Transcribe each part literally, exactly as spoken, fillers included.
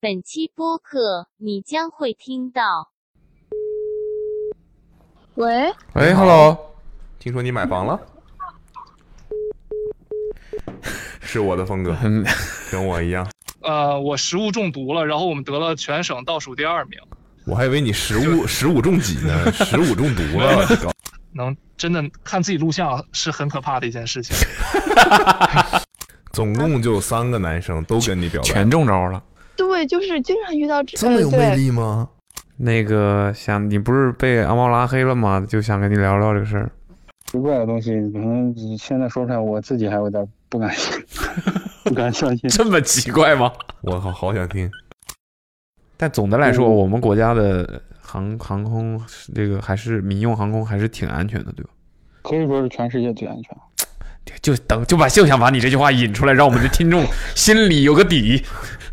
本期播客你将会听到。 喂喂 ，Hello， 听说你买房了？是我的风格，跟我一样。 呃，我食物中毒了，然后我们得了全省倒数第二名。 我还以为你食物食物中几呢，食物中毒了。 能真的看自己录像是很可怕的一件事情。 总共就三个男生都跟你表白， 全中招了。 对，就是经常遇到这这么有魅力吗？ 那个想你不是被阿猫拉黑了吗？就想跟你聊聊这个事儿。 奇怪的东西，可能现在说出来，我自己还有点不敢不敢相信。 这么奇怪吗？ 我好好想听。 但总的来说，嗯、我们国家的航航空这个还是民用航空还是挺安全的，对吧？ 可以说是全世界最安全。 就等就把就想把你这句话引出来，让我们的听众心里有个底。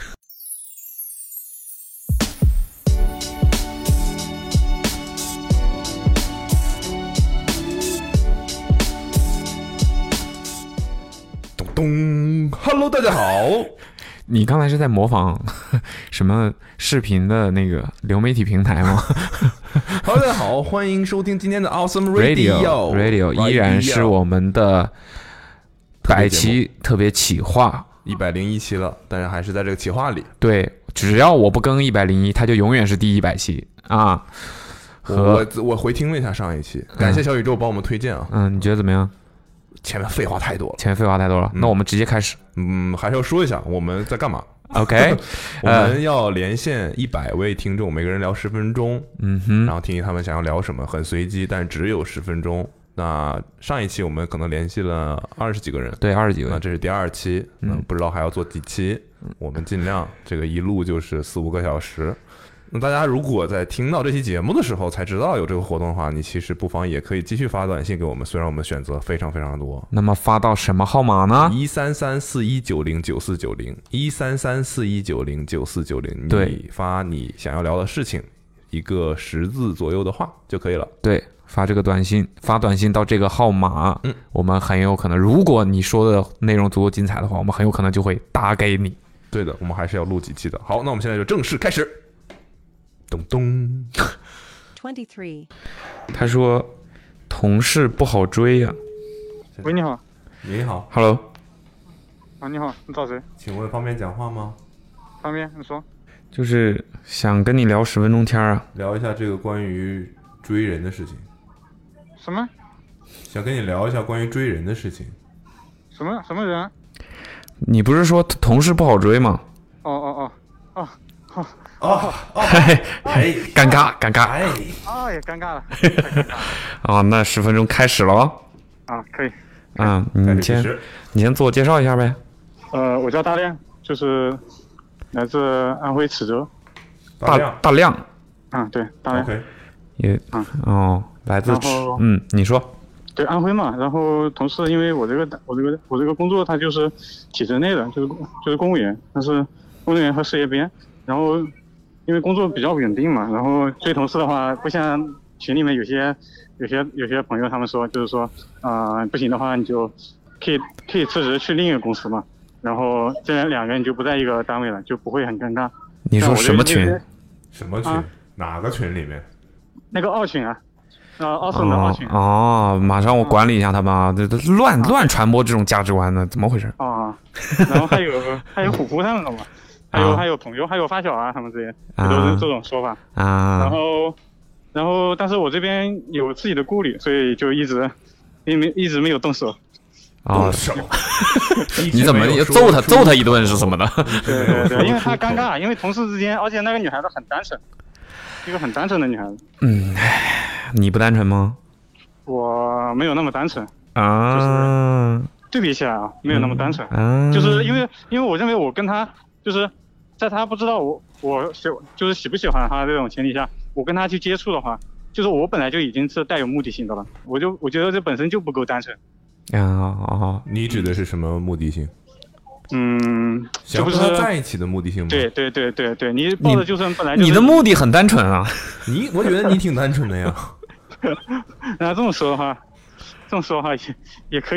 咚咚 ，Hello， 大家好。 你刚才是在模仿什么视频的那个流媒体平台吗 ？Hello， 大家好，欢迎收听今天的 Awesome Radio。 Radio 依然是我们的百期特别企划， 一百零一期了，但是还是在这个企划里。 对，只要我不更一百零一，它就永远是第一百期啊。 我我回听了一下上一期，感谢小宇宙帮我们推荐啊。 嗯，你觉得怎么样？ 前面废话太多了， 前面废话太多了，嗯、那我们直接开始。 嗯，还是要说一下我们在干嘛。 OK， 我们要连线一百位听众，每个人聊十分钟， 嗯哼， 然后听听他们想要聊什么，很随机，但只有十分钟。那上一期我们可能联系了二十几个人， 对，二十几个人。 那这是第二期，嗯，不知道还要做几期，嗯、我们尽量这个一录就是四五个小时。那大家如果在听到这期节目的时候才知道有这个活动的话，你其实不妨也可以继续发短信给我们，虽然我们选择非常非常多。 那么发到什么号码呢？ 一三三四一九零九四九零，一三三四一九零九四九零。 对， 你发你想要聊的事情，一个十字左右的话就可以了。 对，发这个短信，发短信到这个号码， 嗯， 我们很有可能，如果你说的内容足够精彩的话，我们很有可能就会打给你。 对的，我们还是要录几期的。好，那我们现在就正式开始。咚咚。 二十三。 他说，同事不好追呀、啊。 喂，你好。 你好。 Hello。 啊，你好，你找谁？ 请问方便讲话吗？ 方便，你说。 就是想跟你聊十分钟天啊。 聊一下这个关于追人的事情。 什么？ 想跟你聊一下关于追人的事情。 什么什么人？ 你不是说同事不好追吗？ 哦哦哦哦哦。 哦哦， 哎，尴尬尴尬， 哎，哦也尴尬了，太尴尬了。 哦，那十分钟开始了哦。 啊，可以。 嗯，你先你先自我介绍一下呗。 呃，我叫大亮，就是来自安徽池州。 大亮，大亮。 嗯，对，大亮。 OK。 也，嗯，哦，来自池，嗯，你说。 对，安徽嘛，然后同事因为我这个我这个我这个工作它就是体制内的，就是就是公务员，但是公务员和事业编，然后。因为工作比较稳定嘛，然后追同事的话，不像群里面有些有些有些朋友他们说，就是说，啊、呃，不行的话你就可以可以辞职去另一个公司嘛，然后这两个人就不在一个单位了，就不会很尴尬。 你说什么群？ 什么群？啊、哪个群里面？ 那个二群啊，啊，奥森的二群。 哦，马上我管理一下他们啊，这这乱乱传播这种价值观的，怎么回事？ 啊，然后还有还有虎扑他们的嘛。还有、啊、还有朋友，还有发小啊，他们这些都是这种说法啊。 然后，然后，但是我这边有自己的顾虑，所以就一直，因为一直没有动手。 动手？你怎么揍他揍他一顿是什么的？ 对对对，因为他尴尬，因为同事之间，而且那个女孩子很单纯，一个很单纯的女孩子。 嗯，你不单纯吗？ 我没有那么单纯啊。 就是对比起来啊，没有那么单纯。 嗯、 就是因为因为我认为我跟他。就是在他不知道我我喜就是喜不喜欢他这种前提下，我跟他去接触的话，就是我本来就已经是带有目的性的了，我就我觉得这本身就不够单纯。 啊哦， 你指的是什么目的性？ 嗯， 想跟他在一起的目的性吗？ 对对对对对，你抱的就是本来、就是、 你的目的很单纯啊。 你我觉得你挺单纯的呀。 那这么说的话，这么说的话也也可以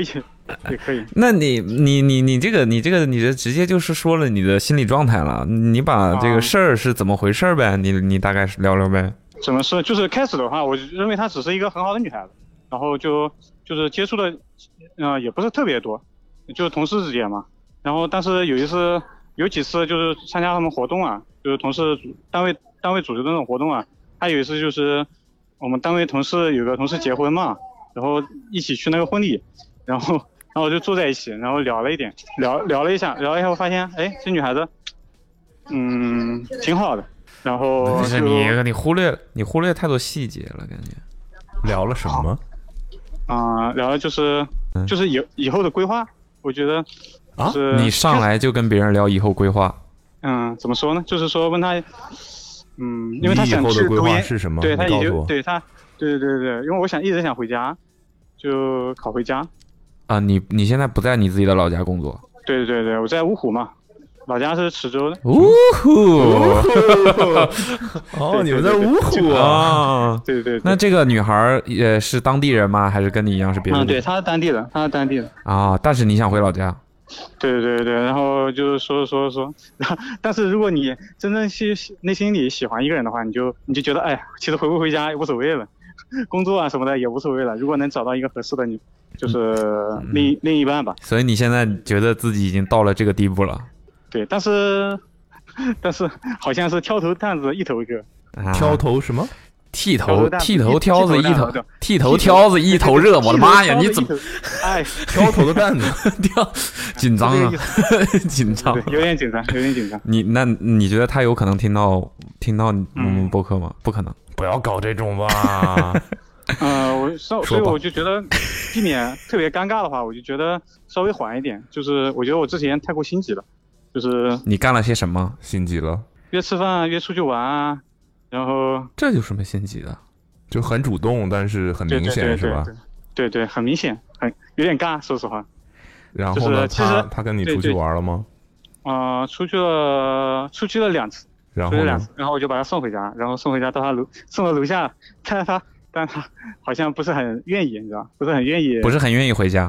也可以。 那你你你你这个你这个你这直接就是说了你的心理状态了，你把这个事儿是怎么回事呗？你你大概聊聊呗。 怎么说？就是开始的话，我认为她只是一个很好的女孩子，然后就就是接触的，呃，也不是特别多，就是同事之间嘛。然后但是有一次有几次就是参加他们活动啊，就是同事单位单位组织的那种活动啊。还有一次就是我们单位同事有个同事结婚嘛，然后一起去那个婚礼，然后然后就坐在一起，然后聊了一点，聊聊了一下，聊了一下我发现，哎，这女孩子，嗯，挺好的。然后不是你你忽略你忽略太多细节了，感觉。 聊了什么？ 啊、呃，聊了就是就是以以后的规划，我觉得啊，你上来就跟别人聊以后规划。 嗯，怎么说呢？就是说问他，嗯，因为他想去读研， 是什么？ 对他也就对他，对对对对，因为我想一直想回家，就考回家。 啊，你你现在不在你自己的老家工作？ 对对对，我在芜湖嘛，老家是池州的。 芜湖。 哦，你们在芜湖啊？ 对对对。 那这个女孩也是当地人吗？还是跟你一样是别人？ 嗯，对，她是当地的，她是当地的。 啊，但是你想回老家？ 对对对，然后就是说说说，但是如果你真正去内心里喜欢一个人的话，你就你就觉得，哎，其实回不回家也无所谓了，工作啊什么的也无所谓了。如果能找到一个合适的你，就是另、嗯、另一半吧。 所以你现在觉得自己已经到了这个地步了？ 对，但是但是好像是挑头担子一头热。 啊、 挑头什么？ 剃头剃头挑子一头剃头挑子一头热，我的妈呀！你怎么？ 哎， 挑头的担子挑，紧张啊，紧张， 有点紧张，有点紧张。 你那你觉得他有可能听到听到我们播客吗？不可能， 不要搞这种吧。 呃，我稍所以我就觉得避免特别尴尬的话，我就觉得稍微缓一点。就是我觉得我之前太过心急了，就是你干了些什么？ 心急了？ 约吃饭，约出去玩啊。然后这有什么心急的？ 就很主动，但是很明显，是吧？ 对对，很明显，很有点尬，说实话。 然后呢？ 就是、 他他跟你出去玩了吗？ 啊、呃，出去了，出去了两次。 然后两次，然后我就把他送回家，然后送回家到他楼，送到楼下，看到他，但他好像不是很愿意，你知道，不是很愿意， 不是很愿意回家。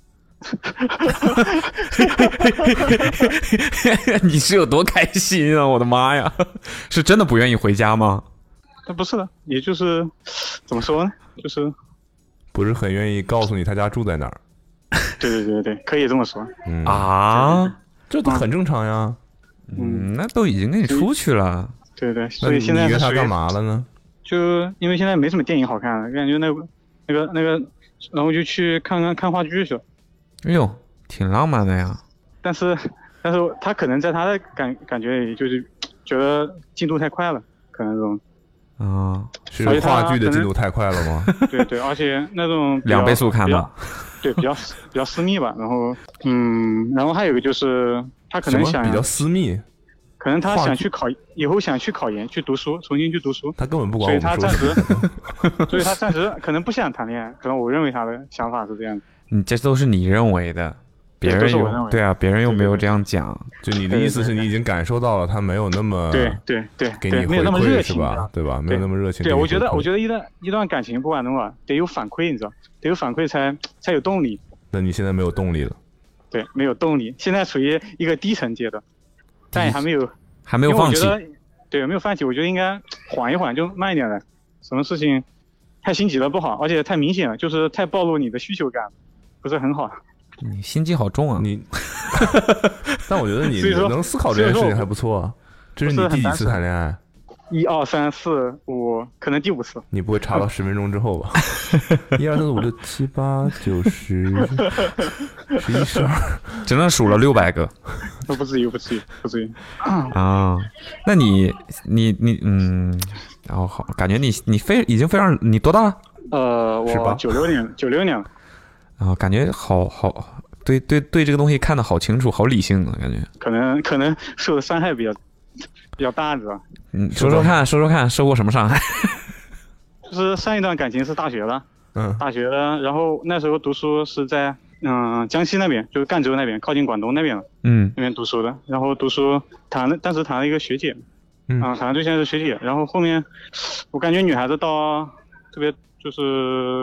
你是有多开心啊！我的妈呀，是真的不愿意回家吗？ 那不是的，也就是怎么说呢，就是不是很愿意告诉你他家住在哪儿。 对对对对，可以这么说。 嗯啊， 这都很正常呀。 嗯，那都已经跟你出去了。 对对，所以现在你约他干嘛了呢？ 就因为现在没什么电影好看了，感觉那个那个那个，然后就去看看看话剧去了。 哎呦，挺浪漫的呀。 但是，但是他可能在他的感感觉里，就是觉得进度太快了，可能这种。 啊， 是话剧的进度太快了吗？ 对对，而且那种两倍速看吧。 对，比较比较私密吧。然后，嗯，然后还有一个就是他可能想比较私密， 可能他想去考，以后想去考研，去读书，重新去读书。 他根本不管我们说。 所以他暂时，所以他暂时可能不想谈恋爱。可能我认为他的想法是这样的。 你这都是你认为的，别人有对啊，别人又没有这样讲。 就你的意思是你已经感受到了他没有那么对对对给你回馈是吧？对吧？没有那么热情。 对，我觉得我觉得一段一段感情不管怎么得有反馈，你知道，得有反馈才才有动力。 那你现在没有动力了？ 对，没有动力，现在处于一个低层阶段，但也还没有还没有放弃。 对，没有放弃，我觉得应该缓一缓，就慢一点来。什么事情太心急了不好，而且太明显了，就是太暴露你的需求感，不是很好。 你心机好重啊！ 你，但我觉得你能思考这件事情还不错啊。这是你第几次谈恋爱？ 一二三四五，可能第五次。 你不会查到十分钟之后吧？一二三四五六七八九十十一十二， 真的数了六百个。 不至于，不至于，不至于。 啊，那你你你嗯，然后好，感觉你你非已经非常，你多大了？ 呃，我九六年，九六年了。 啊，感觉好好，对对对，这个东西看得好清楚，好理性啊，感觉。 可能可能受的伤害比较比较大，知道吧？ 嗯，说说看，说说看，受过什么伤害？ 就是上一段感情是大学的， 嗯， 大学的，然后那时候读书是在嗯、呃、江西那边，就是赣州那边，靠近广东那边了， 嗯， 那边读书的，然后读书谈了，当时谈了一个学姐， 嗯， 啊，谈的对象是学姐，然后后面我感觉女孩子到特别就是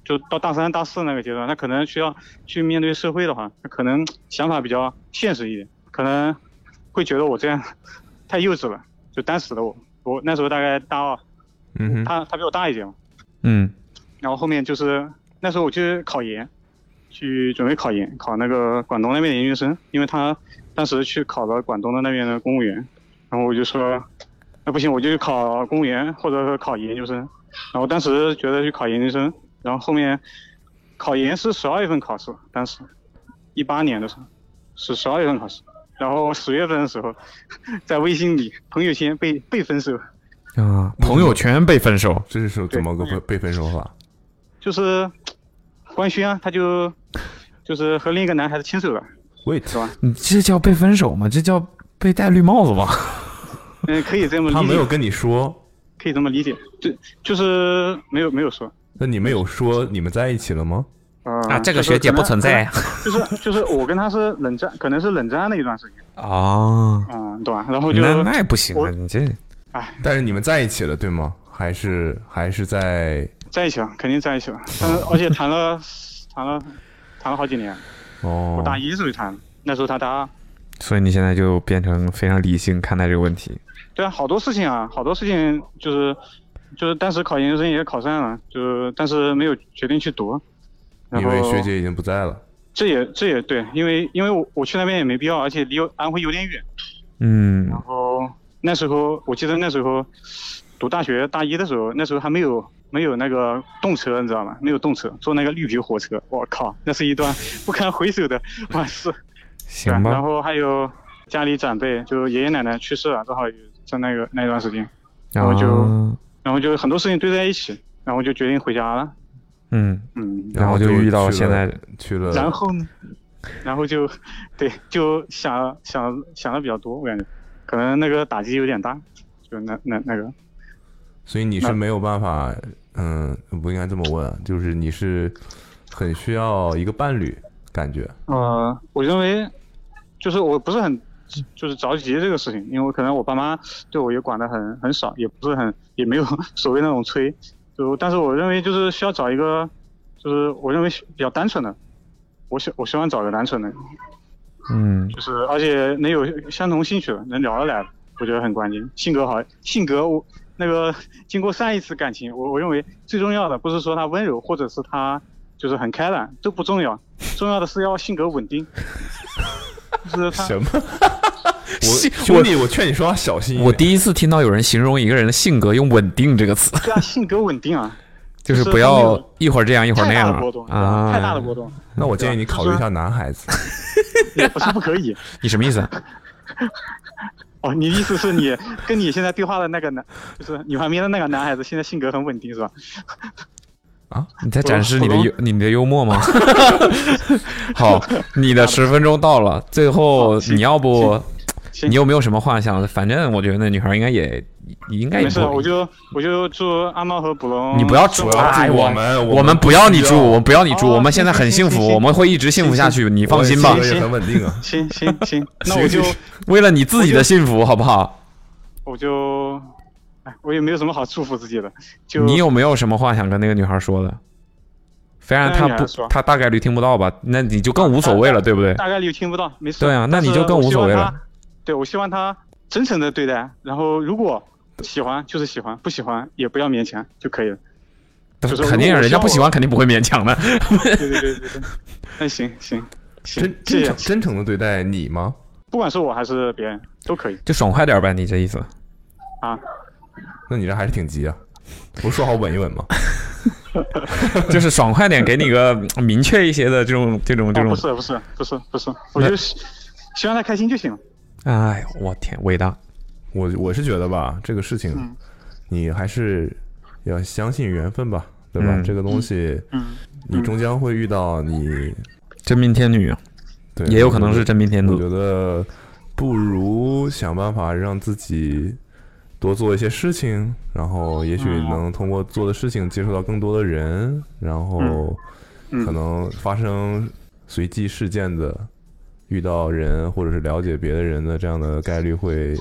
就到大三大四那个阶段，他可能需要去面对社会的话，他可能想法比较现实一点，可能会觉得我这样太幼稚了，就当时的我，我那时候大概大二， 嗯哼， 他他比我大一点嘛， 嗯， 然后后面就是那时候我去考研，去准备考研，考那个广东那边的研究生，因为他当时去考了广东的那边的公务员，然后我就说，那不行，我就去考公务员或者是考研究生，然后当时觉得去考研究生，然后后面考研是十二月份考试，当时一八年的时候是十二月份考试，然后十月份的时候在微信里朋友圈被被分手啊，朋友圈被分手， 这是怎么个被分手法？ 就是官宣啊，他就就是和另一个男孩子牵手了。 Wait， 是吧？ 你这叫被分手吗？这叫被戴绿帽子吧？ 嗯，可以这么理解。 他没有跟你说， 可以这么理解，就就是没有没有说。 那你们有说你们在一起了吗？ 呃、 啊，这个学姐不存在。 就是就是我跟他是冷战，可能是冷战的一段时间。 哦， 嗯，对吧？然后就那那也不行啊，你这。 哎， 但是你们在一起了，对吗？还是还是在在一起了，肯定在一起了。但是而且谈了谈了谈了好几年。 哦。 我大一时候就谈，那时候他大二。 所以你现在就变成非常理性看待这个问题。 对啊，好多事情啊，好多事情就是就是当时考研究生也考上了，就是但是没有决定去读。 因为学姐已经不在了。 这也这也对，因为因为我我去那边也没必要，而且离安徽有点远。 嗯。 然后那时候我记得那时候读大学大一的时候，那时候还没有没有那个动车，你知道吗？没有动车，坐那个绿皮火车，我靠，那是一段不堪回首的往事。 行吧。 然后还有家里长辈，就爷爷奶奶去世了，正好在那个那段时间，然后就、啊、然后就很多事情堆在一起，然后就决定回家了。 嗯嗯， 然后就遇到现在去了， 然后呢，然后就对，就想想想的比较多，我感觉可能那个打击有点大，就那那那个。 所以你是没有办法，嗯，不应该这么问，就是你是很需要一个伴侣，感觉。 呃，我认为就是我不是很就是着急这个事情，因为可能我爸妈对我也管得很很少，也不是很也没有所谓那种催。就但是我认为就是需要找一个，就是我认为比较单纯的，我希我希望找个单纯的， 嗯， 就是而且能有相同兴趣的，能聊得来的，我觉得很关键。性格好，性格我那个经过上一次感情，我我认为最重要的不是说他温柔，或者是他就是很开朗，都不重要，重要的是要性格稳定。就是他什么？我兄弟，我劝你说话小心一点。 我第一次听到有人形容一个人的性格用稳定这个词。 对啊，性格稳定啊， 就是不要一会儿这样一会儿那样太大的波动啊，太大的波动。 那我建议你考虑一下男孩子。 也不是不可以。 你什么意思？ 哦，你的意思是你跟你现在对话的那个男，就是你旁边的那个男孩子，现在性格很稳定是吧？ 啊， 你在展示你的幽你的幽默吗？好，你的十分钟到了，最后你要不，你有没有什么幻想？反正我觉得那女孩应该也应该也没事，我就我就祝阿猫和捕龙。 你不要住啊！ 我们我们不要你住，我们不要你住，我们现在很幸福，我们会一直幸福下去，你放心吧。 很稳定啊。 行行行，那我就为了你自己的幸福，好不好？ 我就。我也没有什么好祝福自己的。就你有没有什么话想跟那个女孩说的？虽然她不，她大概率听不到吧，那你就更无所谓了，对不对？ 大概率听不到，没事。 对啊，那你就更无所谓了。 对，我希望她真诚的对待，然后如果喜欢就是喜欢，不喜欢也不要勉强就可以了。就是肯定人家不喜欢，肯定不会勉强的。 对对对对对，那行行行， 真真诚真诚的对待你吗？ 不管是我还是别人都可以。 就爽快点呗，你这意思？ 啊。 那你这还是挺急啊，不是说好稳一稳吗？ 就是爽快点，给你个明确一些的这种这种这种。 不是不是不是不是，我就希望他开心就行了。 哎，我天，伟大！ 我我是觉得吧，这个事情，嗯、你还是要相信缘分吧，对吧？嗯、这个东西，嗯，你终将会遇到你真命天女， 对， 也有可能是真命天子。 我觉得不如想办法让自己。多做一些事情，然后也许能通过做的事情接触到更多的人，然后可能发生随机事件的遇到人或者是了解别的人的这样的概率会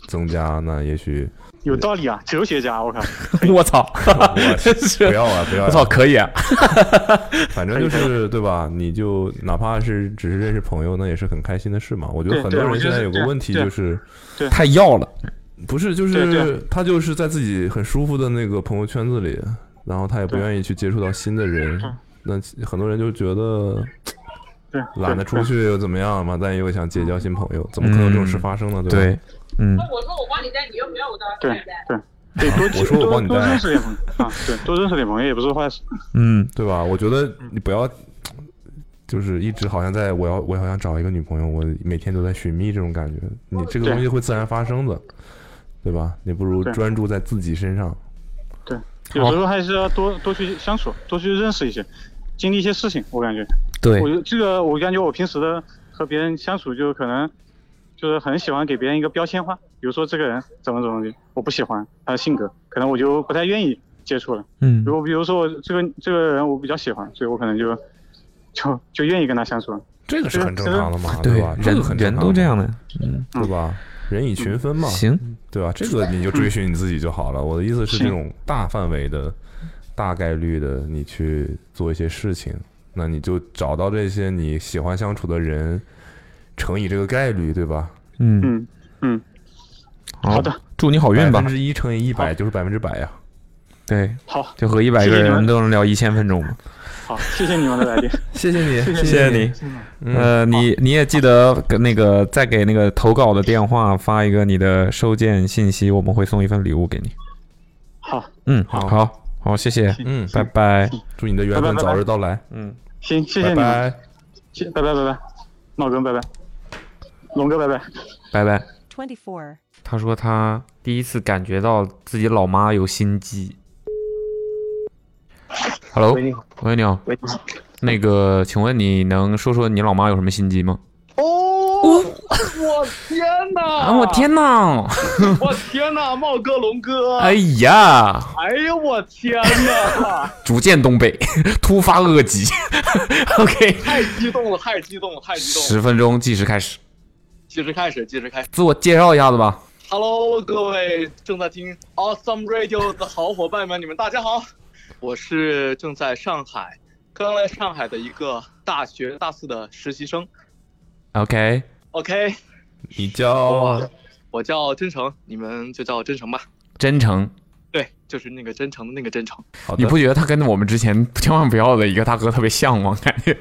增加，那也许有道理啊，哲学家，我靠！ 我操！ 不要啊，不要、啊！ 我操，可以啊！ 反正就是对吧？你就哪怕是只是认识朋友，那也是很开心的事嘛。我觉得很多人现在有个问题就是太要了， 不是，就是他就是在自己很舒服的那个朋友圈子里，然后他也不愿意去接触到新的人。那很多人就觉得。懒得出去又怎么样嘛？但又想结交新朋友，怎么可能有这种事发生呢？ 对吧？ 对， 嗯。 那我说我帮你带，你又不要我带。 对对对，多我说我帮你带， 多认识点朋友啊，对，多认识点朋友也不是坏事。 嗯， 对吧？我觉得你不要，就是一直好像在我要我好想找一个女朋友，我每天都在寻觅这种感觉，你这个东西会自然发生的，对吧？你不如专注在自己身上。 对，有时候还是要多多去相处，多去认识一些。经历一些事情，我感觉， 对我这个我感觉我平时的和别人相处，就可能就是很喜欢给别人一个标签化，比如说这个人怎么怎么的，我不喜欢他的性格，可能我就不太愿意接触了。 嗯， 如果比如说我这个这个人我比较喜欢，所以我可能就就就愿意跟他相处了。 这个是很正常的嘛， 对吧？这个很人都这样的， 嗯，对吧？人以群分嘛， 行， 对吧？这个你就追寻你自己就好了。我的意思是这种大范围的。大概率的你去做一些事情，那你就找到这些你喜欢相处的人，乘以这个概率，对吧？ 嗯嗯嗯， 好的，祝你好运吧。 百分之一乘以一百就是百分之百呀。 对， 好， 就和一百个人都能聊一千分钟嘛。 好，谢谢你们的来电， 谢谢你， 谢谢你。呃，你你也记得那个再给那个投稿的电话发一个你的收件信息，我们会送一份礼物给你。 好， 嗯，好好。好，谢谢， 嗯， 拜拜， 祝你的缘分早日到来， 嗯， 行，谢谢你们， 拜拜， 谢，拜拜拜拜，茂哥拜拜，龙哥拜拜， 拜拜。 twenty-four， 他说他第一次感觉到自己老妈有心机。Hello， 喂，你好， 喂，你好， 喂，你好， 那个，请问你能说说你老妈有什么心机吗？ 哦，我天哪！ 啊，我天哪！ 我天哪，茂哥、龙哥！ 哎呀！ 哎呀，我天哪！ 逐渐东北，突发恶疾。OK。 太激动了，太激动了，太激动了！ 十分钟计时开始。 计时开始，计时开始。 自我介绍一下子吧。 Hello， 各位正在听 Awesome Radio 的好伙伴们，你们大家好，我是正在上海，刚来上海的一个大学大四的实习生。 OK OK， 你叫我我叫真诚，你们就叫我真诚吧。 真诚， 对，就是那个真诚的那个真诚。 你不觉得他跟我们之前千万不要的一个大哥特别像吗？感觉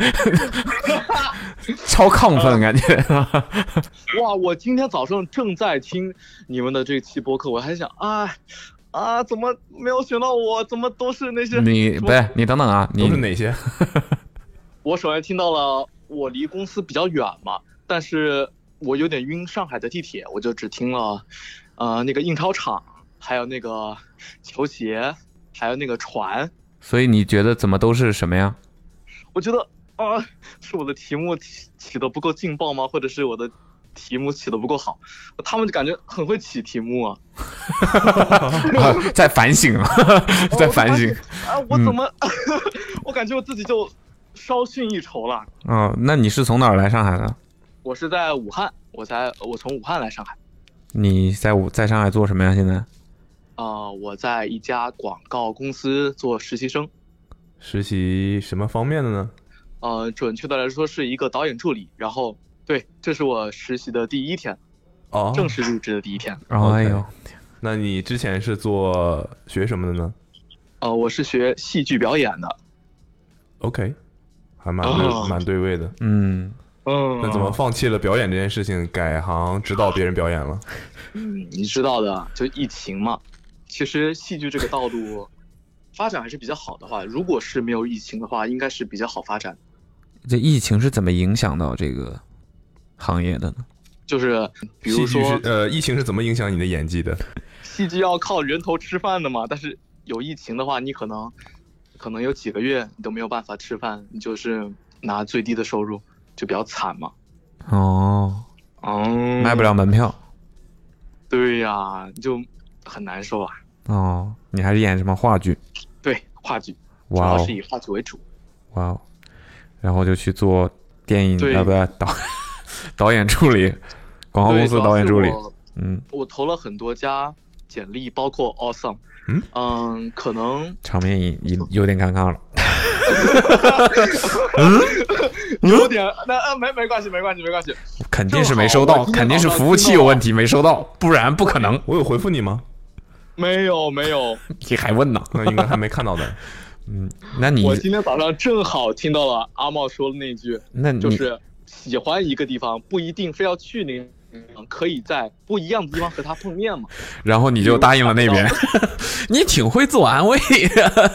超亢奋，感觉。 哇！我今天早上正在听你们的这期播客，我还想啊啊，怎么没有选到我？怎么都是那些？ 你不是你等等啊，你都是哪些？ 我首先听到了。我离公司比较远嘛，但是我有点晕上海的地铁，我就只听了，呃，那个印钞厂，还有那个球鞋，还有那个船。 所以你觉得怎么都是什么呀？ 我觉得啊、呃，是我的题目起起得不够劲爆吗？或者是我的题目起得不够好？他们就感觉很会起题目啊。 在反省啊，在反省。 啊，我怎么？嗯、我感觉我自己就。稍逊一筹了。 哦，那你是从哪儿来上海的？ 我是在武汉，我在我从武汉来上海。 你在武在上海做什么呀？现在？ 啊、呃，我在一家广告公司做实习生。 实习什么方面的呢？ 呃，准确的来说是一个导演助理。然后，对，这是我实习的第一天， 哦， 正式入职的第一天。 哦，哎呦， 那你之前是做学什么的呢？ 呃，我是学戏剧表演的。 OK。还蛮对、哦、蛮对位的， 嗯嗯。 那怎么放弃了表演这件事情，改行指导别人表演了？ 嗯，你知道的，就疫情嘛。其实戏剧这个道路发展还是比较好的话，如果是没有疫情的话，应该是比较好发展。 这疫情是怎么影响到这个行业的呢？ 就是比如说， 呃，疫情是怎么影响你的演技的？ 戏剧要靠人头吃饭的嘛，但是有疫情的话，你可能。可能有几个月你都没有办法吃饭，你就是拿最低的收入，就比较惨嘛。 哦， 哦， 卖不了门票。 对呀、啊，就很难受啊。 哦，你还是演什么话剧？ 对，话剧， 主要是以话剧为主。 哇哦，然后就去做电影啊，不对，导导演助理，广告公司导演助理。 嗯， 我投了很多家简历，包括 Awesome。 嗯嗯，可能场面已已有点尴尬了。 有点，那呃没没关系，没关系，没关系。 肯定是没收到，肯定是服务器有问题没收到，不然不可能。 我有回复你吗？ 没有，没有。 你还问呢？ 那应该还没看到的。 嗯，那你我今天早上正好听到了阿茂说的那句， 那就是喜欢一个地方不一定非要去那个地方，可以在不一样的地方和他碰面嘛。 然后你就答应了那边，你挺会自我安慰的。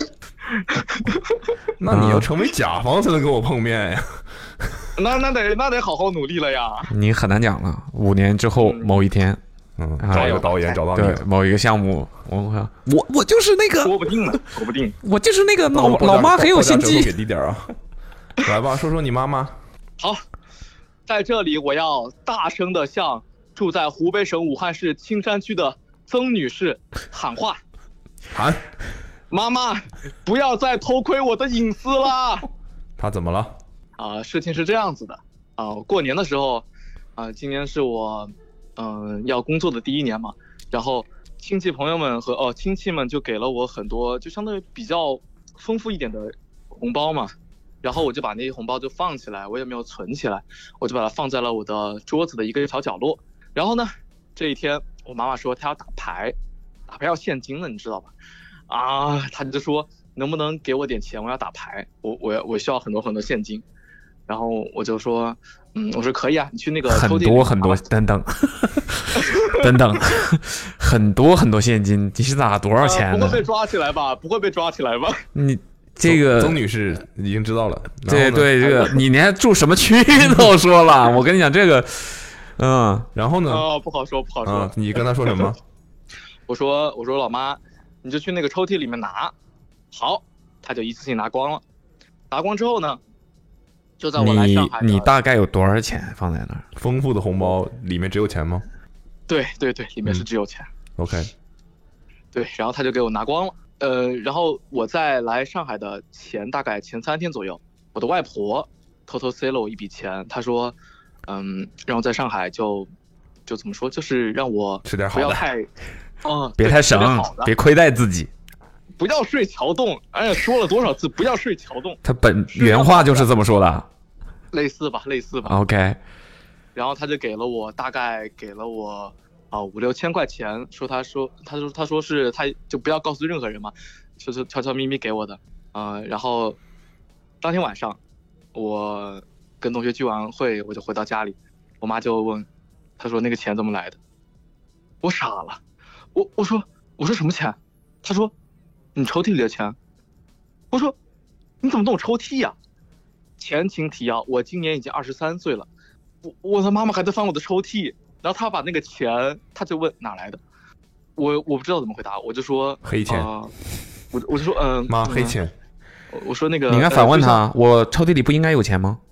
那你要成为甲方才能跟我碰面呀。 那那得那得好好努力了呀。 你很难讲了，五年之后某一天。 嗯，找一个导演找到你对某一个项目，我我我就是那个， 说不定呢，说不定， 我就是那个老老妈很有心机， 给低点啊！来吧，说说你妈妈。 好，在这里我要大声的向住在湖北省武汉市青山区的曾女士喊话， 喊， 妈妈，不要再偷窥我的隐私了。 她怎么了？ 啊、呃，事情是这样子的啊、呃，过年的时候，啊、呃，今年是我。嗯、呃，要工作的第一年嘛，然后亲戚朋友们和哦亲戚们就给了我很多，就相对比较丰富一点的红包嘛，然后我就把那些红包就放起来，我也没有存起来，我就把它放在了我的桌子的一个小角落。然后呢，这一天我妈妈说她要打牌，打牌要现金的，你知道吧？啊，她就说能不能给我点钱，我要打牌，我我我需要很多很多现金。然后我就说，嗯，我说可以啊，你去那个抽屉里很多很多等等等等，很多很多现金，你是打多少钱呢？ 呃、不会被抓起来吧？不会被抓起来吧？ 你这个曾女士已经知道了。 对对，这个你连住什么区都说了，我跟你讲这个，嗯， 然后呢？ 哦，不好说，不好说。 嗯、你跟他说什么？ 我说我说老妈，你就去那个抽屉里面拿。好，他就一次性拿光了。拿光之后呢？就在我来上海， 你你大概有多少钱放在那儿？ 丰富的红包里面只有钱吗？ 对对对，里面是只有钱。 嗯、OK。 对，然后他就给我拿光了。呃，然后我在来上海的前大概前三天左右，我的外婆偷偷塞了我一笔钱，她说，嗯，让我在上海就就怎么说，就是让我吃点好的， 不要太，哦、嗯， 别太省，别亏待自己。 不要睡桥洞，哎呀，说了多少次不要睡桥洞？ 他本原话就是这么说的， 类似吧，类似吧。 OK， 然后他就给了我大概给了我啊五六千块钱，说他说他说他说是他就不要告诉任何人嘛，就是悄悄咪咪给我的啊、呃。然后当天晚上我跟同学聚完会，我就回到家里，我妈就问，她说那个钱怎么来的？我傻了，我我说我说什么钱？她说。你抽屉里的钱，我说你怎么动抽屉呀、啊？前情提要，我今年已经二十三岁了，我我的妈妈还在翻我的抽屉，然后她把那个钱，她就问哪来的，我我不知道怎么回答，我就说黑钱， 呃、我我就说嗯、呃， 妈黑钱， 我我说那个你应该反问他，呃、我抽屉里不应该有钱吗？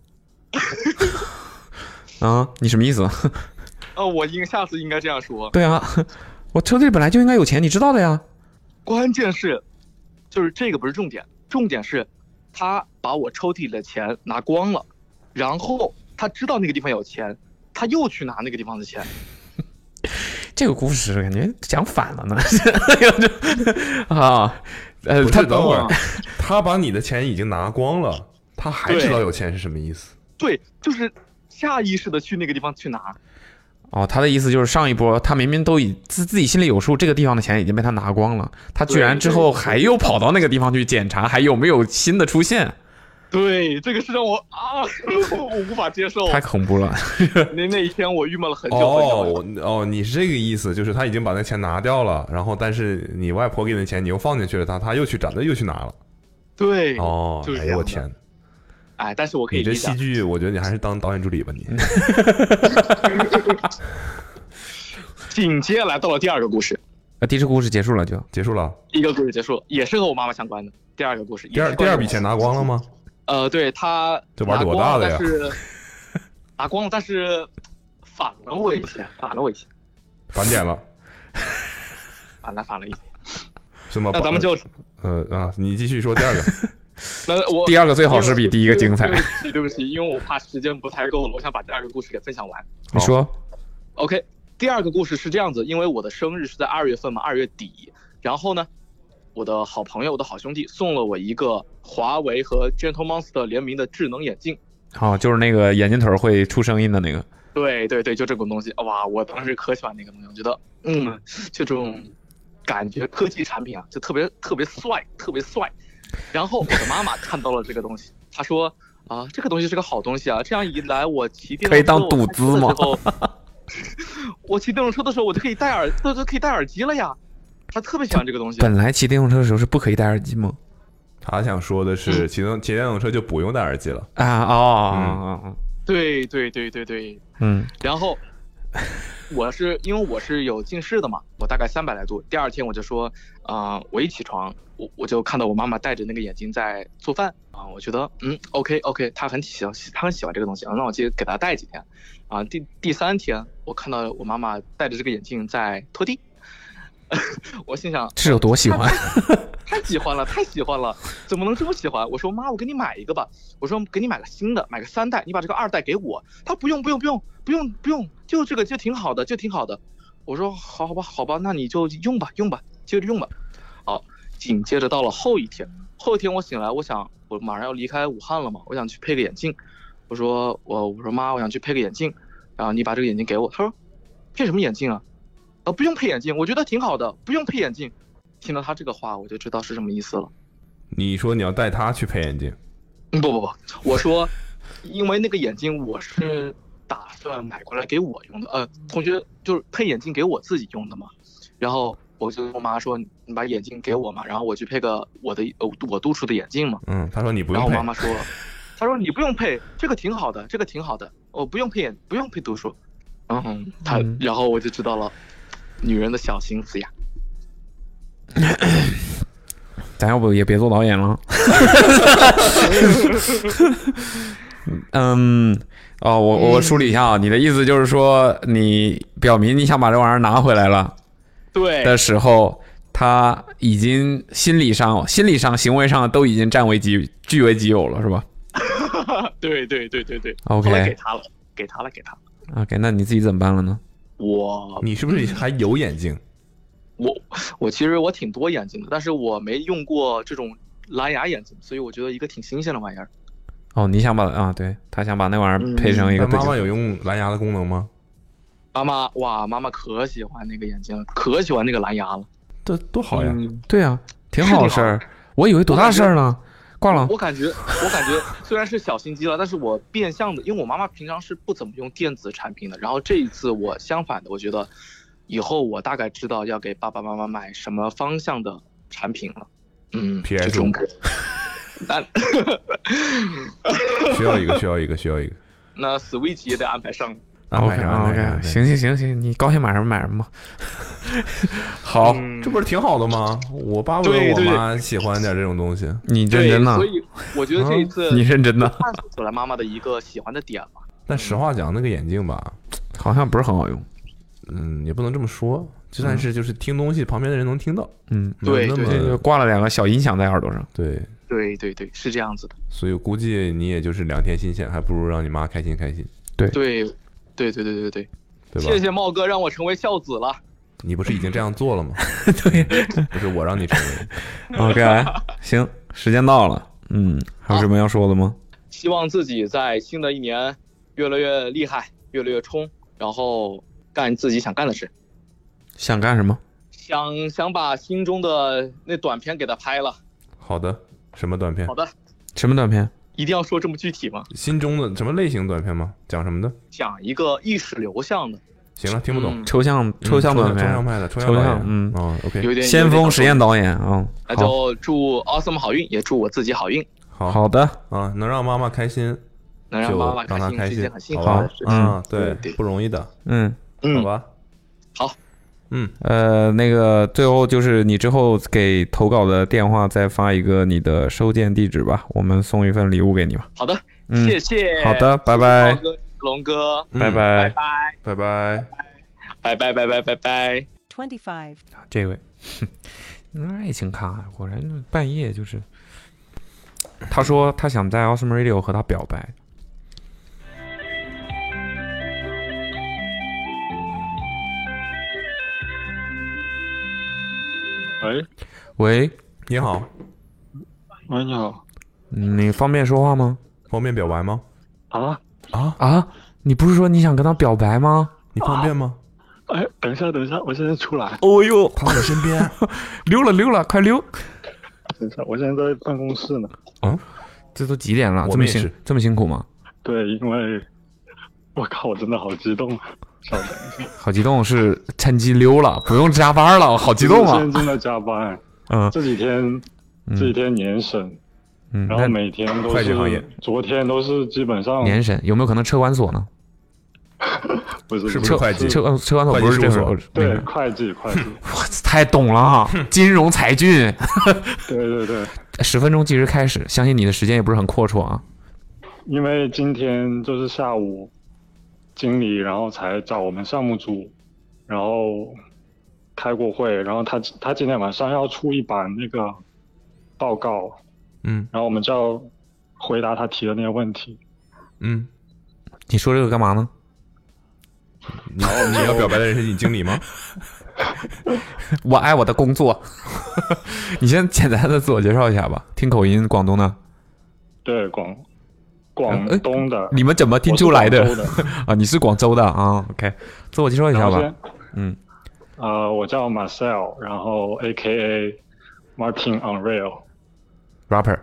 啊，你什么意思？ 呃，我应下次应该这样说。 对啊，我抽屉里本来就应该有钱，你知道的呀。 关键是。就是这个不是重点，重点是，他把我抽屉里的钱拿光了，然后他知道那个地方有钱，他又去拿那个地方的钱。 这个故事感觉讲反了呢。啊，呃，他等会儿，他把你的钱已经拿光了，他还知道有钱是什么意思？ 对，就是下意识的去那个地方去拿。 哦，他的意思就是上一波他明明都已自自己心里有数，这个地方的钱已经被他拿光了，他居然之后还又跑到那个地方去检查还有没有新的出现。 对，这个是让我啊，我无法接受， 太恐怖了。 那那一天我郁闷了很久很久。哦哦，你是这个意思，就是他已经把那钱拿掉了，然后但是你外婆给你的钱你又放进去了，他他又去找，又去拿了。 对， 哦， 就是、 哎呦我天。 哎，但是我可以你这戏剧，我觉得你还是当导演助理吧你。 紧接着来到了第二个故事， 啊，第一个故事结束了就结束了， 一个故事结束了，也是和我妈妈相关的。第二个故事， 第二第二笔钱拿光了吗？ 呃，对他这玩多大的呀？ 但是拿光了，但是返了我一些，返了我一些， 返点了， 返了返了一些， 是吗？ 那咱们就呃啊，你继续说第二个。 那我第二个最好是比第一个精彩。 对不起，对不起，因为我怕时间不太够了，我想把第二个故事给分享完。 你说 ？OK， 第二个故事是这样子，因为我的生日是在二月份嘛，二月底，然后呢，我的好朋友、我的好兄弟送了我一个华为和 Gentle Monster 联名的智能眼镜。 哦，就是那个眼镜腿会出声音的那个。 对对对，就这种东西，哇，我当时可喜欢那个东西，我觉得，嗯，就这种感觉科技产品啊，就特别特别帅，特别帅。然后我的妈妈看到了这个东西，她说啊，这个东西是个好东西啊，这样一来我骑电动车可以当赌资吗？ 我骑电动车的时候，我就可以戴耳，都都可以戴耳机了呀。她特别喜欢这个东西。 本来骑电动车的时候是不可以戴耳机吗？ 他想说的是，骑动骑电动车就不用戴耳机了啊！哦，嗯嗯，对对对对对， 嗯。 然后我是因为我是有近视的嘛，我大概三百来度。第二天我就说，啊、呃，我一起床，我我就看到我妈妈戴着那个眼镜在做饭啊、呃，我觉得嗯 ，OK OK， 她很喜欢，她很喜欢这个东西啊，那我就给她戴几天啊、呃。第第三天，我看到我妈妈戴着这个眼镜在拖地。我心想这有多喜欢太喜欢了太喜欢了怎么能这么喜欢。我说妈，我给你买一个吧，我说给你买个新的，买个三代，你把这个二代给我。他不用不用不用不用不用，就这个就挺好的就挺好的。我说好好吧好吧，那你就用吧用吧接着用吧。好，紧接着到了后一天，后一天我醒来，我想我马上要离开武汉了嘛，我想去配个眼镜。我说我我说妈，我想去配个眼镜，然后你把这个眼镜给我。他说配什么眼镜啊？呃，不用配眼镜，我觉得挺好的，不用配眼镜。听到他这个话，我就知道是什么意思了。 你说你要带他去配眼镜？ 嗯，不不不，我说，因为那个眼镜我是打算买过来给我用的，呃，同学就是配眼镜给我自己用的嘛。然后我就跟我妈说，你把眼镜给我嘛，然后我去配个我的呃我度数的眼镜嘛。 嗯，他说你不用配。然后我妈妈说，她说你不用配，这个挺好的，这个挺好的，我不用配眼，不用配度数。嗯，她，嗯、然后我就知道了。女人的小心思呀， 咱要不也别做导演了。嗯，哦，我我梳理一下啊，你的意思就是说，你表明你想把这玩意儿拿回来了， 对的时候，他已经心理上、心理上、行为上都已经占为己据为己有了，是吧？ 对对对对对。 OK， 后来给他了，给他了，给他了。 OK， 那你自己怎么办了呢？ 我， 你是不是还有眼镜？ 我我其实我挺多眼镜的，但是我没用过这种蓝牙眼镜，所以我觉得一个挺新鲜的玩意儿。 哦，你想把啊？对，他想把那玩意儿配成一个。 嗯、妈妈有用蓝牙的功能吗？ 妈妈哇，妈妈可喜欢那个眼镜了，可喜欢那个蓝牙了。 这多好呀！ 嗯、 对啊，挺好的事儿。我以为多大事儿呢？挂了。 我感觉，我感觉虽然是小心机了，但是我变相的，因为我妈妈平常是不怎么用电子产品的，然后这一次我相反的，我觉得以后我大概知道要给爸爸妈妈买什么方向的产品了。嗯 ，P S 五， 那需要一个，需要一个，需要一个。 那 Switch 也得安排上。 安排上 ，OK OK， 行行行行，你高兴买什么买什么。好、 嗯， 这不是挺好的吗？我巴不得我妈喜欢点这种东西。 你认真的？ 所以我觉得这一次、 嗯、你认真的探索出来妈妈的一个喜欢的点嘛。 但实话讲，那个眼镜吧， 好像不是很好用。 嗯，也不能这么说，就算是就是听东西，旁边的人能听到。 嗯， 对对对，就挂了两个小音响在耳朵上。 对对对对，是这样子的。 所以我估计你也就是两天新鲜，还不如让你妈开心开心。 对对对对对对对。 对吧？ 谢谢茂哥让我成为孝子了。 你不是已经这样做了吗？ 对， 不是我让你成为。 OK， 行，时间到了。嗯，还有什么要说的吗？ 希望自己在新的一年越来越厉害，越来越冲，然后干自己想干的事。 想干什么？ 想想把心中的那短片给它拍了。 好的，什么短片？ 好的， 什么短片？ 一定要说这么具体吗？ 心中的什么类型短片吗？讲什么的？ 讲一个意识流向的。 行了，听不懂。 嗯、抽象抽象短片， 抽象派的，抽象导演。 嗯， 哦 ，OK。 有点先锋实验导演啊。 那就祝 Awesome 好运，也祝我自己好运。 好好的啊，能让妈妈开心， 能让妈妈让她开心， 是一件很幸福的事情。 嗯，对，不容易的。 嗯， 好吧。 好。 嗯， 呃，那个最后就是你之后给投稿的电话再发一个你的收件地址吧，我们送一份礼物给你吧。 好的， 嗯、 谢谢。 好的，拜拜。 龙哥， 拜拜， 拜拜， 拜拜， 拜拜，拜拜，拜拜。 Twenty-five， 这位，爱情咖，果然半夜就是。他说他想在 Awesome Radio 和他表白。 喂喂， 你好， 喂，你好， 你方便说话吗？ 方便表白吗？ 啊啊啊！你不是说你想跟他表白吗？ 你方便吗？ 哎，等一下，等一下，我现在出来。 哦呦， 他在我身边， 溜了溜了，快溜！ 等一下，我现在在办公室呢。 嗯，这都几点了？这么辛我们也是这么辛苦吗？ 对，因为我靠，我真的好激动啊！稍等一下， 好激动，是趁机溜了，不用加班了，好激动啊！ 现在正在加班。 嗯， 这几天这几天年审， 嗯， 然后每天都会计行业是，昨天都是基本上年审有没有可能车管所呢？ 不是是不是会计？ 车车管所不是这会个对，会计会计。 我太懂了，金融才俊。 对对对， 十分钟计时开始，相信你的时间也不是很阔绰啊。 因为今天就是下午，经理然后才找我们项目组，然后开过会，然后他他今天晚上要出一版那个报告， 嗯， 然后我们就要回答他提的那些问题。 嗯， 你说这个干嘛呢？ 你你要表白的人是你经理吗？ 我爱我的工作。你先简单的自我介绍一下吧，听口音广东的。 对，广广东的。 你们怎么听出来的？ 的啊，你是广州的啊 ？OK， 自我介绍一下吧。嗯， 呃，我叫 Marcel， 然后 A K A Martin Unreal Rapper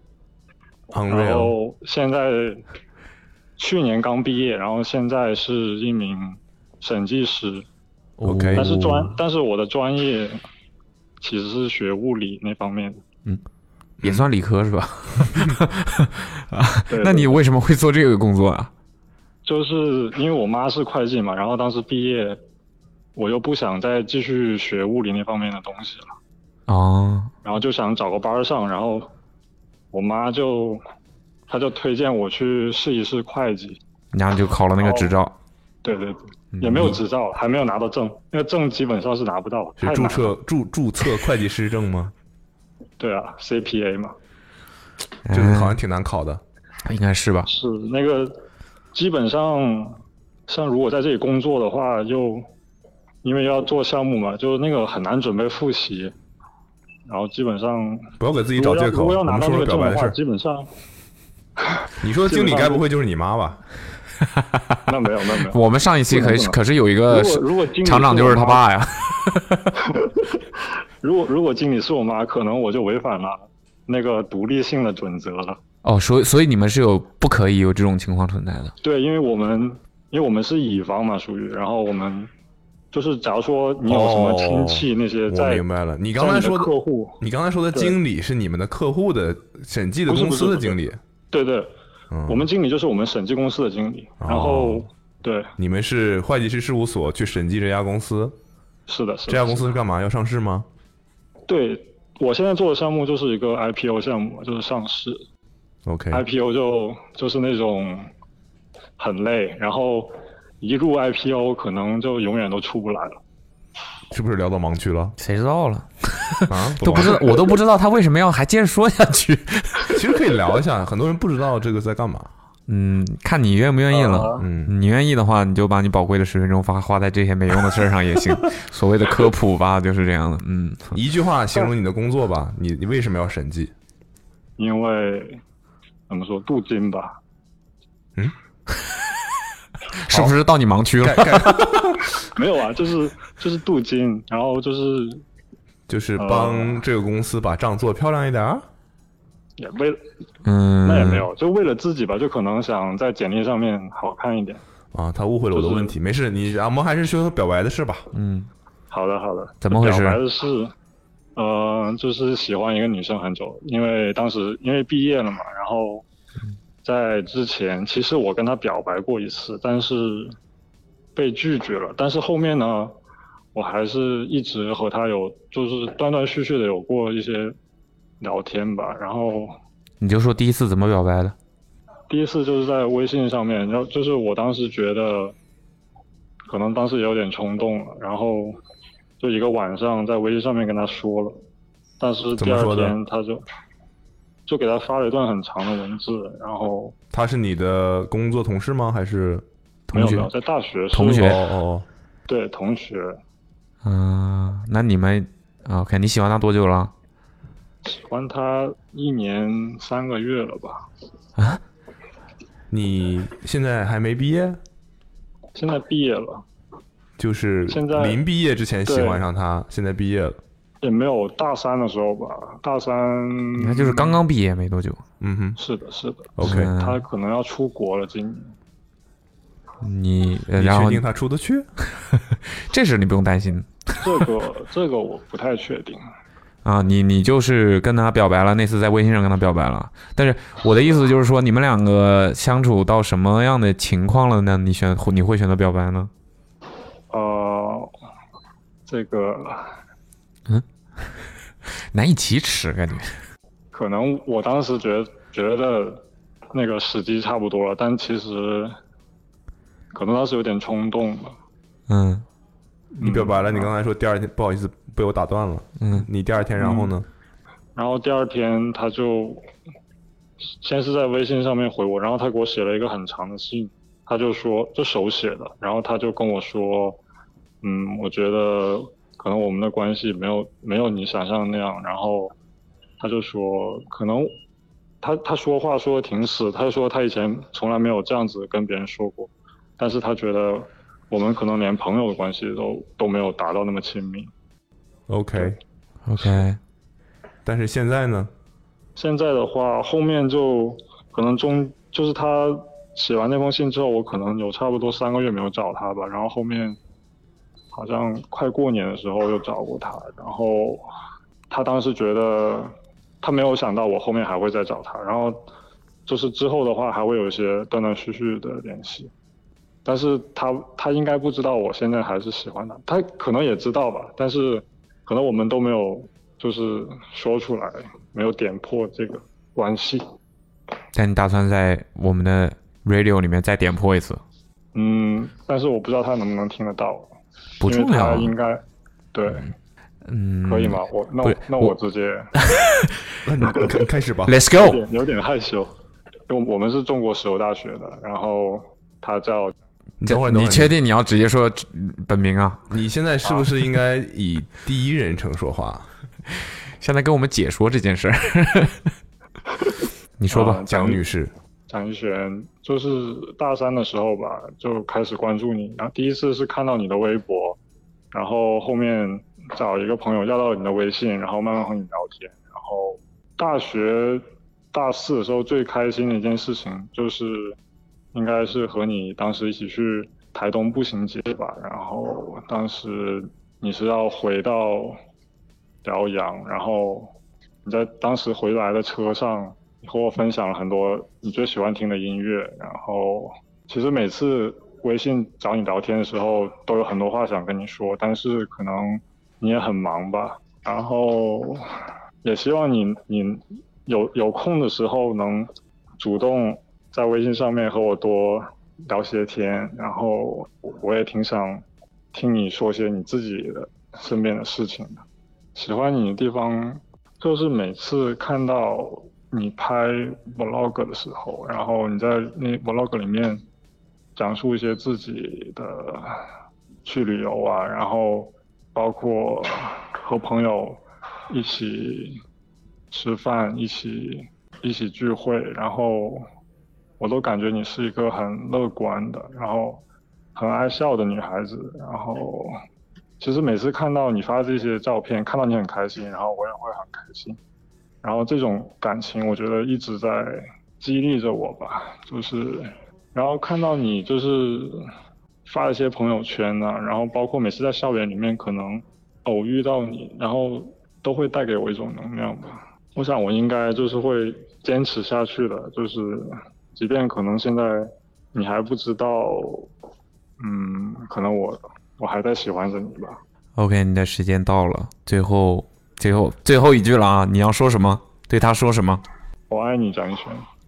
Unreal， 然后现在去年刚毕业，然后现在是一名审计师。 OK， 但是专但是我的专业其实是学物理那方面的。 嗯，也算理科是吧？啊， 对对对， 那你为什么会做这个工作啊？ 就是因为我妈是会计嘛，然后当时毕业，我又不想再继续学物理那方面的东西了。 哦， 然后就想找个班上，然后我妈就她就推荐我去试一试会计， 然后就考了那个执照。 对对对，也没有执照，还没有拿到证，那个证基本上是拿不到。 是注册注注册会计师证吗？ 对啊 ，C P A 嘛。 这个好像挺难考的。 应该是吧？ 是那个，基本上像如果在这里工作的话，就因为要做项目嘛，就那个很难准备复习，然后基本上不要给自己找借口。 如果要拿到那个证的话，基本上你说经理该不会就是你妈吧？ 那没有，那没有。 我们上一期可可是有一个如果厂长就是他爸呀。 如果如果经理是我妈，可能我就违反了那个独立性的准则了。 哦，所以所以你们是有不可以有这种情况存在的？ 对，因为我们因为我们是乙方嘛，属于，然后我们就是假如说你有什么亲戚那些在， 我明白了。你刚才说的客户， 你刚才说的经理是你们的客户的审计的公司的经理。 对对。嗯、我们经理就是我们审计公司的经理， 哦、 然后对， 你们是会计师事务所去审计这家公司。 是的，是的。 这家公司是干嘛？要上市吗？ 对，我现在做的项目就是一个 I P O 项目，就是上市。 OK。I P O 就就是那种很累，然后一入 I P O 可能就永远都出不来了。 是不是聊到盲区了？ 谁知道了？ 啊， 都不知道，我都不知道他为什么要还接着说下去。 其实可以聊一下，很多人不知道这个在干嘛。 嗯，看你愿不愿意了。嗯，你愿意的话，你就把你宝贵的十分钟花花在这些没用的事上也行。所谓的科普吧，就是这样的。嗯， 一句话形容你的工作吧，你你为什么要审计？ 因为怎么说，镀金吧。 嗯。 是不是到你盲区了？ 没有啊，就是就是镀金，然后就是就是帮这个公司把账做漂亮一点儿。 也为嗯， 那也没有，就为了自己吧，就可能想在简历上面好看一点。 啊，他误会了我的问题，就是、没事，你我们还是说表白的事吧。 嗯， 好的好的。 怎么回事？ 表白的事，呃，就是喜欢一个女生很久，因为当时因为毕业了嘛，然后。在之前，其实我跟他表白过一次，但是被拒绝了。但是后面呢，我还是一直和他有，就是断断续续的有过一些聊天吧。然后你就说第一次怎么表白的？ 第一次就是在微信上面，然后就是我当时觉得，可能当时也有点冲动了，然后就一个晚上在微信上面跟他说了，但是第二天他就。就给他发了一段很长的文字，然后他是你的工作同事吗？还是同学？ 没有没有，在大学同学哦哦， 对同学。 嗯、呃，那你们 OK， 你喜欢他多久了？ 喜欢他一年三个月了吧？ 啊？你现在还没毕业？ 现在毕业了， 就是临毕业之前喜欢上他，现在毕业了。 也没有大三的时候吧，大三那就是刚刚毕业没多久。 嗯哼， 是的，是的。 OK， 他可能要出国了，今年。 你你然后确定他出得去？ 这事你不用担心。 这个这个我不太确定。 啊，你你就是跟他表白了，那次在微信上跟他表白了。但是我的意思就是说，你们两个相处到什么样的情况了呢？你选你会选择表白呢？ 呃，这个。 嗯，难以启齿，感觉。 可能我当时觉得觉得那个时机差不多了，但其实可能当时有点冲动了。 嗯， 你表白了，你刚才说第二天不好意思被我打断了。 嗯， 你第二天然后呢？ 嗯、然后第二天他就先是在微信上面回我，然后他给我写了一个很长的信，他就说就手写的，然后他就跟我说，嗯，我觉得。可能我们的关系没有没有你想象的那样，然后他就说，可能他他说话说的挺死，他就说他以前从来没有这样子跟别人说过，但是他觉得我们可能连朋友的关系都都没有达到那么亲密。 OK OK， 但是现在呢？ 现在的话，后面就可能中就是他写完那封信之后，我可能有差不多三个月没有找他吧，然后后面。好像快过年的时候又找过他，然后他当时觉得他没有想到我后面还会再找他，然后就是之后的话还会有一些断断续续的联系，但是他他应该不知道我现在还是喜欢他，他可能也知道吧，但是可能我们都没有就是说出来，没有点破这个关系。 但你打算在我们的 radio 里面再点破一次？ 嗯，但是我不知道他能不能听得到。 不重要， 应该对， 嗯， 可以吗？我那我那我直接， 那你开始吧 ，Let's go。 有点, 有点害羞，因为我们是中国石油大学的，然后他叫， 你等会儿， 你确定你要直接说本名啊？ 你现在是不是应该以第一人称说话？ 现在跟我们解说这件事儿，你说吧， 呃、 蒋女士。 蒋一璇，就是大三的时候吧，就开始关注你。然后第一次是看到你的微博，然后后面找一个朋友要到你的微信，然后慢慢和你聊天。然后大学大四的时候最开心的一件事情，就是应该是和你当时一起去台东步行街吧。然后当时你是要回到辽阳，然后你在当时回来的车上。你和我分享了很多你最喜欢听的音乐，然后其实每次微信找你聊天的时候都有很多话想跟你说，但是可能你也很忙吧，然后也希望你你有有空的时候能主动在微信上面和我多聊些天，然后我也挺想听你说些你自己的身边的事情的。喜欢你的地方就是每次看到你拍 vlog 的时候，然后你在那 vlog 里面讲述一些自己的去旅游啊，然后包括和朋友一起吃饭，一起一起聚会，然后我都感觉你是一个很乐观的，然后很爱笑的女孩子。然后其实每次看到你发这些照片，看到你很开心，然后我也会很开心。然后这种感情我觉得一直在激励着我吧，就是然后看到你就是发一些朋友圈啊，然后包括每次在校园里面可能偶遇到你，然后都会带给我一种能量吧。我想我应该就是会坚持下去的，就是即便可能现在你还不知道，嗯，可能我我还在喜欢着你吧。 OK， 你的时间到了，最后最后最后一句了啊！你要说什么？对他说什么？ 我爱你，张一璇。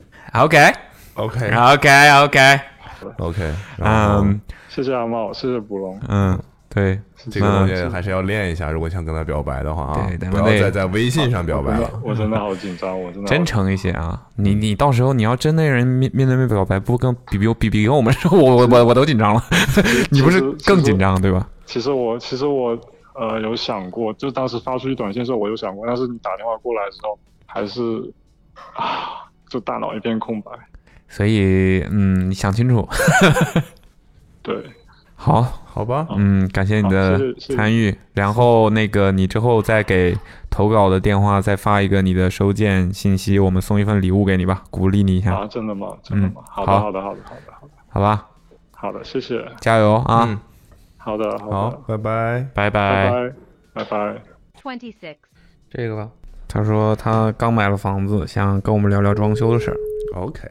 OK OK OK OK OK， 嗯， 谢谢阿茂，谢谢卜龙。 嗯，对， 这个东西还是要练一下，如果想跟他表白的话啊， 对， 不要再在微信上表白了。 我真的好紧张，我真的真诚一些啊！你你到时候你要真的人面面对面表白，不跟比比比比跟我们说，我我我我都紧张了，你不是更紧张对吧？ 其实我其实我呃有想过，就当时发出去短信的时候我有想过，但是你打电话过来之后，还是啊，就大脑一片空白。 所以，嗯，你想清楚。 对， 好， 好吧， 嗯，感谢你的参与。然后那个你之后再给投稿的电话再发一个你的收件信息，我们送一份礼物给你吧，鼓励你一下。 啊，真的吗？真的吗？ 嗯、 好的，好的，好的，好的，好的。 好吧。 好的，谢谢。 加油啊！ 嗯、 好的，好的， 好，拜拜， 拜拜，拜拜。 twenty-six。 这个吧。他说他刚买了房子，想跟我们聊聊装修的事儿。 OK。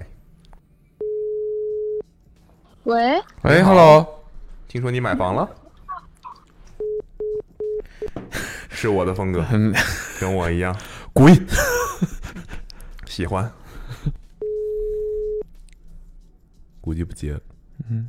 喂喂 ，Hello， 听说你买房了？是我的风格，跟我一样。 滚！ 喜欢。估计不接。 嗯。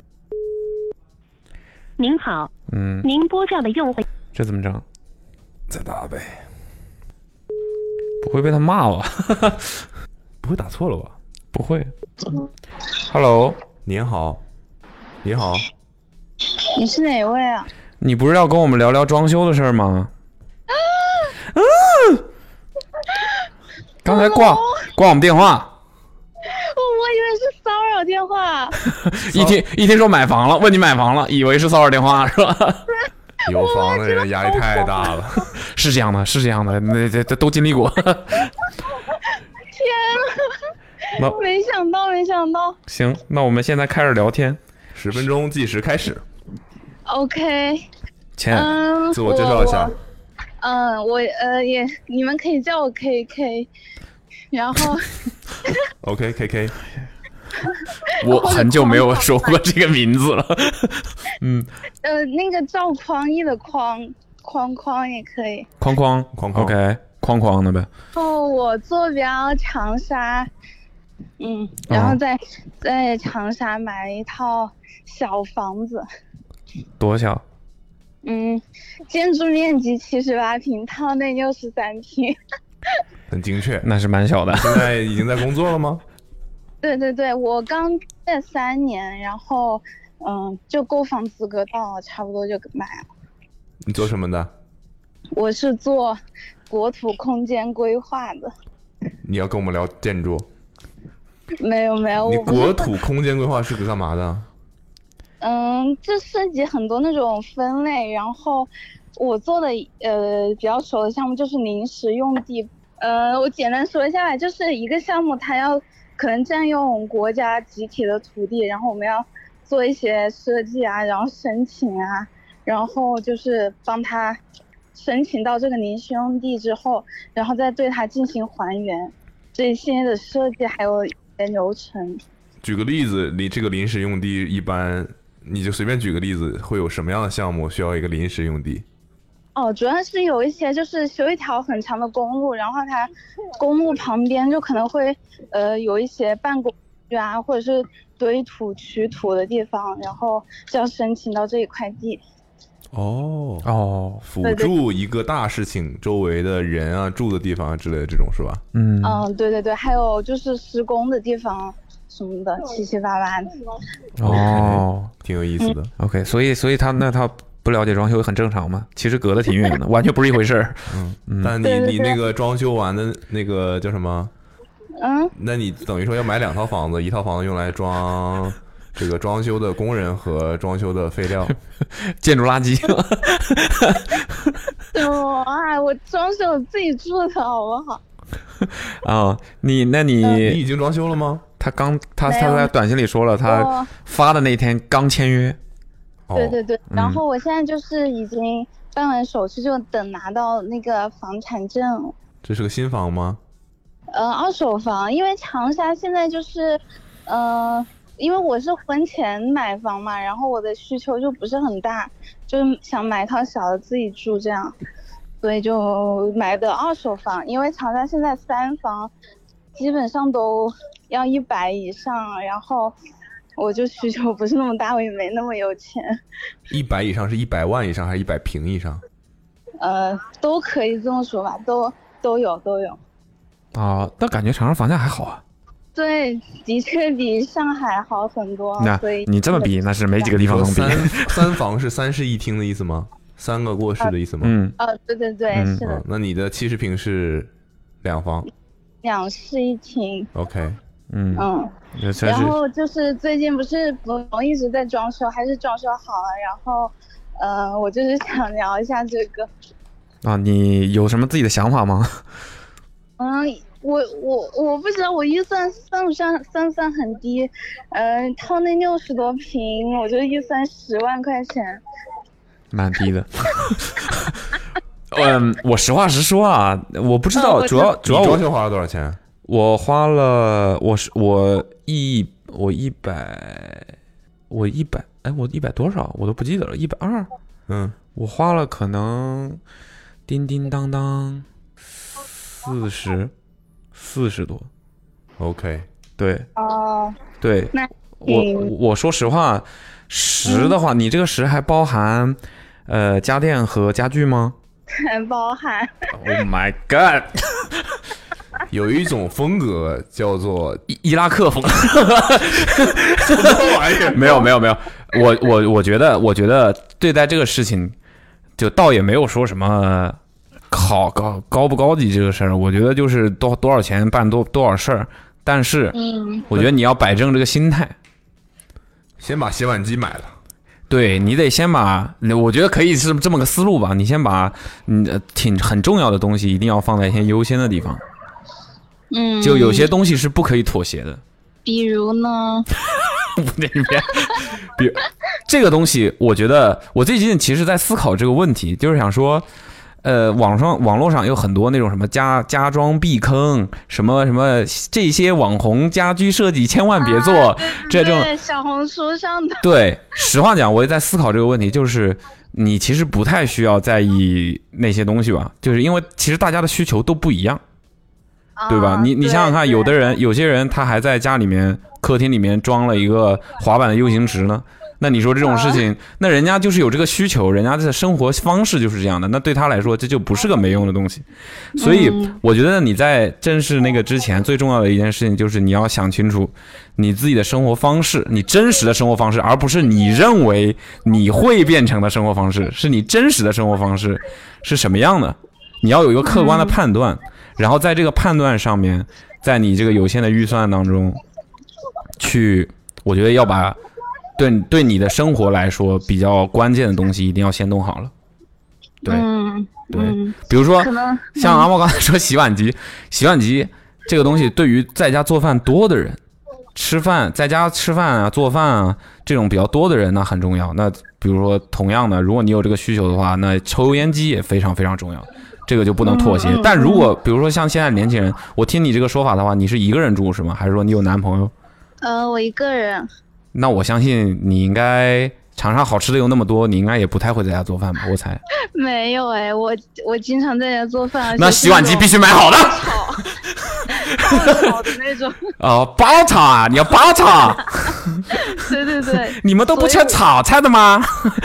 您好。 嗯。 您拨叫的用户。 这怎么整？ 再打呗。 不会被他骂吧？ 不会打错了吧？ 不会。Hello， 您好。你好， 你是哪位啊？ 你不是要跟我们聊聊装修的事儿吗？啊！啊！刚才挂挂我们电话， 我我以为是骚扰电话。 一听一听说买房了，问你买房了，以为是骚扰电话是吧？ 有房的人压力太大了。 是这样的，是这样的，那这这都经历过。 天啊！没想到，没想到。 行，那我们现在开始聊天。 十分钟计时开始。 OK。 钱， 嗯， 自我介绍一下。 嗯，我呃也，你们可以叫我 K K， 然后。 OK K K。 我很久没有说过这个名字了。嗯。 呃，那个赵匡胤的匡，框框也可以。 框框框框 ，OK， 框框的呗。 哦，我坐标长沙。嗯，然后在、哦、在长沙买了一套小房子。 多小？ 嗯，建筑面积七十八平，套内六十三平。 很精确。 那是蛮小的。 现在已经在工作了吗？ 对对对，我刚在三年，然后嗯，就购房资格到了，差不多就买了。 你做什么的？ 我是做国土空间规划的。 你要跟我们聊建筑？ 没有没有， 你国土空间规划是个干嘛的？ 嗯，这涉及很多那种分类，然后我做的呃比较熟的项目就是临时用地。呃，我简单说一下吧，就是一个项目它要可能占用国家集体的土地，然后我们要做一些设计啊，然后申请啊，然后就是帮他申请到这个临时用地之后，然后再对它进行还原这些的设计还有流程。 举个例子，你这个临时用地一般你就随便举个例子，会有什么样的项目需要一个临时用地？ 哦，主要是有一些就是修一条很长的公路，然后它公路旁边就可能会呃有一些办公区啊，或者是堆土取土的地方，然后就要申请到这一块地。 哦哦， 辅助一个大事情周围的人啊、住的地方啊之类的这种是吧？ 嗯嗯，对对对，还有就是施工的地方什么的，七七八八的。 哦， 挺有意思的。 嗯、OK， 所以所以他那他不了解装修也很正常嘛，其实隔得挺远的，完全不是一回事儿。 嗯，嗯但你你那个装修完的那个叫什么？ 嗯， 那你等于说要买两套房子，一套房子用来装这个装修的工人和装修的废料， 建筑垃圾。 哇，我装修我自己住的好不好？ 啊、哦，你那你、 嗯、你已经装修了吗？ 他刚他他在短信里说了，他发的那天刚签约。 对对对，然后我现在就是已经办完手续，就等拿到那个房产证。 这是个新房吗？ 呃，二手房，因为长沙现在就是，呃，因为我是婚前买房嘛，然后我的需求就不是很大，就是想买套小的自己住这样，所以就买的二手房。因为长沙现在三房基本上都要一百以上，然后。我就需求不是那么大，我也没那么有钱。 一百以上是一百万以上还是一百平以上？ 呃，都可以这么说吧，都都有都有。 啊，但感觉长沙房价还好啊。 对，的确比上海好很多。 那所以你这么比，那是没几个地方能比。 三三房是三室一厅的意思吗？ 三个卧室的意思吗？ 嗯， 哦，对对对， 嗯、 是的、 哦。那你的七十平是两房？ 两室一厅。 OK。 嗯嗯。然后就是最近不是龙龙一直在装修，还是装修好了，然后，呃，我就是想聊一下这个。 啊，你有什么自己的想法吗？ 嗯，我我我不知道，我预算算不算算不算很低？嗯、呃，套那六十多平，我就预算十万块钱， 蛮低的。嗯，我实话实说啊，我不知道， 嗯、 主要主要装修花了多少钱？ 我花了，我是我一我一百，我一百，哎，我一百多少我都不记得了，一百二。 嗯， 我花了可能叮叮当当四十，四十多。 OK， 对。 哦。 对。 那我我说实话，十的话，嗯、你这个十还包含呃家电和家具吗？ 全包含。 Oh my god！ 有一种风格叫做伊伊拉克风， 什么玩意儿？ 没有没有没有，我我我觉得我觉得对待这个事情，就倒也没有说什么好高高不高级这个事儿，我觉得就是多多少钱办多多少事儿，但是我觉得你要摆正这个心态， 先把洗碗机买了。 对，你得先把，我觉得可以是这么个思路吧，你先把嗯挺很重要的东西一定要放在先优先的地方。 嗯， 就有些东西是不可以妥协的。 比如呢？ 那边，比如这个东西，我觉得我最近其实在思考这个问题，就是想说，呃，网上网络上有很多那种什么家家装避坑，什么什么这些网红家居设计千万别做， 啊、 这种小红书上的。 对，实话讲，我也在思考这个问题，就是你其实不太需要在意那些东西吧，就是因为其实大家的需求都不一样。对吧？你你想想看，有的人有些人他还在家里面客厅里面装了一个滑板的 U 型池呢。那你说这种事情，那人家就是有这个需求，人家的生活方式就是这样的。那对他来说，这就不是个没用的东西。所以我觉得你在正视那个之前，最重要的一件事情就是你要想清楚你自己的生活方式，你真实的生活方式，而不是你认为你会变成的生活方式，是你真实的生活方式是什么样的。你要有一个客观的判断。然后在这个判断上面，在你这个有限的预算当中，去，我觉得要把对对你的生活来说比较关键的东西一定要先弄好了。对， 嗯、 对、 嗯， 比如说像阿茂刚才说洗碗机， 嗯、 洗碗机这个东西对于在家做饭多的人，吃饭在家吃饭啊做饭啊这种比较多的人那很重要。那比如说同样的，如果你有这个需求的话，那抽油烟机也非常非常重要。这个就不能妥协。 嗯嗯、 但如果比如说像现在年轻人，我听你这个说法的话，你是一个人住是吗？还是说你有男朋友？ 呃，我一个人。 那我相信你应该场上好吃的有那么多，你应该也不太会在家做饭吧？我猜。 没有哎，我我经常在家做饭。 那洗碗机必须买好的。 爆炒的那种。 哦，爆炒啊！你要爆炒。 对对对。 你们都不吃炒菜的吗？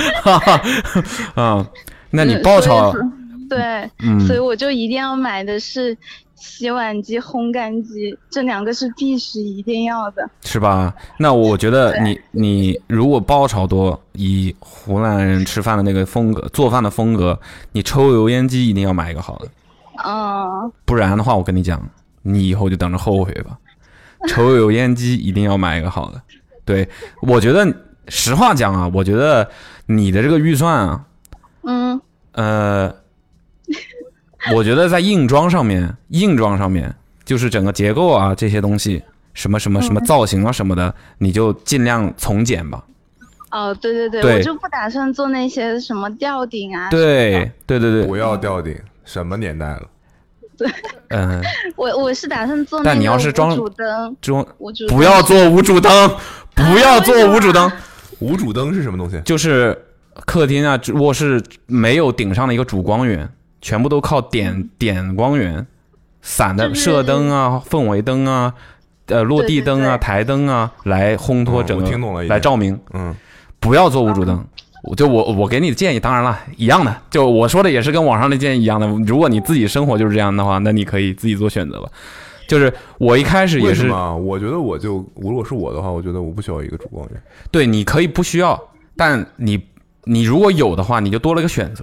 嗯，那你爆炒。 对、 嗯， 所以我就一定要买的是洗碗机、烘干机，这两个是必须一定要的， 是吧？那我觉得你你如果爆炒多，以湖南人吃饭的那个风格、做饭的风格，你抽油烟机一定要买一个好的， 嗯， 不然的话，我跟你讲，你以后就等着后悔吧。抽油烟机一定要买一个好的。对，我觉得实话讲啊，我觉得你的这个预算啊， 嗯， 呃。我觉得在硬装上面，硬装上面就是整个结构啊这些东西，什么什么什么造型啊什么的，嗯、你就尽量从简吧。 哦，对对 对, 对，我就不打算做那些什么吊顶啊。 对对对对， 不要吊顶，什么年代了？ 对， 嗯， 我我是打算做那个但你要是装无主灯， 装无主不要做无主灯，不要做无主灯。 无主灯是什么东西？ 就是客厅啊、卧室没有顶上的一个主光源。全部都靠点点光源，散的射灯啊、氛围灯啊、呃落地灯啊、 对对对台灯啊，来烘托整个， 嗯、我听懂了， 来照明。 嗯， 不要做无主灯。我就我我给你的建议，当然了，一样的，就我说的也是跟网上的建议一样的。如果你自己生活就是这样的话，那你可以自己做选择吧。就是我一开始也是， 我觉得我就如果是我的话，我觉得我不需要一个主光源。 对，你可以不需要，但你。 你如果有的话，你就多了个选择。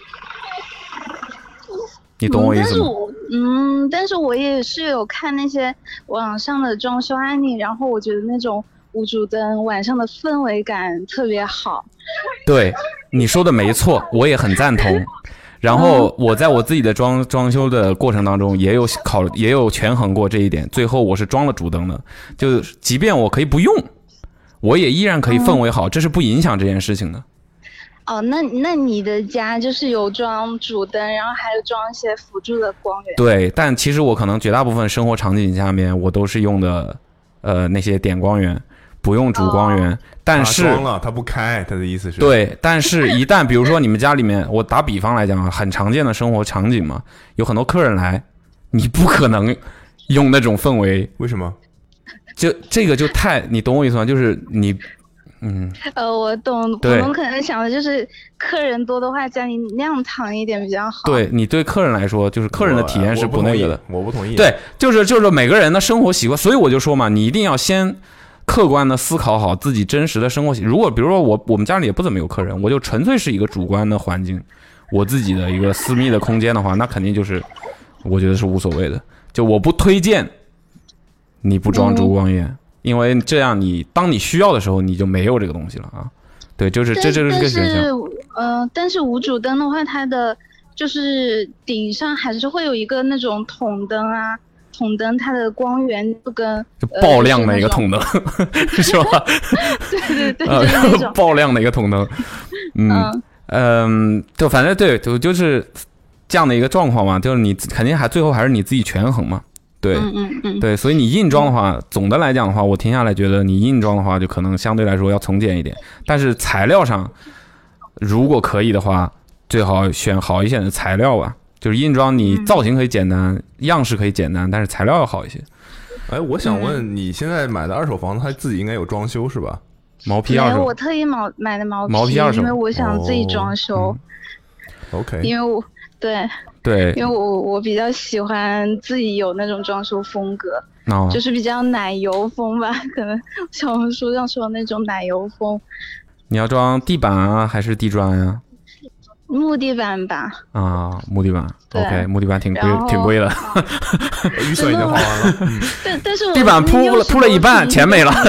你懂我意思吗？ 嗯，但是我也是有看那些网上的装修案例，然后我觉得那种无主灯晚上的氛围感特别好。 对，你说的没错，我也很赞同。然后我在我自己的装装修的过程当中，也有考也有权衡过这一点，最后我是装了主灯的，就即便我可以不用，我也依然可以氛围好，这是不影响这件事情的。 哦，那那你的家就是有装主灯，然后还有装一些辅助的光源。 对，但其实我可能绝大部分生活场景下面，我都是用的呃那些点光源，不用主光源。哦、但是他装了，他不开，他的意思是。 对，但是一旦比如说你们家里面，我打比方来讲啊，很常见的生活场景嘛，有很多客人来，你不可能用那种氛围。 为什么？ 就这个就太，你懂我意思吗？就是你。嗯， 呃，我懂，我们可能想的就是客人多的话，家里亮堂一点比较好。 对，你对客人来说，就是客人的体验是不那个的。 我不同意。 对，就是就是每个人的生活习惯，所以我就说嘛，你一定要先客观的思考好自己真实的生活习惯。如果比如说我我们家里也不怎么有客人，我就纯粹是一个主观的环境，我自己的一个私密的空间的话，那肯定就是我觉得是无所谓的。就我不推荐你不装主光源。嗯，因为这样你当你需要的时候你就没有这个东西了啊。对，就是这就是个选项。 呃，但是无主灯的话，它的就是顶上还是会有一个那种筒灯啊，筒灯它的光源就跟就爆亮的一个筒灯，呃、是吧？ 对对对，就是那种爆亮的一个筒灯。嗯嗯，就反正对，就就是这样的一个状况嘛，就是你肯定还最后还是你自己权衡嘛。对， 嗯嗯嗯， 对，所以你硬装的话，总的来讲的话，我听下来觉得你硬装的话，就可能相对来说要从简一点。但是材料上，如果可以的话，最好选好一些的材料吧。就是硬装，你造型可以简单，嗯、样式可以简单，但是材料要好一些。 哎，我想问，你现在买的二手房子，它自己应该有装修是吧？ 毛坯二手， 我特意买买的毛坯， 毛坯二手， 因为我想自己装修。 哦嗯、OK， 因为我对。 对， 因为我我比较喜欢自己有那种装修风格， 哦、 就是比较奶油风吧，可能小红书上说的那种奶油风。 你要装地板啊，还是地砖呀、啊？ 木地板吧。 啊，木地板 ，OK， 木地板挺贵，挺贵的。 预算已经花完了。 嗯、但但是我地板铺了铺了一半，钱没了。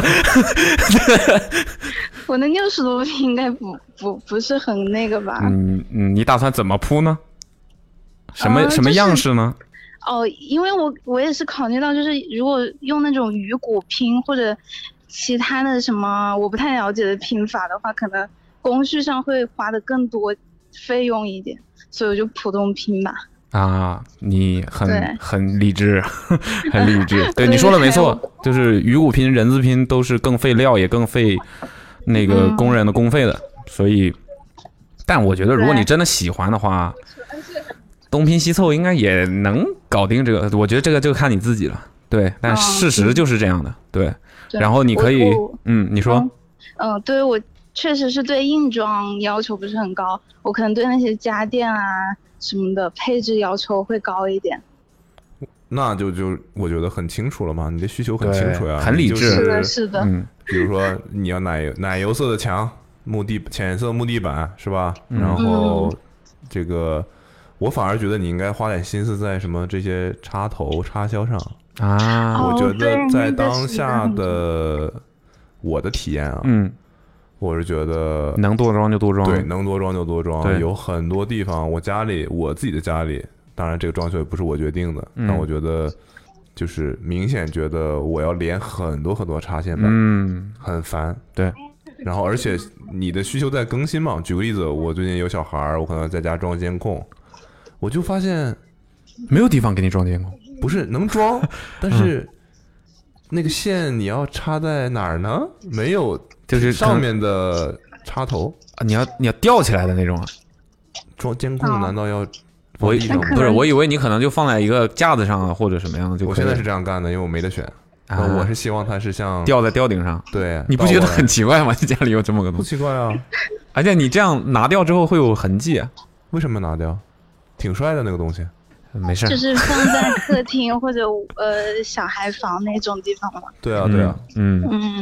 我那六十多平应该不不不是很那个吧？ 嗯嗯，你打算怎么铺呢？什么、呃、什么样式呢？ 哦，因为我我也是考虑到，就是如果用那种鱼骨拼或者其他的什么我不太了解的拼法的话，可能工序上会花的更多费用一点，所以我就普通拼吧。 啊，你很很理智，很理智。对，你说的没错，就是鱼骨拼、人字拼都是更费料，也更费那个工人的工费的。嗯、所以，但我觉得如果你真的喜欢的话。东拼西凑应该也能搞定这个，我觉得这个就看你自己了。对，但事实就是这样的。对，对然后你可以，嗯，你说， 嗯、呃，对我确实是对硬装要求不是很高，我可能对那些家电啊什么的配置要求会高一点。 那就就我觉得很清楚了嘛，你的需求很清楚呀， 很理智。 是的，是的。 嗯， 比如说你要奶油奶油色的墙，木地浅色木地板是吧？嗯、然后这个。我反而觉得你应该花点心思在什么这些插头插销上啊！ 我觉得在当下的我的体验啊， 嗯， 我是觉得能多装就多装， 对，能多装就多装。有很多地方，我家里我自己的家里，当然这个装修也不是我决定的， 嗯、 但我觉得就是明显觉得我要连很多很多插线板， 嗯， 很烦。 对， 然后而且你的需求在更新嘛，举个例子，我最近有小孩，我可能在家装监控。我就发现没有地方给你装监控， 不是能装，但是那个线你要插在哪儿呢？没有， 就是上面的插头啊，你要你要吊起来的那种啊。 装监控难道要我不是我以为你可能就放在一个架子上啊，或者什么样的就可以。 我现在是这样干的，因为我没得选。啊、我是希望它是像吊在吊顶上。 对， 你不觉得很奇怪吗？你家里有这么个东西？ 不奇怪啊， 而且你这样拿掉之后会有痕迹啊。 为什么拿掉？挺帅的那个东西， 没事。 就是放在客厅或者呃小孩房那种地方嘛。 对啊，对啊， 嗯嗯。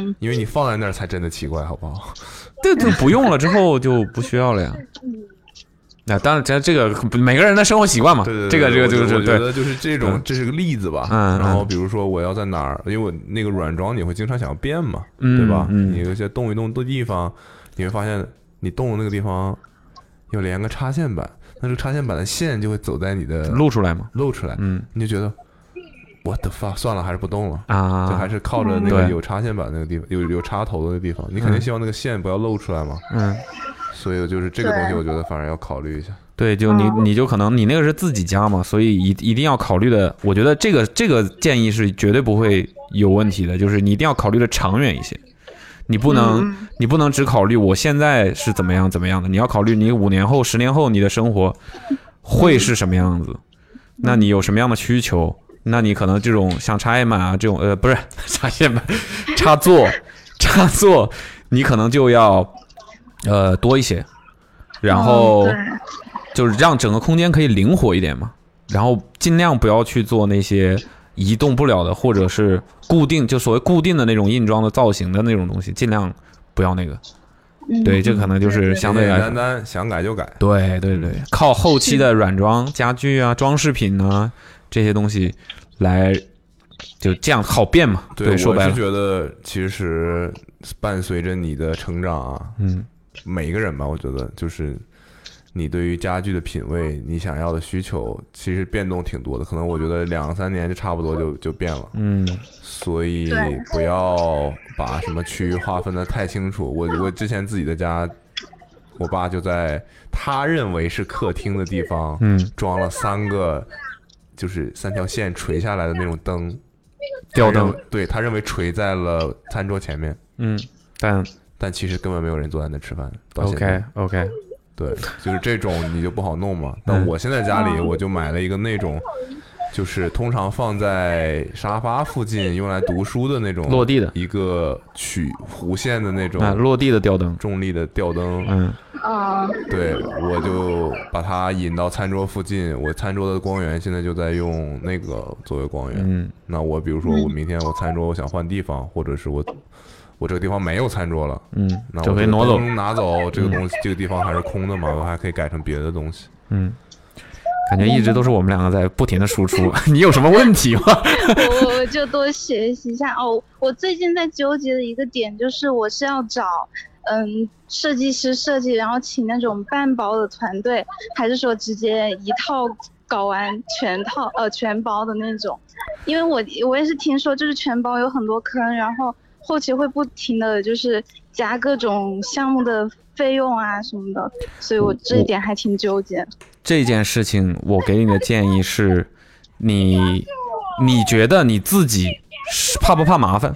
嗯， 因为你放在那儿才真的奇怪，好不好？ 对对，不用了之后就不需要了呀。那、啊、当然，这这个每个人的生活习惯嘛， 对对对， 这个这个就是我觉得就是这种，嗯、这是个例子吧。 嗯， 然后比如说我要在哪儿，因为我那个软装你会经常想要变嘛， 嗯、 对吧？ 嗯， 你有些动一动的地方，你会发现你动的那个地方有连个插线板，那这个插线板的线就会走在你的露出来嘛， 露出来， 嗯， 你就觉得。我的发算了，还是不动了啊！ 就还是靠着那个有插线板那个地方，有有插头的那个地方，你肯定希望那个线不要露出来嘛。 嗯， 所以就是这个东西，我觉得反而要考虑一下。 对，就你你就可能你那个是自己家嘛，所以一一定要考虑的。我觉得这个这个建议是绝对不会有问题的，就是你一定要考虑的长远一些。你不能、嗯、你不能只考虑我现在是怎么样怎么样的，你要考虑你五年后、十年后你的生活会是什么样子，那你有什么样的需求？那你可能这种像插线板啊这种呃不是插线板插座插座你可能就要呃多一些，然后就是让整个空间可以灵活一点嘛，然后尽量不要去做那些移动不了的或者是固定就所谓固定的那种硬装的造型的那种东西，尽量不要那个。对，这可能就是相对来说简单单想改就改。 对对对，靠后期的软装家具啊装饰品啊这些东西来就这样好变嘛。 对， 对说白了我是觉得其实伴随着你的成长啊， 嗯， 每一个人吧，我觉得就是你对于家具的品味，你想要的需求，其实变动挺多的。可能我觉得两三年就差不多就就变了。 嗯， 所以不要把什么区域划分的太清楚。我我之前自己的家，我爸就在他认为是客厅的地方， 嗯， 装了三个，就是三条线垂下来的那种灯， 吊灯。 对，他认为垂在了餐桌前面。 嗯，但但其实根本没有人坐在那吃饭。到现在 OK OK。 对，就是这种你就不好弄嘛。但我现在家里我就买了一个那种，就是通常放在沙发附近用来读书的那种落地的一个曲弧线的那种啊，落地的吊灯， 重力的吊灯。 嗯， 啊， 对，我就把它引到餐桌附近。我餐桌的光源现在就在用那个作为光源。 嗯， 那我比如说我明天我餐桌我想换地方，或者是我。我这个地方没有餐桌了， 嗯， 那就可以挪走， 拿走这个东西，嗯、这个地方还是空的嘛，我还可以改成别的东西。 嗯，感觉一直都是我们两个在不停的输出，你有什么问题吗？ 我我就多学习一下哦。我最近在纠结的一个点就是，我是要找嗯设计师设计，然后请那种半包的团队，还是说直接一套搞完全套呃全包的那种？因为我我也是听说，就是全包有很多坑，然后。后期会不停的就是加各种项目的费用啊什么的，所以我这一点还挺纠结。 这件事情我给你的建议是，你你觉得你自己怕不怕麻烦？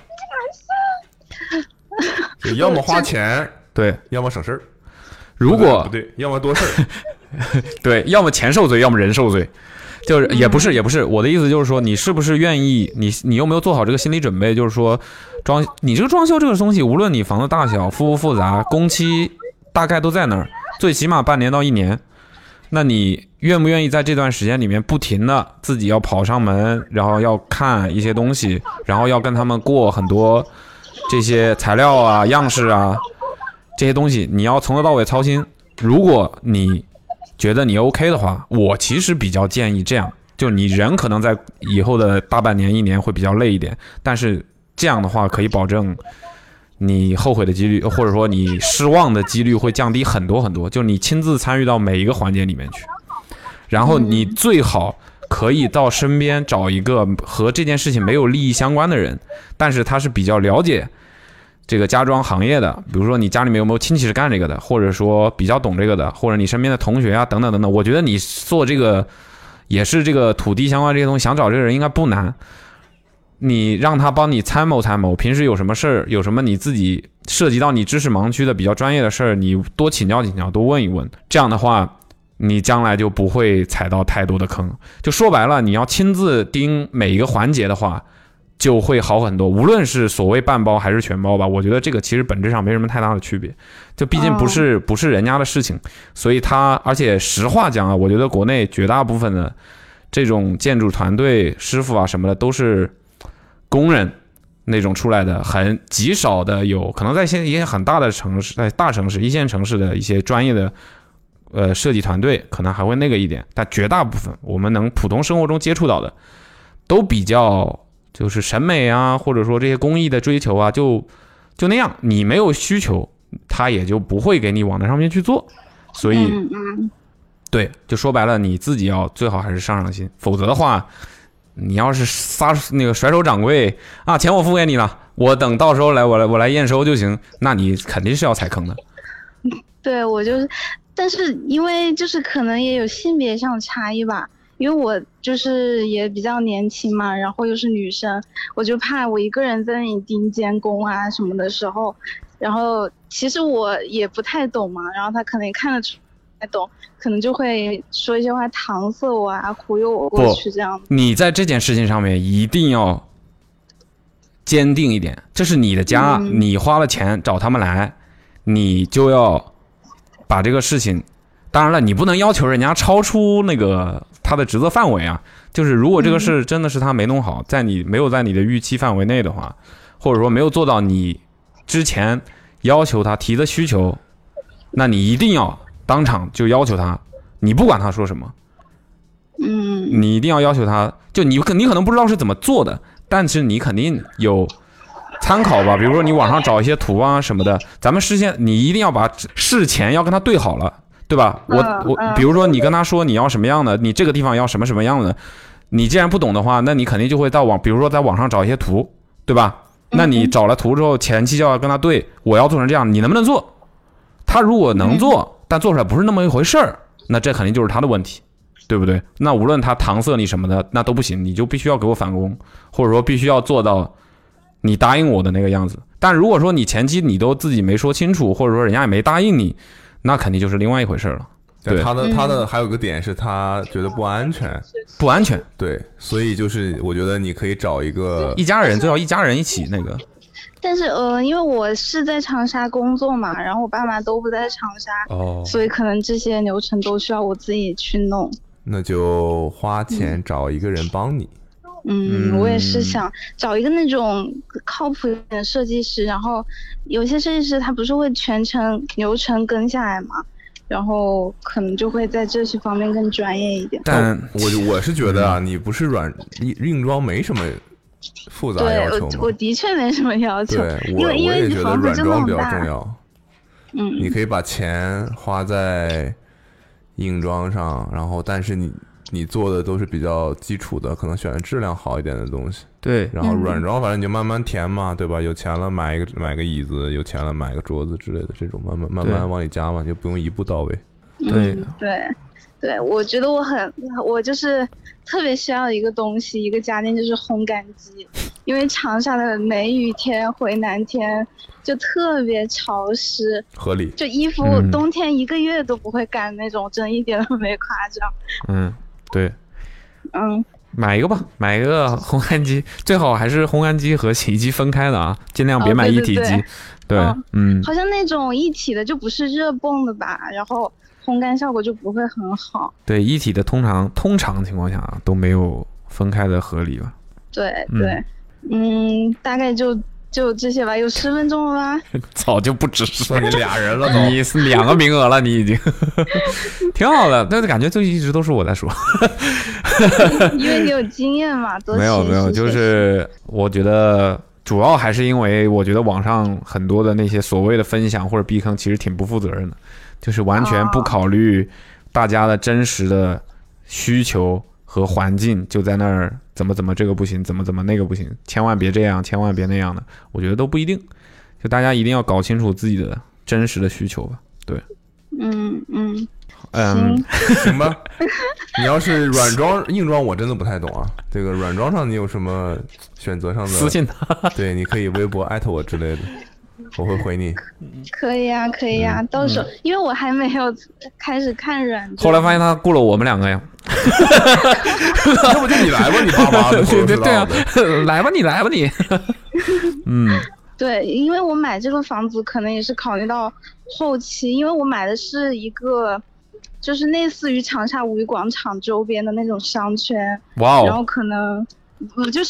要么花钱， 对， 要么省事儿。 如果不对，要么多事儿。 对，要么钱受罪，要么人受罪。就是也不是也不是，我的意思就是说，你是不是愿意？你你有没有做好这个心理准备？就是说，装你这个装修这个东西，无论你房子大小、复不复杂，工期大概都在那儿，最起码半年到一年。那你愿不愿意在这段时间里面不停的自己要跑上门，然后要看一些东西，然后要跟他们过很多这些材料啊、样式啊这些东西，你要从头到尾操心。如果你觉得你 OK 的话，我其实比较建议这样，就你人可能在以后的大半年一年会比较累一点，但是这样的话可以保证你后悔的几率，或者说你失望的几率会降低很多很多，就你亲自参与到每一个环节里面去，然后你最好可以到身边找一个和这件事情没有利益相关的人，但是他是比较了解这个家装行业的，比如说你家里面有没有亲戚是干这个的，或者说比较懂这个的，或者你身边的同学啊等等等等，我觉得你做这个也是这个土地相关这些东西，想找这个人应该不难，你让他帮你参谋参谋，平时有什么事儿，有什么你自己涉及到你知识盲区的比较专业的事儿，你多请教请教，多问一问，这样的话你将来就不会踩到太多的坑。就说白了，你要亲自盯每一个环节的话就会好很多，无论是所谓半包还是全包吧，我觉得这个其实本质上没什么太大的区别，就毕竟不是不是人家的事情，所以他而且实话讲啊，我觉得国内绝大部分的这种建筑团队师傅啊什么的都是工人， 那种出来的很极少的有可能在现在一些很大的城市，在大城市一线城市的一些专业的呃设计团队可能还会那个一点，但绝大部分我们能普通生活中接触到的都比较就是审美啊，或者说这些工艺的追求啊，就就那样，你没有需求他也就不会给你往那上面去做。所以嗯嗯对，就说白了你自己要最好还是上上心，否则的话你要是撒那个甩手掌柜啊，钱我付给你了，我等到时候来我来我来验收就行，那你肯定是要踩坑的。 对，我就是，但是因为就是可能也有性别上差异吧，因为我就是也比较年轻嘛，然后又是女生，我就怕我一个人在那里盯监工啊什么的时候，然后其实我也不太懂嘛，然后他可能也看得出来懂，可能就会说一些话搪塞我啊，忽悠我过去这样。 你在这件事情上面一定要坚定一点，这是你的家，嗯、你花了钱找他们来，你就要把这个事情，当然了，你不能要求人家超出那个他的职责范围啊。就是如果这个事真的是他没弄好，在你没有在你的预期范围内的话，或者说没有做到你之前要求他提的需求，那你一定要当场就要求他，你不管他说什么， 嗯， 你一定要要求他，就你可你可能不知道是怎么做的，但是你肯定有参考吧，比如说你网上找一些图啊什么的，咱们事先你一定要把事前要跟他对好了，对吧？我我比如说你跟他说你要什么样的，你这个地方要什么什么样的，你既然不懂的话，那你肯定就会到网，比如说在网上找一些图，对吧？那你找了图之后，前期就要跟他对，我要做成这样，你能不能做？他如果能做，但做出来不是那么一回事儿，那这肯定就是他的问题，对不对？那无论他搪塞你什么的，那都不行，你就必须要给我返工，或者说必须要做到你答应我的那个样子。但如果说你前期你都自己没说清楚，或者说人家也没答应你，那肯定就是另外一回事了。对， 他的他的还有个点是他觉得不安全， 不安全。 对，所以就是我觉得你可以找一个一家人，最好一家人一起那个。 但是呃，因为我是在长沙工作嘛，然后我爸妈都不在长沙，哦，所以可能这些流程都需要我自己去弄。 那就花钱找一个人帮你。 嗯，嗯我也是想找一个那种靠谱的设计师，然后有些设计师他不是会全程流程跟下来嘛，然后可能就会在这些方面更专业一点。 但我我是觉得啊，你不是软硬装没什么复杂要求吗？ 对，我我的确没什么要求。 对， 因为因为软装比较重要。 嗯， 你可以把钱花在硬装上，然后但是你你做的都是比较基础的，可能选质量好一点的东西。 对， 然后软装反正你就慢慢填嘛，对吧？有钱了买一个买个椅子，有钱了买个桌子之类的，这种慢慢慢慢往里加嘛，就不用一步到位。 对、 嗯、对对，我觉得我很我就是特别需要一个东西，一个家电就是烘干机，因为长沙的梅雨天、回南天就特别潮湿， 合理。 就衣服冬天一个月都不会干那种，嗯、真一点都没夸张。 嗯，对， 嗯。 买一个吧，买一个烘干机，最好还是烘干机和洗衣机分开的啊，尽量别买一体机。哦、对, 对, 对, 对， 嗯, 嗯， 好像那种一体的就不是热泵的吧，然后烘干效果就不会很好。 对，一体的通常通常情况下都没有分开的合理吧。 对对，嗯, 嗯，大概就就这些吧，有十分钟了吧？ 早就不止说你俩人了都， 你是两个名额了，你已经挺好的，但是感觉就一直都是我在说， 因为你有经验嘛。多没有没有，就是我觉得主要还是因为我觉得网上很多的那些所谓的分享或者避坑，其实挺不负责任的，就是完全不考虑大家的真实的需求和环境，就在那儿怎么怎么这个不行，怎么怎么那个不行，千万别这样，千万别那样的，我觉得都不一定。就大家一定要搞清楚自己的真实的需求吧。对， 嗯嗯嗯， 行吧。你要是软装、硬装，我真的不太懂啊。这个软装上你有什么选择上的？ 私信他， 对，你可以微博艾特我之类的。我会回你。 可以啊，可以啊，嗯、到时候、嗯、因为我还没有开始看软装。 后来发现他雇了我们两个呀。 要不就你来吧，你爸妈的。 对对对啊，来吧你来吧你。嗯。 对，因为我买这个房子可能也是考虑到后期，因为我买的是一个就是类似于长沙五一广场周边的那种商圈。 哇哦。 然后可能我就是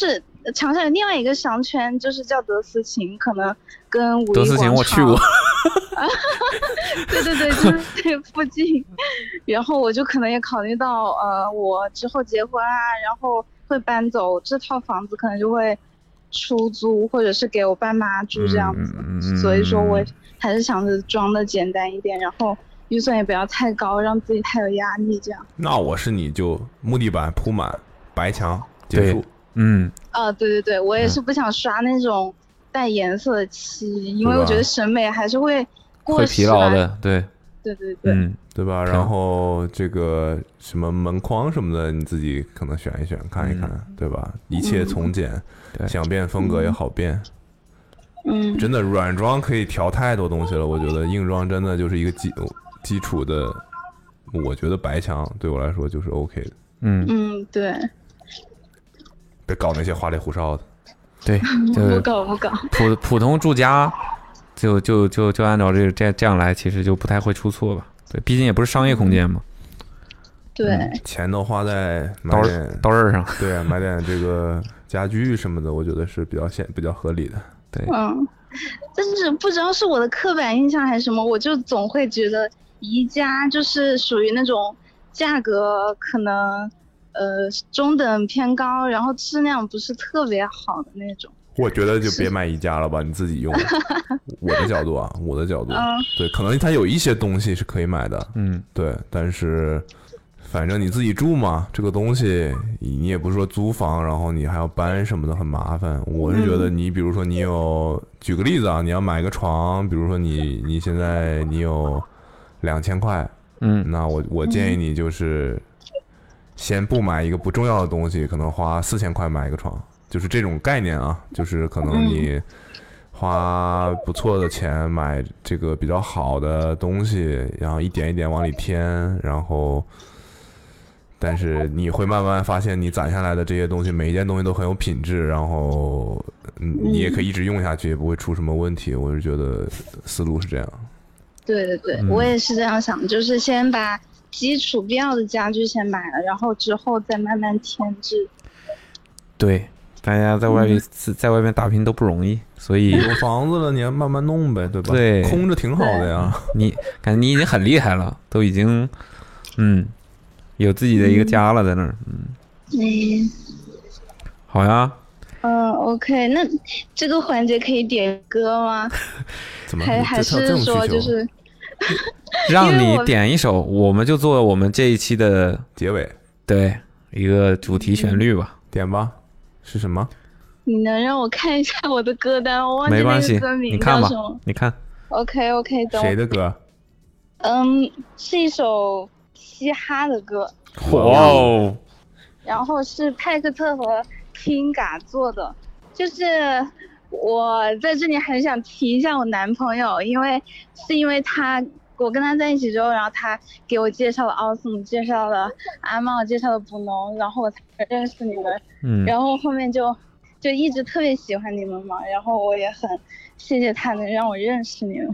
长沙有另外一个商圈，就是叫德思琴，可能跟五一德思琴我去过。 对对对，就是这附近。然后我就可能也考虑到，呃，我之后结婚啊，然后会搬走，这套房子可能就会出租，或者是给我爸妈住这样子。嗯、所以说我还是想着装的简单一点，然后预算也不要太高，让自己太有压力这样。 那我是你就木地板铺满，白墙结束。 嗯。 啊、呃，对对对，我也是不想刷那种带颜色的漆，嗯、因为我觉得审美还是会过时。 会疲劳的，对。 对对对， 嗯， 对吧？然后这个什么门框什么的，你自己可能选一选，看一看，嗯、对吧？一切从简，嗯、想变风格也好变。 嗯， 真的软装可以调太多东西了，我觉得硬装真的就是一个基基础的，我觉得白墙对我来说就是 OK 的。 嗯嗯，对。 别搞那些花里胡哨的。 对， 不搞不搞。 普普通住家。就就就就按照这这这样来，其实就不太会出错吧？对，毕竟也不是商业空间嘛。 对， 嗯、钱都花在买点刀刃上。 对啊，买点这个家具什么的，我觉得是比较现比较合理的。对， 嗯，但是不知道是我的刻板印象还是什么，我就总会觉得宜家就是属于那种价格可能呃中等偏高，然后质量不是特别好的那种。 我觉得就别买宜家了吧，你自己用。我的角度啊，我的角度，嗯、对，可能它有一些东西是可以买的， 嗯， 对，但是反正你自己住嘛，这个东西你也不是说租房，然后你还要搬什么的，很麻烦。我是觉得你，比如说你有，举个例子啊，你要买个床，比如说你你现在你有两千块， 嗯， 那我我建议你就是先不买一个不重要的东西，可能花四千块买一个床。就是这种概念啊，就是可能你花不错的钱买这个比较好的东西，然后一点一点往里添，然后但是你会慢慢发现你攒下来的这些东西每一件东西都很有品质，然后你也可以一直用下去，也不会出什么问题。我是觉得思路是这样。 对对对、嗯、我也是这样想，就是先把基础必要的家具先买了，然后之后再慢慢添置。 对，大家在外面、嗯、在外面打拼都不容易，所以有房子了你要慢慢弄呗，对吧？ 对， 空着挺好的呀。 你感觉你已经很厉害了，都已经嗯有自己的一个家了，在那儿。嗯嗯， 好呀。 嗯 ，OK， 那这个环节可以点歌吗？ 怎么还还是说就是让你点一首，我们就做我们这一期的结尾， 对，一个主题旋律吧， 嗯、点吧。是什么？ 你能让我看一下我的歌单？我忘记那个歌名叫什么。 你看 OK OK， 等谁的歌？ 嗯，是一首嘻哈的歌。 哇哦！ 然后是派克特和 Kinga 做的，就是我在这里很想提一下我男朋友，因为是因为他。我跟他在一起之后，然后他给我介绍了奥斯姆，介绍了阿茂，介绍了卜农，然后我才认识你们。 嗯， 然后后面就就一直特别喜欢你们嘛，然后我也很谢谢他能让我认识你们。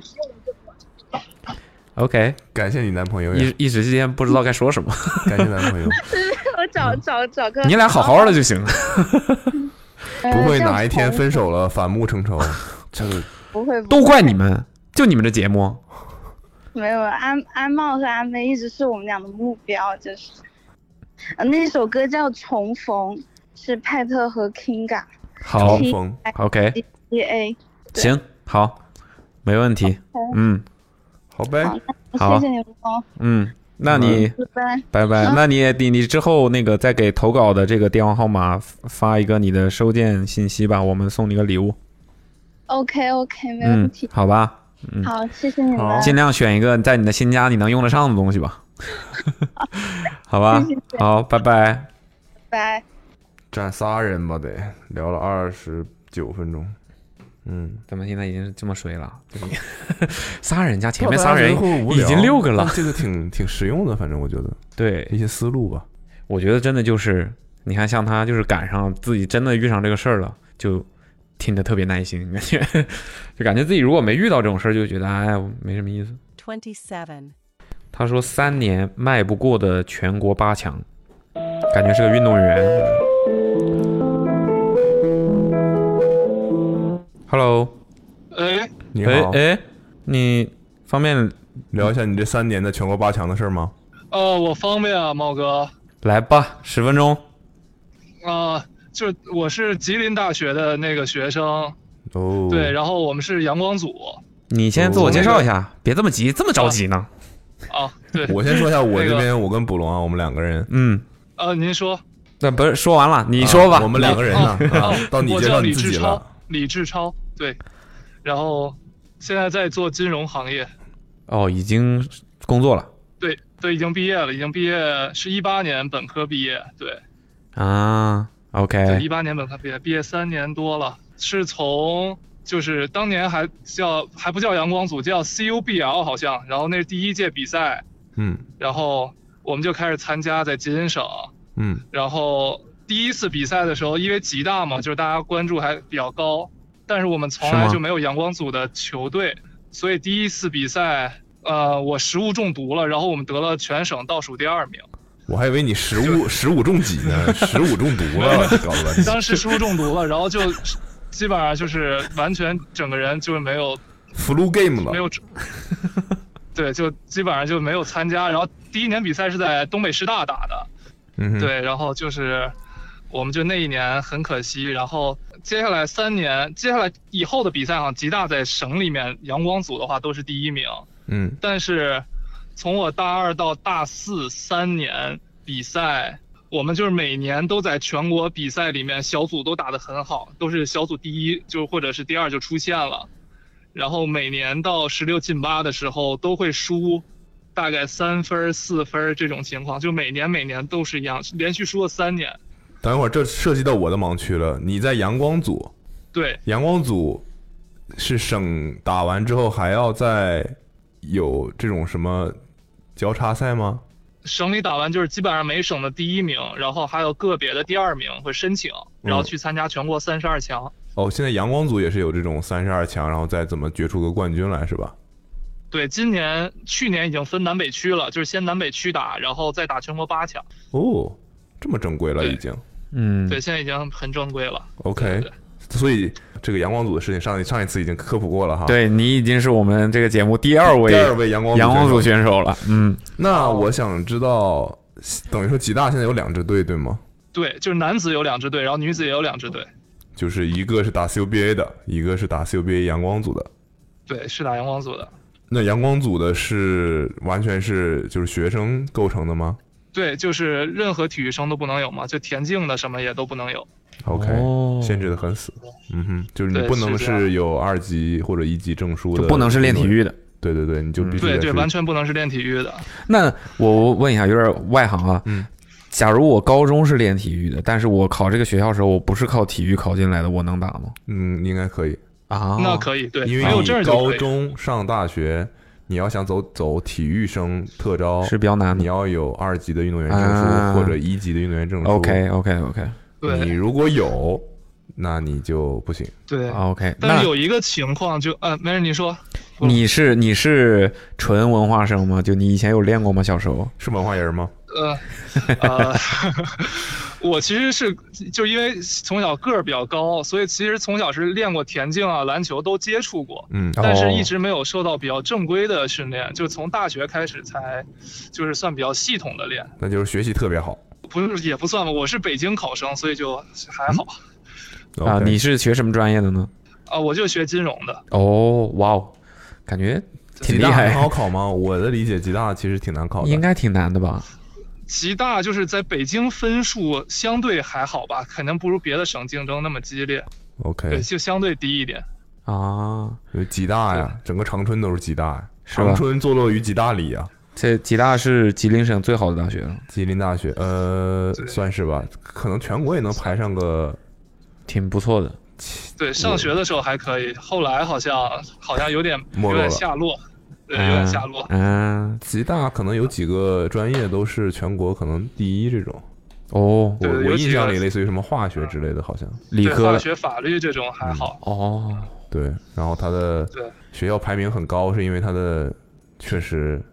OK， 感谢你男朋友。 一一时之间不知道该说什么。 感谢男朋友。 我找找找个。 你俩好好的就行了。 不会哪一天分手了反目成仇，这个不会， 都怪你们，就你们这节目。 没有，安安茂和阿妹一直是我们俩的目标，就是，呃，那首歌叫《重逢》，是派特和 Kinga。 好 ，OK。A。 行，好，没问题。嗯， 好呗。 好， 谢谢你们哦。 嗯，那你拜拜。 拜拜。那你你你之后那个再给投稿的这个电话号码发一个你的收件信息吧，我们送你个礼物。 OK OK， 没问题。 嗯，好吧。嗯， 好，谢谢你们。 尽量选一个在你的新家你能用得上的东西吧。好吧， 谢谢好，拜拜。 拜。 站仨人吧，得聊了二十九分钟。嗯， 咱们现在已经这么水了，仨人加前面仨人已经六个了。 这个挺挺实用的，反正我觉得。 对， 一些思路吧。 我觉得真的就是，你看像他就是赶上自己真的遇上这个事儿了，就。听得特别耐心，感觉就感觉自己如果没遇到这种事儿，就觉得哎没什么意思。 twenty-seven， 他说三年迈不过的全国八强，感觉是个运动员。 Hello， 哎， 你好， 哎，你方便聊一下你这三年的全国八强的事吗？ 哦，我方便啊，茂哥。 来吧，十分钟。 啊、呃，就是我是吉林大学的那个学生。 哦。 对，然后我们是阳光组。 你先自我介绍一下，哦、别这么急，这么着急呢？ 啊，对。 我先说一下我这边，那个、我跟卜龙啊，我们两个人。 嗯。 呃，您说。 那不是说完了，你说吧。 啊、我们两个人呢、啊啊，到你介绍你自己了。 李志超，对。然后现在在做金融行业。 哦，已经工作了。 对对，已经毕业了，已经毕业，是一八年本科毕业，对。 啊 ，OK。 一八年本科毕业，毕业三年多了，是从就是当年还叫还不叫阳光组，叫 C U B L 好像，然后那是第一届比赛， 嗯， 然后我们就开始参加在吉林省， 嗯， 然后第一次比赛的时候，因为吉大嘛，就是大家关注还比较高，但是我们从来就没有阳光组的球队，所以第一次比赛。呃，我食物中毒了，然后我们得了全省倒数第二名。 我还以为你食物食物中几呢，食物中毒了，搞得吧？ 当时食物中毒了，然后就基本上就是完全整个人就没有 flu game 了， 没有，对，就基本上就没有参加。然后第一年比赛是在东北师大打的， 嗯， 对，然后就是我们就那一年很可惜，然后接下来三年，接下来以后的比赛哈，吉大在省里面阳光组的话都是第一名。 嗯， 但是从我大二到大四三年比赛，我们就是每年都在全国比赛里面小组都打得很好，都是小组第一，就或者是第二就出现了。然后每年到十六进八的时候都会输，大概三分四分这种情况，就每年每年都是一样，连续输了三年。 等一会儿，这涉及到我的盲区了。你在阳光组， 对， 阳光组是省打完之后还要再有这种什么交叉赛吗？ 省里打完就是基本上每省的第一名，然后还有个别的第二名会申请，然后去参加全国三十二强。 嗯、哦，现在阳光组也是有这种三十二强，然后再怎么决出个冠军来，是吧？ 对，今年去年已经分南北区了，就是先南北区打，然后再打全国八强。 哦，这么正规了已经。 嗯， 对，现在已经很正规了。 OK， 对对所以这个阳光组的事情上一上一次已经科普过了哈。 对，你已经是我们这个节目第二位第二位阳光阳光组选手了。嗯， 那我想知道，等于说吉大现在有两支队对吗？ 对，就是男子有两支队，然后女子也有两支队。 就是一个是打 C U B A 的，一个是打 C U B A 阳光组的。 对，是打阳光组的。 那阳光组的是完全是就是学生构成的吗？ 对，就是任何体育生都不能有嘛，就田径的什么也都不能有。 OK，、哦、限制的很死。嗯哼，就是你不能是有二级或者一级证书的， 就不能是练体育的。 对对对，你就必须、 嗯、对对，完全不能是练体育的。 那我问一下，有点外行啊。嗯。假如我高中是练体育的，但是我考这个学校的时候，我不是靠体育考进来的，我能打吗？ 嗯，应该可以啊。 那可以，对， 因为你高中上大学，你要想走走体育生特招是比较难的， 你要有二级的运动员证书、啊、或者一级的运动员证书。 OK OK OK， 对， 你如果有，那你就不行。 对 ，OK。 但是有一个情况就，呃，没事，你说。 你是你是纯文化生吗？就你以前有练过吗？小时候是文化人吗？ 呃呃，我其实是就因为从小个儿比较高，所以其实从小是练过田径啊、篮球都接触过， 嗯， 但是一直没有受到比较正规的训练，就从大学开始才就是算比较系统的练。 那就是学习特别好？ 不是，也不算吧，我是北京考生，所以就还好。 嗯、 啊，你是学什么专业的呢？ 啊，我就学金融的。 哦，哇哦，感觉挺厉害。 很好考吗？我的理解，吉大其实挺难考的。 应该挺难的吧？ 吉大就是在北京分数相对还好吧，肯定不如别的省竞争那么激烈。 OK， 对，就相对低一点。 啊， 因为吉大呀，整个长春都是吉大呀，长春坐落于吉大里呀。 这吉大是吉林省最好的大学了， 吉林大学，呃，算是吧，可能全国也能排上个， 挺不错的。 对，上学的时候还可以，后来好像好像有点有点下落。对，有点下落。 嗯， 吉大可能有几个专业都是全国可能第一这种。 哦， 我我印象里类似于什么化学之类的，好像理科、 化学、法律这种还好。 嗯、哦， 对，然后他的学校排名很高，是因为他的确实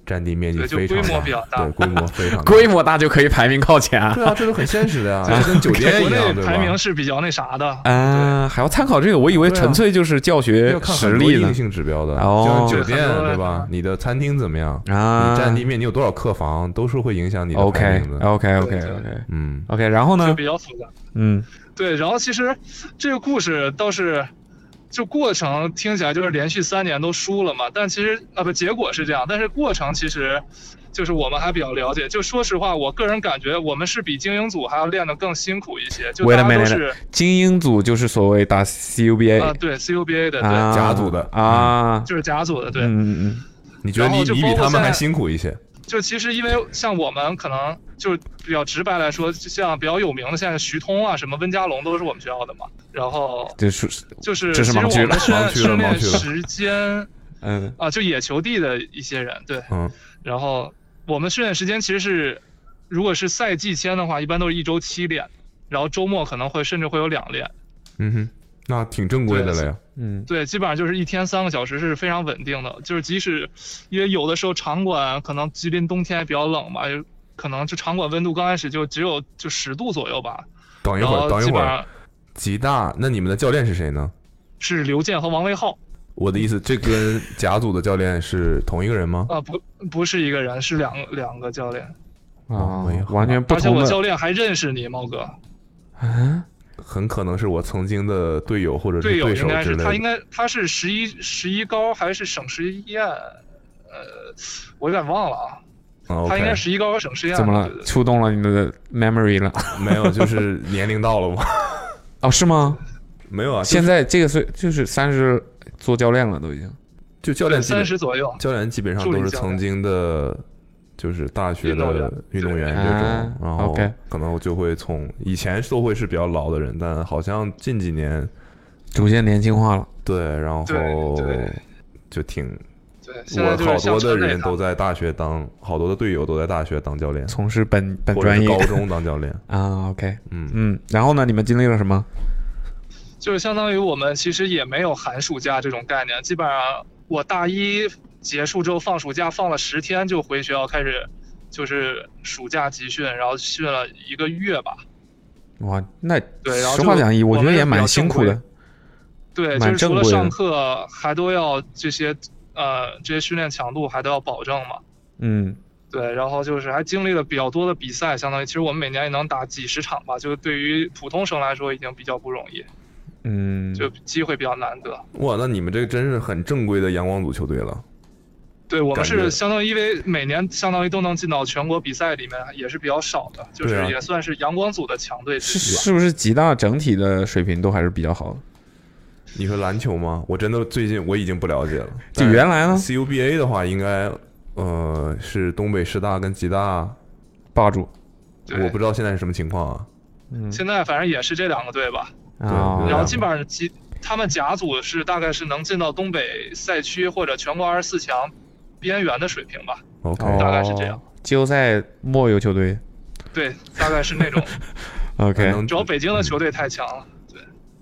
占地面积对，就非常大， 规模比较大， 对，规模非常大， 规模大就可以排名靠前啊。 对啊，这是很现实的呀，这跟酒店一样，对吧？ 排名是比较那啥的啊，还要参考这个，我以为纯粹就是教学实力的硬性指标的， 哦， 就像酒店对吧？你的餐厅怎么样啊？ 你占地面，你有多少客房，都是会影响你的排名的。 OK OK OK OK， 嗯 OK， 然后呢？ 就比较复杂。 嗯， 对，然后其实这个故事倒是。就过程听起来就是连续三年都输了嘛，但其实啊不，结果是这样，但是过程其实就是我们还比较了解。就说实话，我个人感觉我们是比精英组还要练得更辛苦一些。就大家都是精英组，就是所谓打 C U B A 啊，对 C U B A 的，对、 啊、 甲组的啊， 就是甲组的，对。 嗯嗯， 你觉得你你比他们还辛苦一些？ 就其实因为像我们可能就比较直白来说，就像比较有名的，现在徐通啊，什么温家龙都是我们学校的嘛。然后就是就是这是盲区了， 盲区了， 训练时间， 嗯啊，就野球地的一些人，对， 嗯。 然后我们训练时间其实是，如果是赛季签的话，一般都是一周七练，然后周末可能会甚至会有两练。 嗯哼，那挺正规的了呀。 嗯， 对，基本上就是一天三个小时是非常稳定的，就是即使因为有的时候场馆可能吉林冬天也比较冷吧，可能就场馆温度刚开始就只有就十度左右吧。 等一会儿，等一会儿，吉大，那你们的教练是谁呢？ 是刘健和王卫浩。 我的意思，这跟甲组的教练是同一个人吗？ 啊，不，不是一个人，是两两个教练。 啊，完全不同的。 而且我教练还认识你，猫哥。 啊？ 很可能是我曾经的队友或者是队友， 手应该是之类的。 他应该他是十一十一高还是省实验？呃，我有点忘了啊。 哦 okay、 他应该十一高和省实验。 怎么了？ 对对对， 触动了你的 memory 了？ 没有，就是年龄到了嘛。 哦，是吗？ 没有啊， 现在这个岁就是三十做教练了，都已经。 就教练三十左右， 教练基本上都是曾经的。就是大学的运动员这种， 啊、 然后 okay 可能就会从以前都会是比较老的人，但好像近几年逐渐年轻化了。 对，然后就挺， 对，现在我好多的人都在大学当，好多的队友都在大学当教练， 从事本本专业， 高中当教练啊。OK， 嗯嗯，然后呢？你们经历了什么？ 就是相当于我们其实也没有寒暑假这种概念，基本上我大一结束之后放暑假放了十天就回学校开始，就是暑假集训，然后训了一个月吧。 哇，那对，然后实话讲，我觉得也蛮辛苦的。 对，就是除了上课，还都要这些呃这些训练强度还都要保证嘛。 嗯， 对，然后就是还经历了比较多的比赛，相当于其实我们每年也能打几十场吧，就对于普通生来说已经比较不容易。 嗯， 就机会比较难得。 哇，那你们这个真是很正规的阳光组球队了。 对，我们是相当于因为每年相当于都能进到全国比赛里面，也是比较少的，就是也算是阳光组的强队之一。 是是不是吉大整体的水平都还是比较好的？ 你说篮球吗？我真的最近我已经不了解了。 就原来呢 ，C U B A 的话，应该呃是东北师大跟吉大霸主。 我不知道现在是什么情况啊。 嗯， 现在反正也是这两个队吧。 对， 然后基本上吉他们甲组是大概是能进到东北赛区或者全国二十四强边缘的水平吧。 OK， 大概是这样。 季后赛末游球队。 对，大概是那种。 OK， 主要北京的球队太强了。对。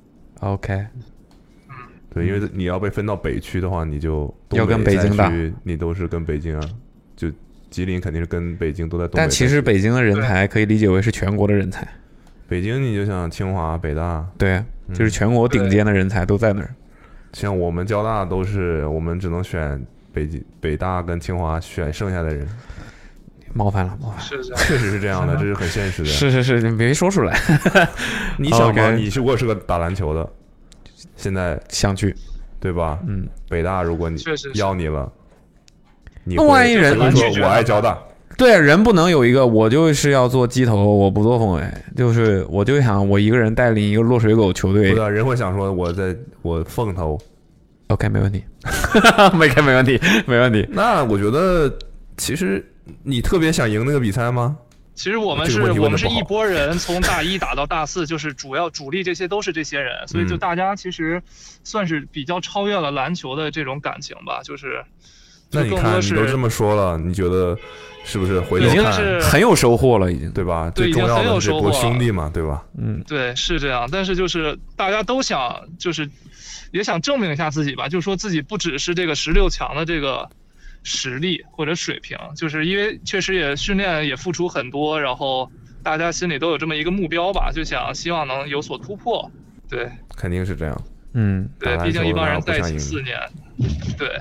OK。 嗯，对，因为你要被分到北区的话，你就要跟北京打， 你都是跟北京啊，就吉林肯定是跟北京都在东北。 但其实北京的人才可以理解为是全国的人才。 北京你就像清华、北大， 对，就是全国顶尖的人才都在那儿。 像我们交大都是，我们只能选北京、北大跟清华选剩下的人。 冒犯了，冒犯了， 是这样， 确实是这样的，这是很现实的。 是是是，你别说出来。 你想嘛，你如果是个打篮球的，现在想去， 对吧？ 嗯， 北大如果你要你了，你那万一人说我爱交大。 对，人不能有一个我就是要做鸡头，我不做锋卫，就是我就想我一个人带领一个落水狗球队。 不的，人会想说我在我凤头。 OK， 没问题，没开没问题，没问题。 那我觉得其实你特别想赢那个比赛吗？ 其实我们是、这个、我们是一波人，从大一打到大四，就是主要主力这些都是这些人，所以就大家其实算是比较超越了篮球的这种感情吧，就是。 那你看，你都这么说了，你觉得是不是回头看很有收获了？已经对吧？ 对， 最重要的是波兄弟嘛，对吧？ 嗯， 对，是这样。但是就是大家都想，就是也想证明一下自己吧，就是说自己不只是这个十六强的这个实力或者水平，就是因为确实也训练也付出很多，然后大家心里都有这么一个目标吧，就想希望能有所突破。对， 肯定是这样。 嗯， 对，毕竟一帮人在一起四年。对。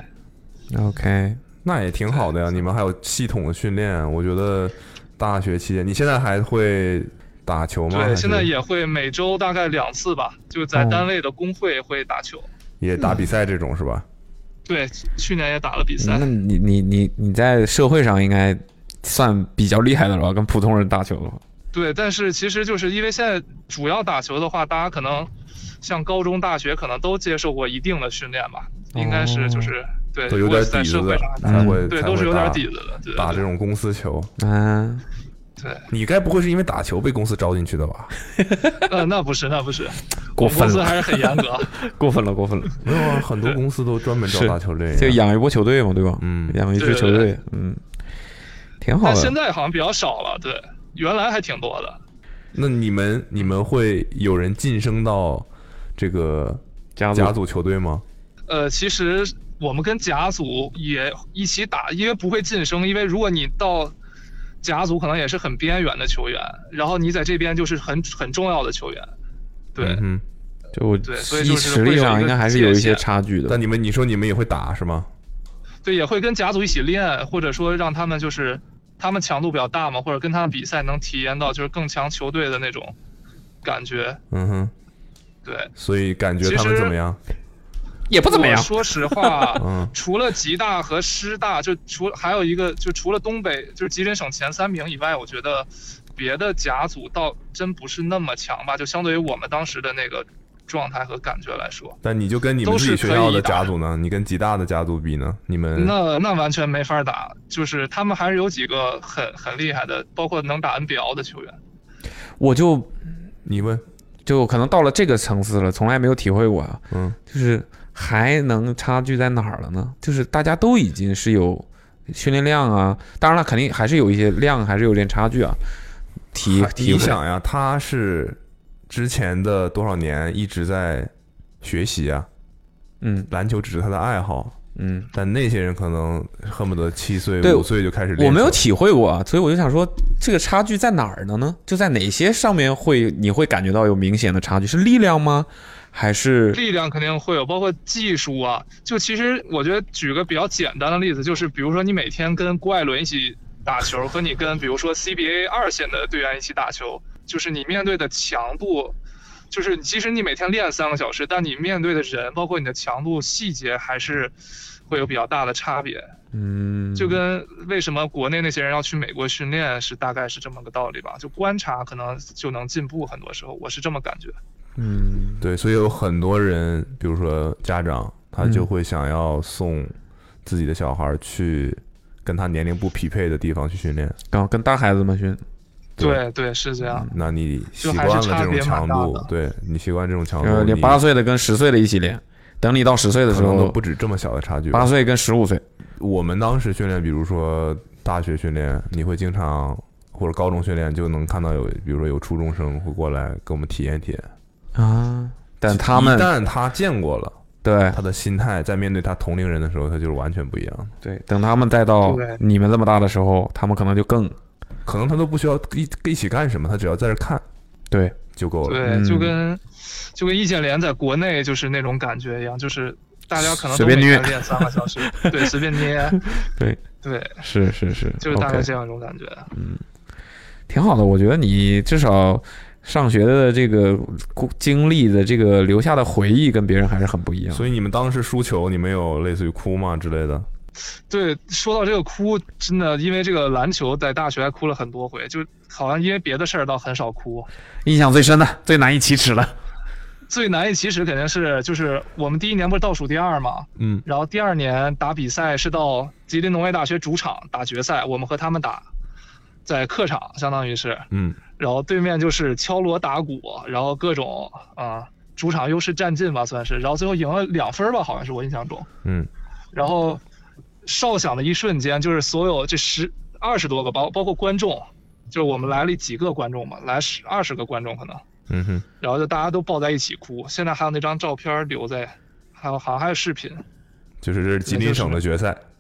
OK， 那也挺好的呀。你们还有系统的训练，我觉得大学期间，你现在还会打球吗？ 对，现在也会每周大概两次吧，就在单位的工会会打球。哦、 也打比赛这种是吧？ 对，去年也打了比赛。 那你你你你在社会上应该算比较厉害的了吧？跟普通人打球的话。 对，但是其实就是因为现在主要打球的话，大家可能像高中、大学可能都接受过一定的训练吧，哦、应该是就是。对， 都有点底子的才会， 对，都是有点底子的。对， 打这种公司球， 嗯， 对， 你该不会是因为打球被公司招进去的吧？ 呃，那不是，那不是， 过分了， 公司还是很严格， 过分了，过分了。 没有啊，很多公司都专门招打球队， 就养一波球队嘛，对吧？ 嗯， 养一支球队，嗯，挺好的。 但现在好像比较少了，对，原来还挺多的。 那你们你们会有人晋升到这个甲组球队吗？ 呃，其实。我们跟甲组也一起打，因为不会晋升，因为如果你到甲组可能也是很边缘的球员，然后你在这边就是很很重要的球员，对， 嗯， 就对，所以就是实力上应该还是有一些差距的。 但你们你说你们也会打是吗？ 对，也会跟甲组一起练，或者说让他们就是他们强度比较大嘛，或者跟他们比赛能体验到就是更强球队的那种感觉。 嗯哼， 对， 所以感觉他们怎么样？ 也不怎么样。 说实话， 嗯， 除了吉大和师大，就除还有一个，就除了东北，就是吉林省前三名以外，我觉得别的甲组倒真不是那么强吧，就相对于我们当时的那个状态和感觉来说。 但你就跟你们自己学校的甲组呢？你跟吉大的甲组比呢？你们那那完全没法打，就是他们还是有几个很很厉害的，包括能打 N B L 的球员。 我就你问， 就可能到了这个层次了，从来没有体会过啊。 嗯， 就是。还能差距在哪儿了呢？就是大家都已经是有训练量啊，当然了，肯定还是有一些量，还是有点差距啊。体体你想呀，他是之前的多少年一直在学习啊， 嗯， 篮球只是他的爱好， 嗯， 但那些人可能恨不得七岁五岁就开始练。 我没有体会过啊，所以我就想说，这个差距在哪儿呢？呢？就在哪些上面会你会感觉到有明显的差距？是力量吗？还是力量肯定会有，包括技术啊。就其实我觉得举个比较简单的例子，就是比如说你每天跟郭艾伦一起打球，和你跟比如说 C B A 二线的队员一起打球，就是你面对的强度，就是即使你每天练三个小时，但你面对的人，包括你的强度细节，还是会有比较大的差别。 嗯， 就跟为什么国内那些人要去美国训练是大概是这么个道理吧。就观察可能就能进步，很多时候我是这么感觉。 嗯， 对，所以有很多人，比如说家长，他就会想要送自己的小孩去跟他年龄不匹配的地方去训练， 然后跟大孩子们训。 对 对, 对，是这样。 那你习惯了这种强度，对你习惯这种强度， 连八岁的跟十岁的一起练，等你到十岁的时候， 都不止这么小的差距。 八岁跟十五岁， 我们当时训练，比如说大学训练，你会经常或者高中训练就能看到有，比如说有初中生会过来跟我们体验体验。 啊！但他们一旦他见过了， 对他的心态在面对他同龄人的时候，他就是完全不一样。 对，等他们再到你们这么大的时候，他们可能就更， 可能他都不需要一一起干什么，他只要在这看， 对就够了。 对，就跟、嗯、就跟易建联在国内就是那种感觉一样，就是大家可能都每天练三个小时，对，随便捏， 对对， 是是是， 就是大概这样一种感觉。 嗯，挺好的，我觉得你至少。上学的这个经历的这个留下的回忆跟别人还是很不一样。 所以你们当时输球，你们有类似于哭吗之类的？ 对，说到这个哭，真的因为这个篮球在大学还哭了很多回，就好像因为别的事儿倒很少哭。 印象最深的、最难以启齿的， 最难以启齿肯定是就是我们第一年不是倒数第二嘛， 嗯， 然后第二年打比赛是到吉林农业大学主场打决赛，我们和他们打。在客场相当于是， 嗯， 然后对面就是敲锣打鼓，然后各种啊、呃、主场优势占尽吧算是，然后最后赢了两分吧，好像是我印象中， 嗯， 然后哨响的一瞬间，就是所有这十二十多个包包括观众，就是我们来了几个观众嘛，来十二十个观众可能， 嗯哼， 然后就大家都抱在一起哭，现在还有那张照片留在，还有好像还有视频， 就是这是吉林省的决赛。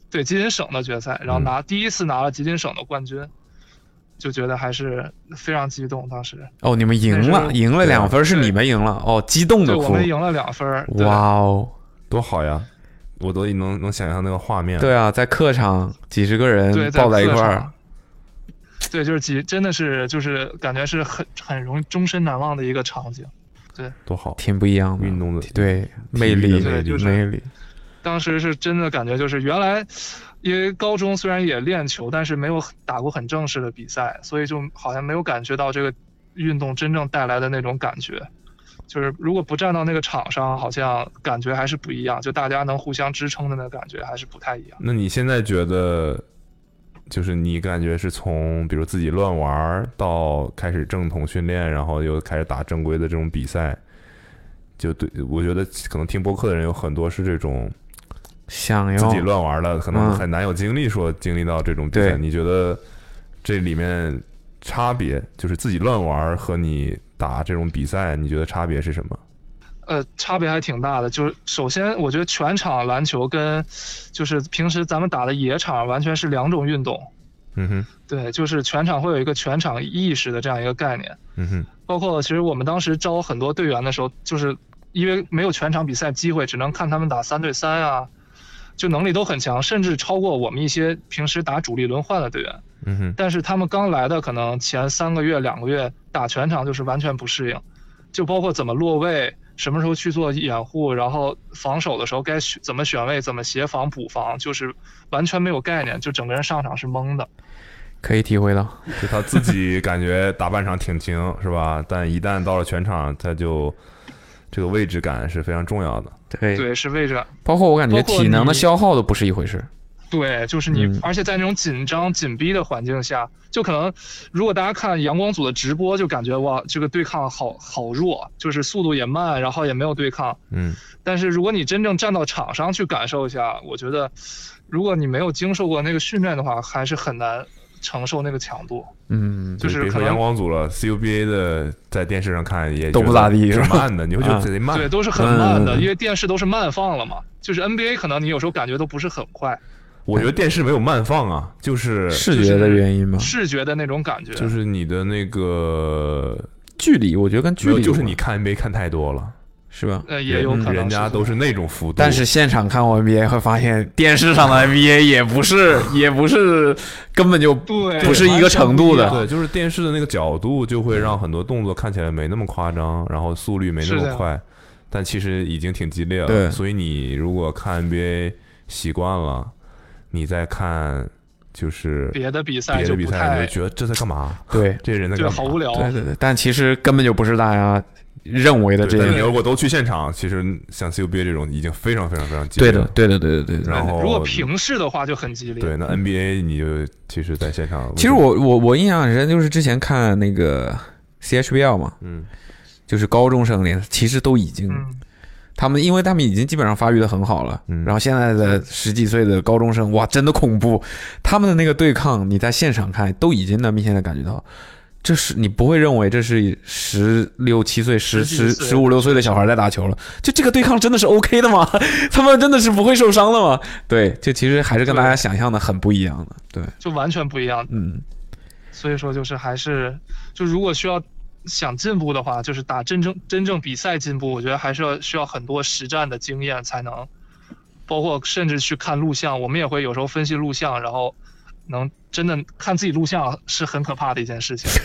对吉林省的决赛，然后拿、嗯、第一次拿了吉林省的冠军，就觉得还是非常激动。当时哦，你们赢了，赢了两分，是你们赢了哦，激动的哭。 对，我们赢了两分。 哇哦， 多好呀！我都能能想象那个画面。 对啊，在客场几十个人抱在一块儿。 对，就是几真的是就是感觉是很很容易终身难忘的一个场景。对， 多好， 挺不一样的运动的对魅力， 对，就是魅力。 当时是真的感觉就是原来，因为高中虽然也练球，但是没有打过很正式的比赛，所以就好像没有感觉到这个运动真正带来的那种感觉。就是如果不站到那个场上，好像感觉还是不一样，就大家能互相支撑的那个感觉还是不太一样。 那你现在觉得，就是你感觉是从比如自己乱玩到开始正统训练，然后又开始打正规的这种比赛，就对我觉得可能听播客的人有很多是这种想要自己乱玩的，可能很难有精力说经历到这种比赛。你觉得这里面差别就是自己乱玩和你打这种比赛，你觉得差别是什么？ 呃，差别还挺大的。就是首先，我觉得全场篮球跟就是平时咱们打的野场完全是两种运动。 嗯哼， 对，就是全场会有一个全场意识的这样一个概念。 嗯哼， 包括其实我们当时招很多队员的时候，就是因为没有全场比赛机会，只能看他们打三对三啊，就能力都很强，甚至超过我们一些平时打主力轮换的队员。 嗯哼， 但是他们刚来的可能前三个月、两个月打全场就是完全不适应，就包括怎么落位，什么时候去做掩护，然后防守的时候该怎么选位，怎么协防补防，就是完全没有概念，就整个人上场是懵的。 可以体会到， 就他自己感觉打半场挺轻是吧？但一旦到了全场，他就这个位置感是非常重要的。 对对，是位置感。 包括我感觉体能的消耗都不是一回事。 对，就是你、 嗯， 而且在那种紧张紧逼的环境下，就可能如果大家看阳光组的直播，就感觉哇，这个对抗好好弱，就是速度也慢，然后也没有对抗。 嗯， 但是如果你真正站到场上去感受一下，我觉得，如果你没有经受过那个训练的话，还是很难承受那个强度。 嗯， 就是别说阳光组了 ，C U B A 的在电视上看也都不咋地， 是慢的，你会觉得贼慢。 对，都是很慢的、嗯，因为电视都是慢放了嘛。就是 N B A 可能你有时候感觉都不是很快。 我觉得电视没有慢放啊，就是视觉的原因吗？ 视觉的那种感觉， 就是你的那个距离，我觉得跟距离就是你看 N B A 看太多了， 是吧？ 呃，也有可能人家都是那种幅度， 但是现场看我 N B A 会发现，电视上的 N B A 也不是，也不是，根本就不是一个程度的。 对，就是电视的那个角度就会让很多动作看起来没那么夸张，然后速率没那么快，但其实已经挺激烈了。 对， 所以你如果看 N B A 习惯了。你再看就是别的比赛， 别的比赛，你就觉得这在干嘛？ 对， 这些人在干嘛？ 好无聊。 对对对，但其实根本就不是大家认为的这样。 你如果都去现场，其实像 C U B A 这种已经非常非常非常激烈了。对的，对的，对对对。 然后如果平视的话就很激烈。 对，那 N B A 你就其实在现场。 其实我我我印象很深，就是之前看那个 C H B L 嘛， 嗯， 就是高中生联，其实都已经。 嗯他们因为他们已经基本上发育的很好了， 嗯， 然后现在的十几岁的高中生，哇，真的恐怖！他们的那个对抗，你在现场看都已经能明显的感觉到，这是你不会认为这是十六七岁、十十十五六岁的小孩在打球了，就这个对抗真的是 OK 的吗？他们真的是不会受伤的吗？对，就其实还是跟大家想象的很不一样的，对， 就完全不一样， 嗯， 所以说就是还是就如果需要。想进步的话，就是打真正真正比赛进步，我觉得还是要需要很多实战的经验才能，包括甚至去看录像，我们也会有时候分析录像，然后能真的看自己录像是很可怕的一件事情，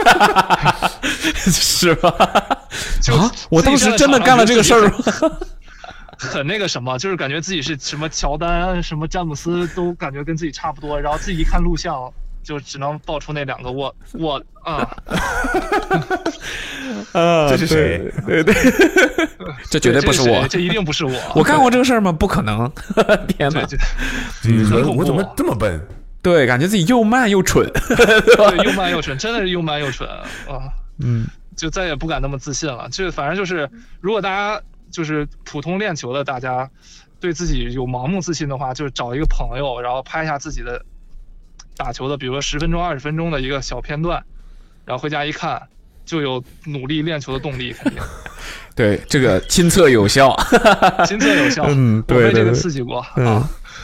是吧？ 就、 啊、我当时真的干了这个事儿， 很那个什么，就是感觉自己是什么乔丹、什么詹姆斯都感觉跟自己差不多，然后自己一看录像。就只能爆出那两个我我啊， 啊， 这是谁？ 对 对, 对，这绝对不是我， 这, 这一定不是我。 我干过这个事儿吗？不可能！天哪， 你说我怎么这么笨？ 对，感觉自己又慢又蠢， 对，又慢又蠢，真的是又慢又蠢啊！ 嗯， 就再也不敢那么自信了。就反正就是，如果大家就是普通练球的，大家对自己有盲目自信的话，就找一个朋友，然后拍一下自己的。打球的，比如说十分钟、二十分钟的一个小片段，然后回家一看，就有努力练球的动力，肯定。 对，这个亲测有效， 亲测有效。 嗯，对对对， 我被这个刺激过嗯、 啊。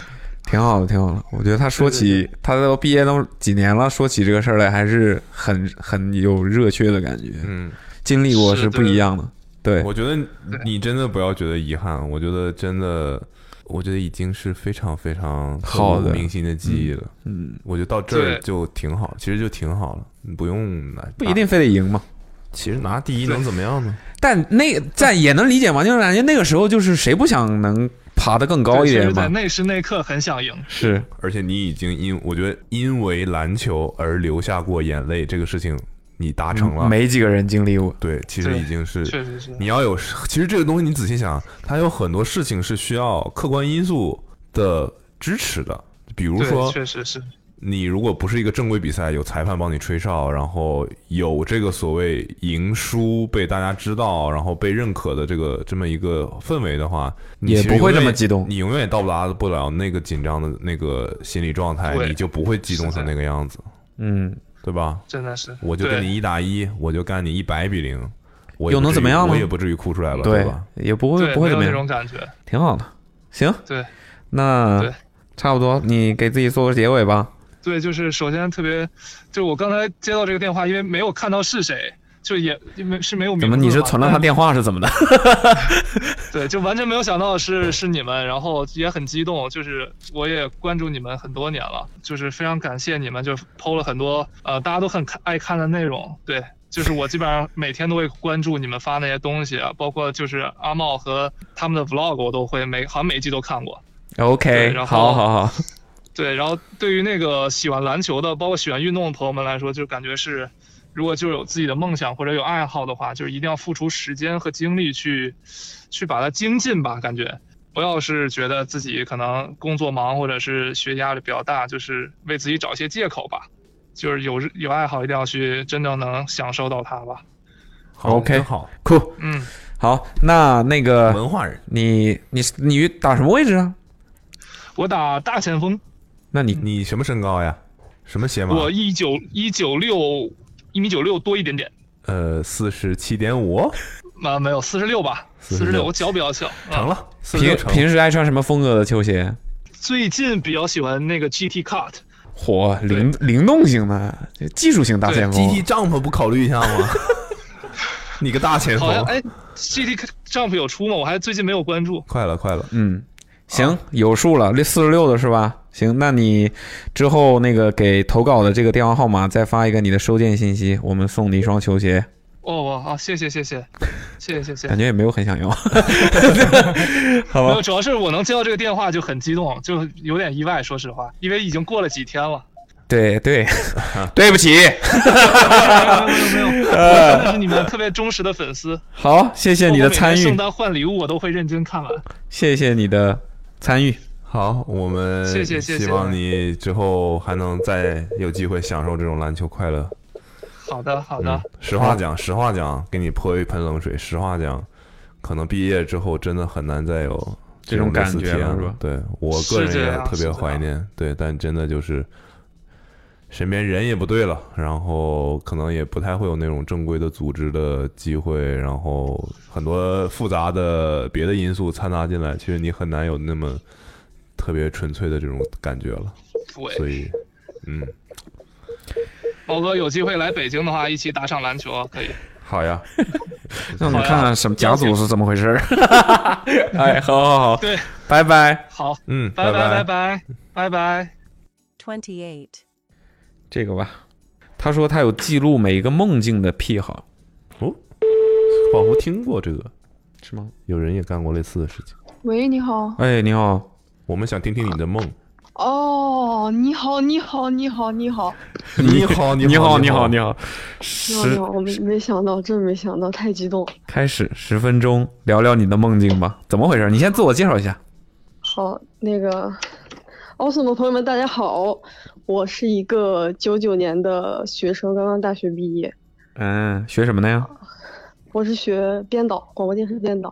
挺好的，挺好的。我觉得他说起，对对对他都毕业都几年了，说起这个事儿来还是很很有热血的感觉。 嗯， 经历过是不一样的。对， 我觉得你真的不要觉得遗憾，我觉得真的，我觉得已经是非常非常好的明星的记忆了。 嗯， 我觉得到这儿就挺好，其实就挺好了，你不用拿， 不一定非得赢嘛。 其实拿第一能怎么样呢？ 但那但也能理解嘛，就是感觉那个时候就是谁不想能爬得更高一点嘛。 在那时那刻很想赢。 是， 而且你已经因我觉得因为篮球而流下过眼泪，这个事情你达成了。 嗯、没几个人经历过。 对，其实已经是， 确实是。 你要有，其实这个东西你仔细想，它有很多事情是需要客观因素的支持的，比如说， 确实是。 你如果不是一个正规比赛，有裁判帮你吹哨，然后有这个所谓赢输被大家知道，然后被认可的这个这么一个氛围的话，你也不会这么激动， 你永远也到达不了那个紧张的那个心理状态，你就不会激动成那个样子。 嗯， 对吧？ 真的是， 我就跟你一打一，我就干你一百比零，我又能怎么样呢？ 我也不至于哭出来了， 对吧？ 也不会不会怎么样， 那种感觉挺好的。行， 对， 那对差不多，你给自己做个结尾吧。 对，就是首先特别，就我刚才接到这个电话，因为没有看到是谁，就也因为是没有名字。 怎么你是存了他电话是怎么的？ 对，就完全没有想到是是你们，然后也很激动，就是我也关注你们很多年了，就是非常感谢你们，就 P O 了很多呃大家都很爱看的内容。对，就是我基本上每天都会关注你们发那些东西啊，包括就是阿茂和他们的 vlog 我都会每好像每一集都看过。 OK， 好好好。 对，然后对于那个喜欢篮球的，包括喜欢运动的朋友们来说，就感觉是，如果就有自己的梦想或者有爱好的话，就是一定要付出时间和精力去，去把它精进吧。感觉不要是觉得自己可能工作忙或者是学压力比较大，就是为自己找一些借口吧。就是有有爱好一定要去真正能享受到它吧。 好 ，OK， 好， 酷， 嗯， 好，那那个文化人， 你你你打什么位置啊？ 我打大前锋。 那你你什么身高呀？什么鞋码？ 我一九一九六一米九六多一点点。 呃，四十七点五。 啊，没有四十六吧？四十六，我脚比较小。 成了。 平平时爱穿什么风格的球鞋？ 最近比较喜欢那个 G T Cut。 嚯，灵灵动型的，技术型大前锋。 G T Jump 不考虑一下吗？你个大前锋。 好像哎 ，G T Jump 有出吗？我还最近没有关注。 快了，快了。 嗯。行，有数了，这四十六的是吧？行，那你之后那个给投稿的这个电话号码再发一个你的收件信息，我们送你一双球鞋。 哦，好，谢谢谢谢谢谢谢谢。 感觉也没有很想要，好吧？ 没有，主要是我能接到这个电话就很激动，就有点意外，说实话，因为已经过了几天了。 对对，对不起， 没有没有没有，我真的是你们特别忠实的粉丝。 好，谢谢你的参与。 圣诞换礼物我都会认真看完。 谢谢你的参与。 好，我们谢谢谢谢， 希望你之后还能再有机会享受这种篮球快乐。 好的好的、 嗯，实话讲，实话讲，给你泼一盆冷水。实话讲，可能毕业之后真的很难再有这种感觉了，是吧？ 对我个人也特别怀念，对，但真的就是身边人也不对了，然后可能也不太会有那种正规的组织的机会，然后很多复杂的别的因素掺杂进来，其实你很难有那么特别纯粹的这种感觉了。所以，嗯。 猫哥有机会来北京的话，一起打场篮球可以。 好呀， 让你看看什么甲组是怎么回事。哎，好好好， 对， 拜拜。 好， 嗯， 拜拜拜拜拜拜。 Twenty-eight， 这个吧，他说他有记录每一个梦境的癖好。 哦，仿佛听过这个， 是吗？ 有人也干过类似的事情。 喂，你好。 哎，你好， 我们想听听你的梦。 哦，你好，你好，你好，你好， 你好， 你好，你好，你好， 你好，你好，我没没想到，真没想到，太激动。 开始十分钟，聊聊你的梦境吧，怎么回事？你先自我介绍一下。 好，那个，awesome 的朋友们，大家好，我是一个九九年的学生，刚刚大学毕业。 嗯，学什么的呀？ 我是学编导，广播电视编导。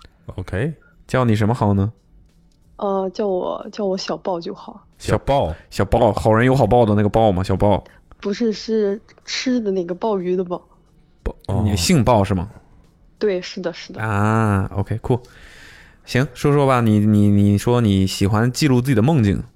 OK， 叫你什么好呢？ 呃，叫我叫我小豹就好。 小豹，小豹，好人有好报的那个豹吗？小豹， 不是，是吃的那个鲍鱼的鲍。 豹，哦、你姓豹是吗？ 对，是的，是的。 啊 ，OK， 酷，行，说说吧，你你你说你喜欢记录自己的梦境。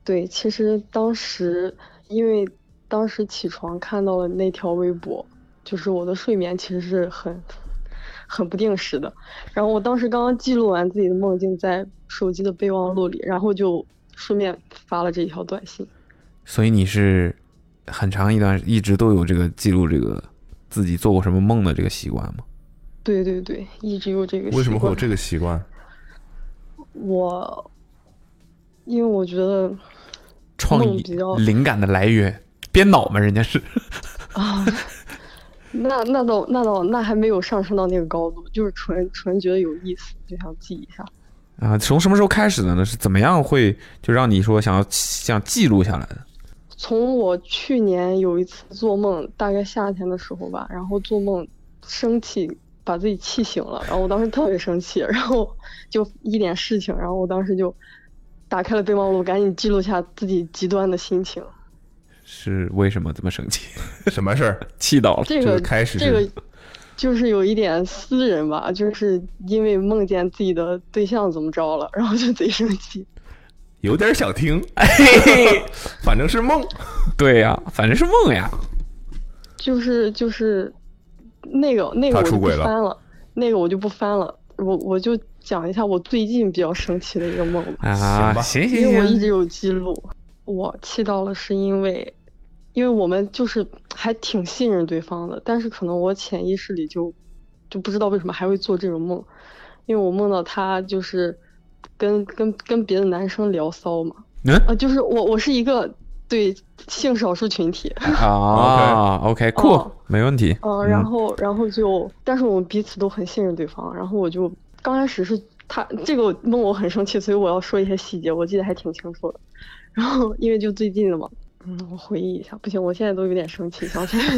对，其实当时因为当时起床看到了那条微博，就是我的睡眠其实是很很不定时的。然后我当时刚刚记录完自己的梦境在手机的备忘录里，然后就顺便发了这条短信。 所以你是很长一段一直都有这个记录这个自己做过什么梦的这个习惯吗？ 对对对，一直有这个习惯。 为什么会有这个习惯？ 我因为我觉得创意灵感的来源，编脑嘛，人家是啊，那那倒那倒那还没有上升到那个高度，就是纯纯觉得有意思，就想记一下。 啊，从什么时候开始的呢？是怎么样会就让你说想要想记录下来的？ 从我去年有一次做梦，大概夏天的时候吧，然后做梦生气，把自己气醒了，然后我当时特别生气，然后就一点事情，然后我当时就打开了备忘录，赶紧记录下自己极端的心情。 是为什么这么生气？ 什么事儿？ 气到了？ 这个开始这个就是有一点私人吧，就是因为梦见自己的对象怎么着了，然后就贼生气。 有点想听，反正是梦。 对呀、啊，反正是梦呀。 就是就是那个那个我就不翻了， 了那个我就不翻了。我我就讲一下我最近比较生气的一个梦吧。 啊，行行行， 因为我一直有记录。我气到了，是因为因为我们就是还挺信任对方的，但是可能我潜意识里就就不知道为什么还会做这种梦，因为我梦到他就是跟跟跟别的男生聊骚嘛， 嗯， 啊，就是我我是一个对性少数群体啊，OK， 酷、cool, 哦，没问题。 嗯，然后然后就，但是我们彼此都很信任对方，然后我就刚开始是他这个梦我很生气，所以我要说一些细节，我记得还挺清楚的。然后因为就最近的嘛，嗯，我回忆一下，不行，我现在都有点生气，想起来。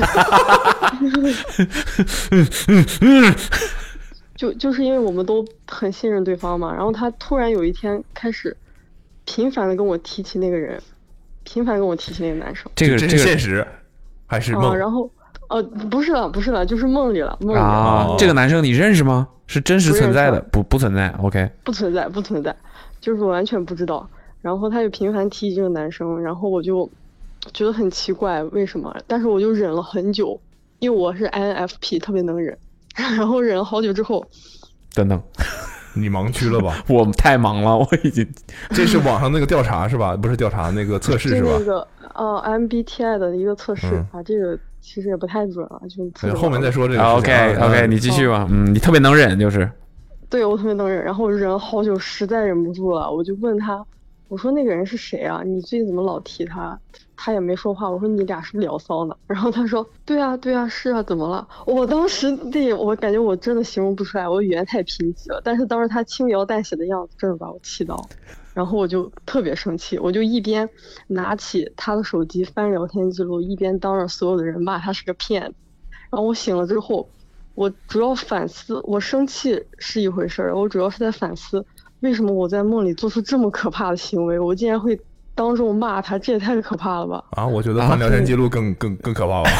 就就是因为我们都很信任对方嘛，然后他突然有一天开始频繁的跟我提起那个人，频繁跟我提起那个男生。 这个这是现实还是梦？ 啊、然后呃不是了不是了，就是梦里了梦里了。 啊，哦、这个男生你认识吗？是真实存在的？不不存在 ，OK。 不存在不存在，就是我完全不知道。然后他就频繁提起这个男生，然后我就觉得很奇怪，为什么？但是我就忍了很久，因为我是 I N F P， 特别能忍。然后忍了好久之后， 等等， 你盲区了吧？ 我太忙了，我已经。 这是网上那个调查是吧？不是调查，那个测试是吧？ 那个呃 M B T I 的一个测试、嗯、啊，这个其实也不太准了，就后面再说这个。 OK OK， 你继续吧。嗯，你特别能忍，就是。 对，我特别能忍，然后我忍了好久，实在忍不住了，我就问他。我说那个人是谁啊？你最近怎么老提他？他也没说话。我说你俩是不是聊骚呢？然后他说对啊对啊是啊，怎么了？我当时对我感觉我真的形容不出来，我语言太贫瘠了。但是当时他轻描淡写的样子真的把我气到，然后我就特别生气，我就一边拿起他的手机翻聊天记录，一边当着所有的人骂他是个骗子。然后我醒了之后，我主要反思，我生气是一回事儿，我主要是在反思。为什么我在梦里做出这么可怕的行为？我竟然会当众骂他，这也太可怕了吧！ 啊，我觉得翻聊天记录更、啊、更更可怕吧。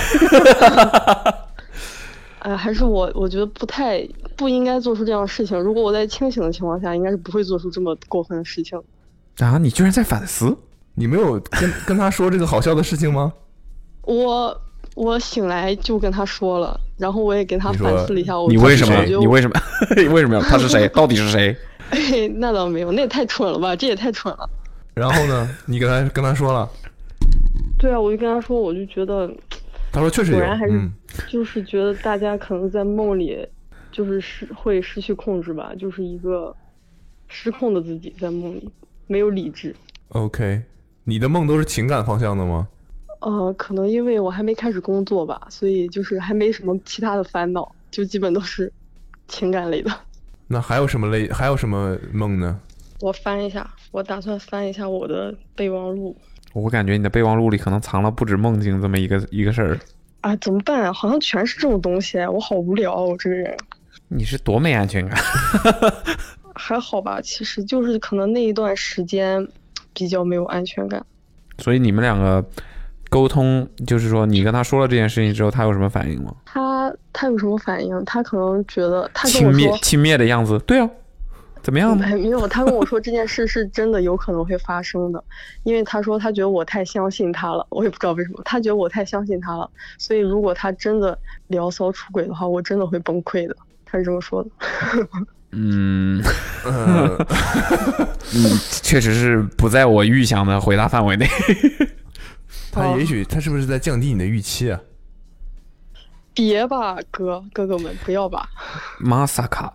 哎、呃，还是我我觉得不太不应该做出这样的事情。如果我在清醒的情况下，应该是不会做出这么过分的事情。 啊，你居然在反思？ 你没有跟跟他说这个好笑的事情吗？ 我我醒来就跟他说了，然后我也跟他反思了一下。我你为什么？你为什么？你为什么要？他是谁？到底是谁？ 哎，那倒没有，那也太蠢了吧，这也太蠢了。 然后呢，你跟他跟他说了？ 对啊，我就跟他说，我就觉得， 他说确实有， 果然还是、 嗯、 就是觉得大家可能在梦里就是失会失去控制吧，就是一个失控的自己在梦里没有理智。 OK， 你的梦都是情感方向的吗？ 呃，可能因为我还没开始工作吧，所以就是还没什么其他的烦恼，就基本都是情感类的。 那还有什么类？还有什么梦呢？ 我翻一下，我打算翻一下我的备忘录。 我感觉你的备忘录里可能藏了不止梦境这么一个一个事儿。 啊，怎么办啊？好像全是这种东西，我好无聊啊！我这个人。 你是多没安全感？ 还好吧，其实就是可能那一段时间比较没有安全感。 所以你们两个沟通，就是说你跟他说了这件事情之后，他有什么反应吗？ 他他有什么反应？他可能觉得他跟我说轻蔑轻蔑的样子。对啊。 怎么样吗？ 没有，他跟我说这件事是真的有可能会发生的，因为他说他觉得我太相信他了，我也不知道为什么，他觉得我太相信他了，所以如果他真的聊骚出轨的话，我真的会崩溃的，他是这么说的。 嗯，嗯，确实是不在我预想的回答范围内。 他也许他是不是在降低你的预期啊？ 别吧，哥哥哥们，不要吧。 马萨卡。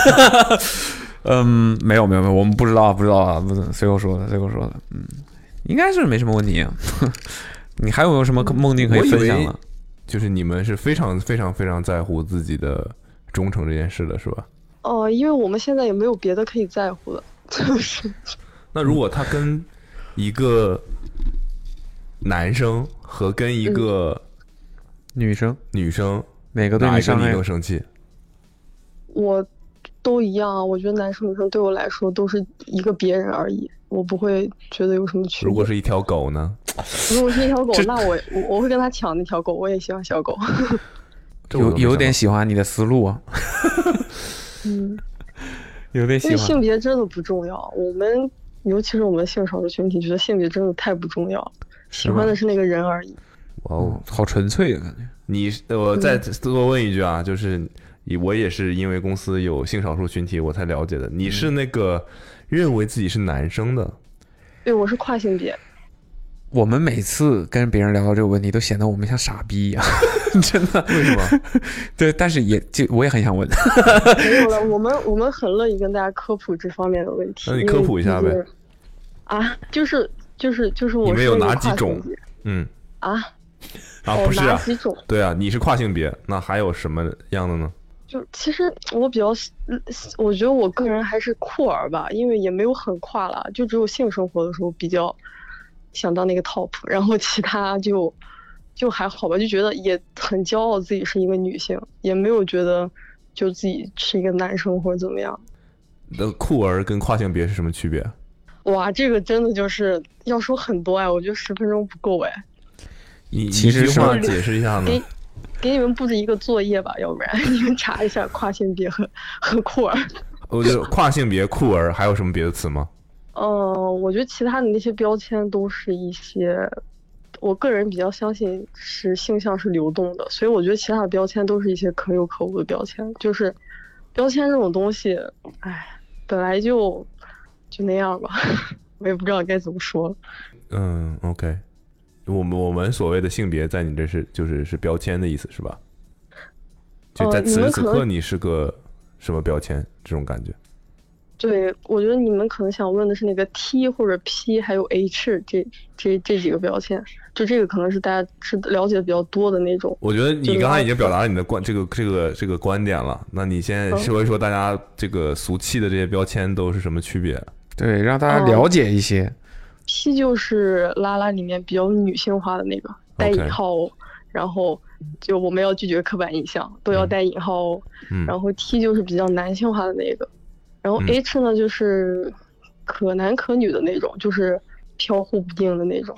嗯，没有没有没有，我们不知道不知道啊，不是随口说的随口说的，嗯，应该是没什么问题啊。你还有没有什么梦境可以分享的？ 就是你们是非常非常非常在乎自己的忠诚这件事的，是吧？ 哦、呃，因为我们现在也没有别的可以在乎的，就是。 那如果他跟一个男生和跟一个女生， 女生哪个对你伤害更生气？ 我都一样啊，我觉得男生女生对我来说都是一个别人而已，我不会觉得有什么区别。 如果是一条狗呢？ 如果是一条狗，那我我我会跟他抢那条狗，我也喜欢小狗。 有有点喜欢你的思路啊。 嗯， 有点喜欢。 因为性别真的不重要，我们尤其是我们性少数群体，觉得性别真的太不重要了，喜欢的是那个人而已。 哇哦， 好纯粹啊！感觉。 你我再多问一句啊，就是我也是因为公司有性少数群体我才了解的。你是那个认为自己是男生的？ 对，我是跨性别。 我们每次跟别人聊到这个问题，都显得我们像傻逼一样，真的。 为什么？ 对，但是也就我也很想问。 没有了，我们我们很乐意跟大家科普这方面的问题。 那你科普一下呗。 啊，就是就是就是我是。 你们有哪几种？嗯。 啊。 啊，不是啊。 哪几种？ 对啊，你是跨性别，那还有什么样的呢？ 就其实我比较，我觉得我个人还是酷儿吧，因为也没有很跨了，就只有性生活的时候比较想到那个 top， 然后其他就就还好吧，就觉得也很骄傲自己是一个女性，也没有觉得就自己是一个男生或者怎么样。 那酷儿跟跨性别是什么区别？ 哇，这个真的就是要说很多哎，我觉得十分钟不够哎。 你其实是解释一下呢？ 给给你们布置一个作业吧，要不然你们查一下跨性别和和酷儿。 我觉得跨性别、酷儿还有什么别的词吗？ 嗯、呃，我觉得其他的那些标签都是一些，我个人比较相信是性向是流动的，所以我觉得其他的标签都是一些可有可无的标签。就是标签这种东西，哎，本来就就那样吧，我也不知道该怎么说了。 嗯 ，OK。我们我们所谓的性别，在你这是就是是标签的意思是吧？就在此时此刻，你是个什么标签？这种感觉？ 对，我觉得你们可能想问的是那个 T 或者 P 还有 H 这这这几个标签，就这个可能是大家是了解的比较多的那种。 我觉得你刚才已经表达了你的观这个这个这个观点了，那你现在说一说大家这个俗气的这些标签都是什么区别？ 对，让大家了解一些。嗯 P 就是拉拉里面比较女性化的那个，带引号、哦 okay. 然后就我们要拒绝刻板印象，都要带引号、哦嗯、 然后 T 就是比较男性化的那个，然后 H 呢、嗯、就是可男可女的那种，就是飘忽不定的那种。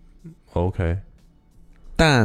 OK， 但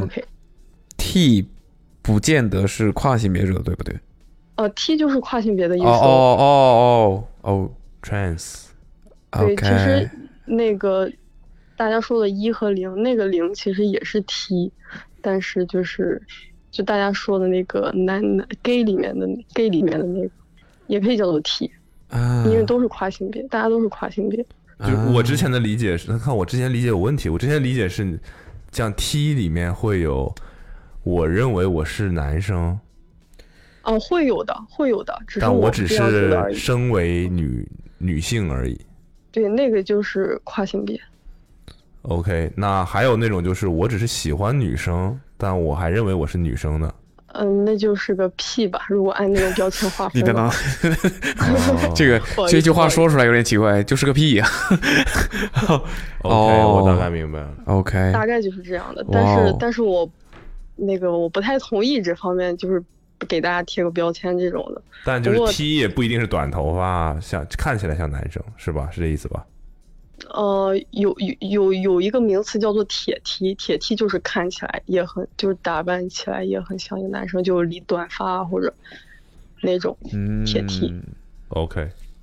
T 不见得是跨性别者，对不对？ 呃 T 就是跨性别的意思。 哦哦哦哦哦 ，trans。 对， okay. 其实那个大家说的一和零，那个零其实也是 T， 但是就是就大家说的那个男 gay 里面的 gay 里面的那个，也可以叫做 T，、啊、因为都是跨性别，大家都是跨性别。 就我之前的理解是，看我之前理解有问题，我之前理解是，像 T 里面会有，我认为我是男生。 哦、啊，会有的，会有的，只是但我只是身为女女性而已。 对，那个就是跨性别。 OK， 那还有那种就是我只是喜欢女生，但我还认为我是女生的。 嗯，那就是个 P 吧，如果按那种标签划分。 你的呢？这个这句话说出来有点奇怪，就是个屁呀、 啊。OK， 我大概明白了。 OK， 大概就是这样的，但是但是我那个我不太同意这方面，就是给大家贴个标签这种的。 但就是 T 也不一定是短头发，像看起来像男生，是吧？是这意思吧？ 呃，有有有有一个名词叫做铁 T， 铁 T 就是看起来也很，就是打扮起来也很像一个男生，就是理短发或者那种铁 T。 嗯、OK，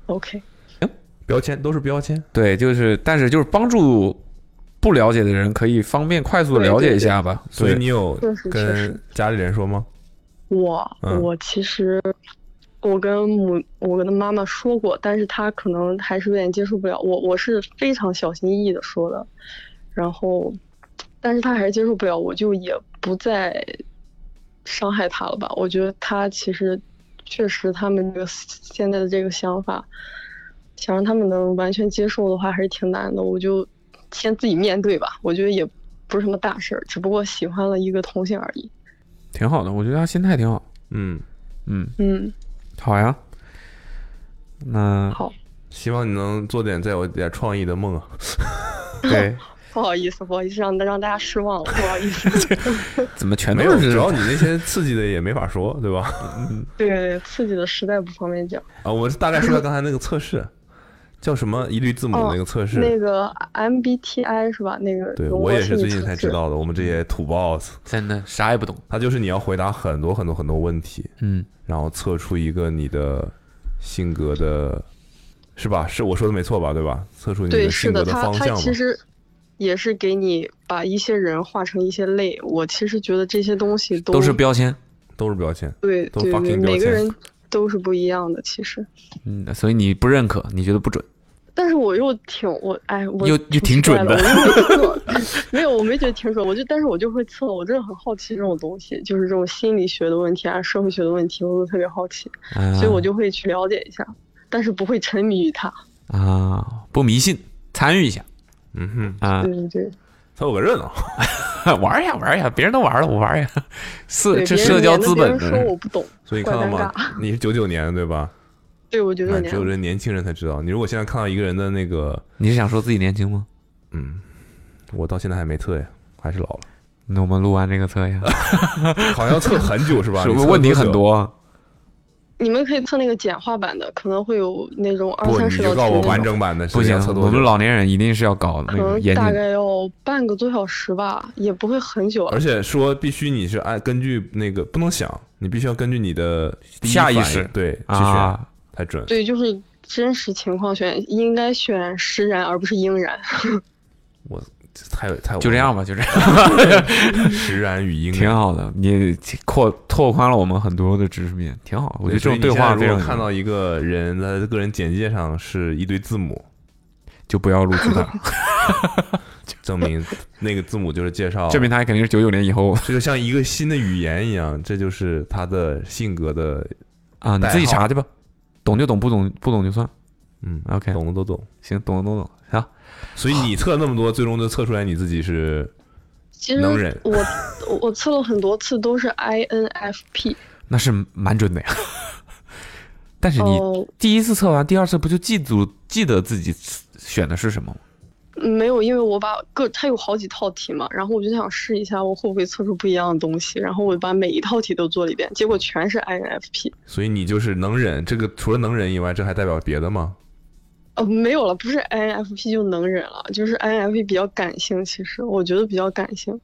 OK， 标签都是标签。 对，就是但是就是帮助不了解的人可以方便快速的了解一下吧。 所以你有确实确跟实家里人说吗？ 我、 嗯我其实我跟母我跟妈妈说过，但是她可能还是有点接受不了。我我是非常小心翼翼的说的，然后但是她还是接受不了，我就也不再伤害她了吧。我觉得她其实确实他们这个现在的这个想法，想让他们能完全接受的话还是挺难的。我就先自己面对吧，我觉得也不是什么大事儿，只不过喜欢了一个同性而已。 挺好的，我觉得他心态挺好。 嗯嗯嗯， 好呀。那好， 希望你能做点再有点创意的梦啊。 对， 不好意思，不好意思，让让大家失望了，不好意思。 怎么全没有？ 都是？ 主要你那些刺激的也没法说，对吧？ 对，刺激的实在不方便讲。 啊，我大概说下刚才那个测试，叫什么一律字母那个测试。 哦、那个 M B T I 是吧？那个对我也是最近才知道的。我们这些土 boss 真的啥也不懂。 它就是你要回答很多很多很多问题， 嗯， 然后测出一个你的性格的，是吧？是我说的没错吧？对吧？测出你的性格的方向嘛。 对，是的，它它其实也是给你把一些人划成一些类。我其实觉得这些东西都都是标签， 都是标签。 对对对，每个人都是不一样的，其实。 嗯，所以你不认可，你觉得不准。 但是我又挺我哎，我又又挺准的， 我又没测，没有，我没觉得挺准，我就但是我就会测，我真的很好奇这种东西，就是这种心理学的问题啊，社会学的问题，我都特别好奇， 啊、 所以我就会去了解一下，但是不会沉迷于它啊，不迷信，参与一下， 嗯哼啊， 对对对， 凑个热闹， 玩呀玩呀，别人都玩了，我玩呀，社这社交资本， 说我不懂， 所以你看到吗？你是九九年对吧？ 对，我九九年， 只有人年轻人才知道。你如果现在看到一个人的那个， 你是想说自己年轻吗？ 嗯，我到现在还没测呀，还是老了。 那我们录完这个测呀， 好像要测很久是吧？ 是不是问题很多？ 你们可以测那个简化版的，可能会有那种二三十道题。 不，你就告我完整版的， 不行，我们老年人一定是要搞那个严谨。 大概要半个多小时吧，也不会很久。 而且说必须你是按根据那个不能想，你必须要根据你的下意识对去选。 啊才准。 对，就是真实情况选，应该选实然而不是应然。 我太太就这样吧，就这样。 实然与应然挺好的，你扩拓宽了我们很多的知识面，挺好。我觉得这种对话非常。 看到一个人他的个人简介上是一堆字母， 就不要录取他。 证明那个字母就是介绍， 证明他肯定是九九年以后。 这就像一个新的语言一样，这就是他的性格的啊，你自己查去吧。懂就懂，不懂不懂就算。 嗯 ，OK， 懂的都懂， 行，懂的都懂，行。 所以你测那么多，最终就测出来你自己是能忍。 我我测了很多次都是 I N F P， 那是蛮准的呀。但是你第一次测完，第二次不就记住记得自己选的是什么吗？ 没有，因为我把各它有好几套题嘛，然后我就想试一下我会不会测出不一样的东西，然后我把每一套题都做了一遍，结果全是 I N F P。 所以你就是能忍，这个除了能忍以外，这还代表别的吗？ 哦，没有了，不是 I N F P 就能忍了，就是 I N F P 比较感性，其实我觉得比较感性。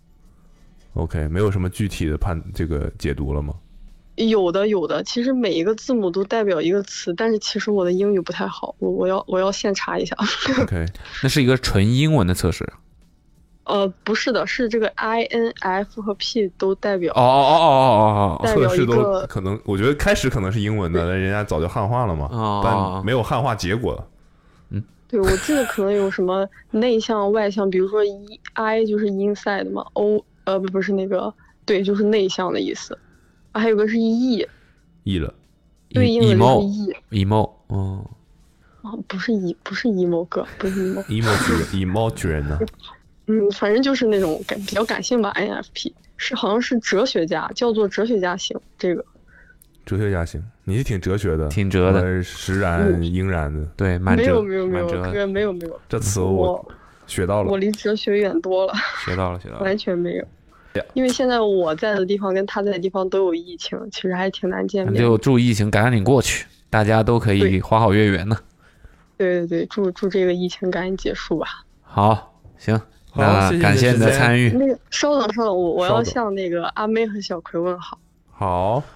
OK， 没有什么具体的判这个解读了吗？ 有的有的，其实每一个字母都代表一个词，但是其实我的英语不太好，我我要我要现查一下。 OK， 那是一个纯英文的测试。 呃，不是的，是这个 I N F 和 P 都代表。 哦哦哦哦哦， 代表一个测试都可能，我觉得开始可能是英文的，但人家早就汉化了嘛， 哦、 但没有汉化结果。 嗯， 对，我记得可能有什么内向外向，比如说 I 就是 inside 嘛 ，O 呃不不是那个，对，就是内向的意思。还有个是 E，E 了， 对应的就是 E，emo， 哦， 啊，不是 E， 不是 emo 哥，不是 emo，emo 人呢？ 嗯，反正就是那种感比较感性吧 ，I N F P 是好像是哲学家，叫做哲学家型，这个。 哲学家型，你是挺哲学的， 挺哲的， 实然、应然的， 对，蛮哲， 没有没有没有，哥没有没有， 这词我学到了， 我离哲学远多了， 学到了学到了， 完全没有。因为现在我在的地方跟他在的地方都有疫情，其实还挺难见面。 就祝疫情赶紧过去，大家都可以花好月圆呢。 对对对，祝祝这个疫情赶紧结束吧。 好，行， 那感谢你的参与。 那个，稍等稍等，我我要向那个阿妹和小葵问好。 好，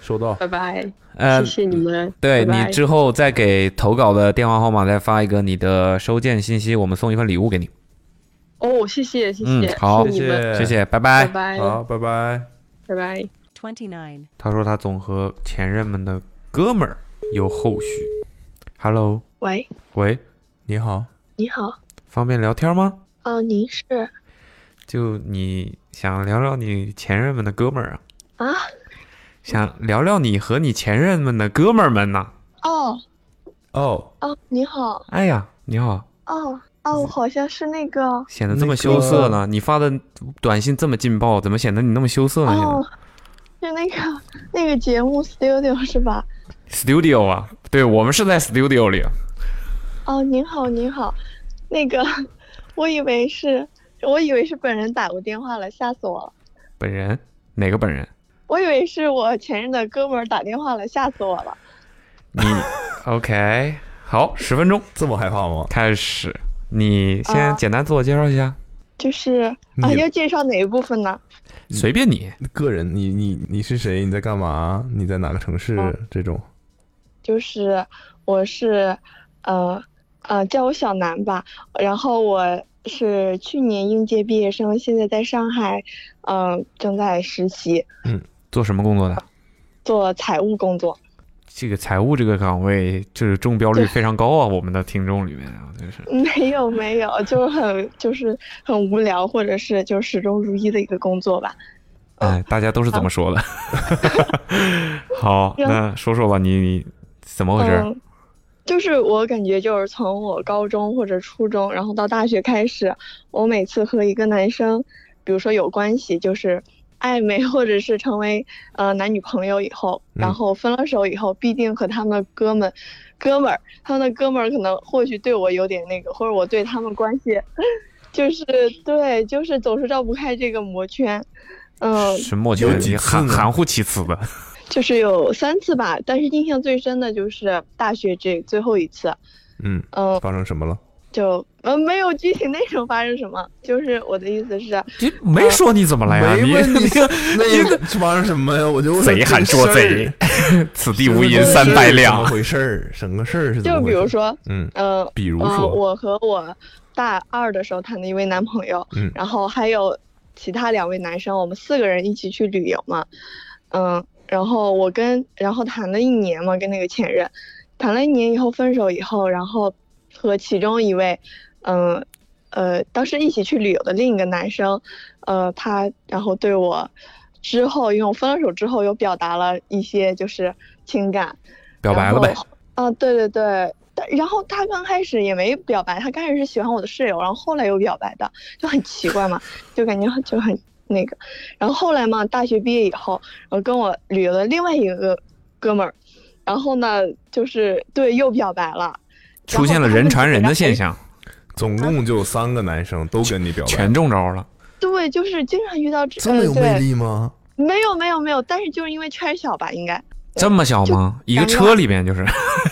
收到， 拜拜。 呃， 谢谢你们。 对拜拜你之后再给投稿的电话号码再发一个你的收件信息，我们送一份礼物给你。 哦，谢谢谢谢， 嗯，好， 谢谢你们， 谢谢，拜拜， 拜拜， 好，拜拜， 拜拜。 Twenty-nine。 他说他总和前任们的哥们儿有后续。Hello， 喂喂，你好， 你好， 方便聊天吗？ 哦，您是就你想聊聊你前任们的哥们儿啊？ 啊？ 想聊聊你和你前任们的哥们儿们呢？ 哦哦哦，你好， 哎呀，你好， 哦哦，我好像是那个显得这么羞涩呢？你发的短信这么劲爆，怎么显得你那么羞涩呢？ 哦，是那个那个节目 Studio 是吧？ Studio 啊，对，我们是在 Studio 里。 哦，您好，您好，那个我以为是，我以为是本人打过电话了，吓死我了。 本人？哪个本人？ 我以为是我前任的哥们儿打电话了，吓死我了。 你 OK？ 好，十分钟， 这么害怕吗？ 开始，你先简单自我介绍一下。 就是啊，要介绍哪一部分呢？ 随便你， 个人，你你你是谁？你在干嘛？你在哪个城市？ 哦、 这种。 就是我是呃呃叫我小南吧，然后我是去年应届毕业生，现在在上海，嗯、呃，正在实习。 嗯，做什么工作的？ 做财务工作。 这个财务这个岗位，就是中标率非常高啊！我们的听众里面啊，真是没有没有，就是很就是很无聊，或者是就始终如一的一个工作吧。 哎，大家都是这么说的。好，那说说吧，你你怎么回事？ 嗯，就是我感觉就是从我高中或者初中，然后到大学开始，我每次和一个男生，比如说有关系，就是暧昧或者是成为呃男女朋友以后，然后分了手以后，必定和他们的哥们哥们儿，他们的哥们儿可能或许对我有点那个，或者我对他们关系，就是对，就是总是绕不开这个魔圈。嗯， 什么魔圈？你含含糊其辞的。 就是有三次吧，但是印象最深的就是大学这最后一次。 嗯嗯、呃， 发生什么了？ 就呃没有具体内容发生什么，就是我的意思是， 你没说你怎么了呀？ 没问你那发生什么呀？我就贼喊捉贼，此地无银三百两， 怎么回事儿？什么事儿是？ 就比如说， 嗯呃， 比如说、 呃，我和我大二的时候谈的一位男朋友， 嗯， 然后还有其他两位男生，我们四个人一起去旅游嘛，嗯。然后我跟然后谈了一年嘛，跟那个前任，谈了一年以后分手以后，然后和其中一位，嗯呃, 呃当时一起去旅游的另一个男生，呃他然后对我之后，因为我分了手之后，又表达了一些就是情感， 表白了呗。 啊，对对对，然后他刚开始也没表白，他刚开始是喜欢我的室友，然后后来又表白的，就很奇怪嘛，就感觉就很。那个，然后后来嘛，大学毕业以后，然后跟我旅游的另外一个哥们儿，然后呢，就是对又表白了， 出现了人传人的现象， 总共就三个男生都跟你表白， 全中招了。 对，就是经常遇到这这么有魅力吗？ 呃、没有没有没有，但是就是因为圈小吧，应该这么小吗？一个车里边就是，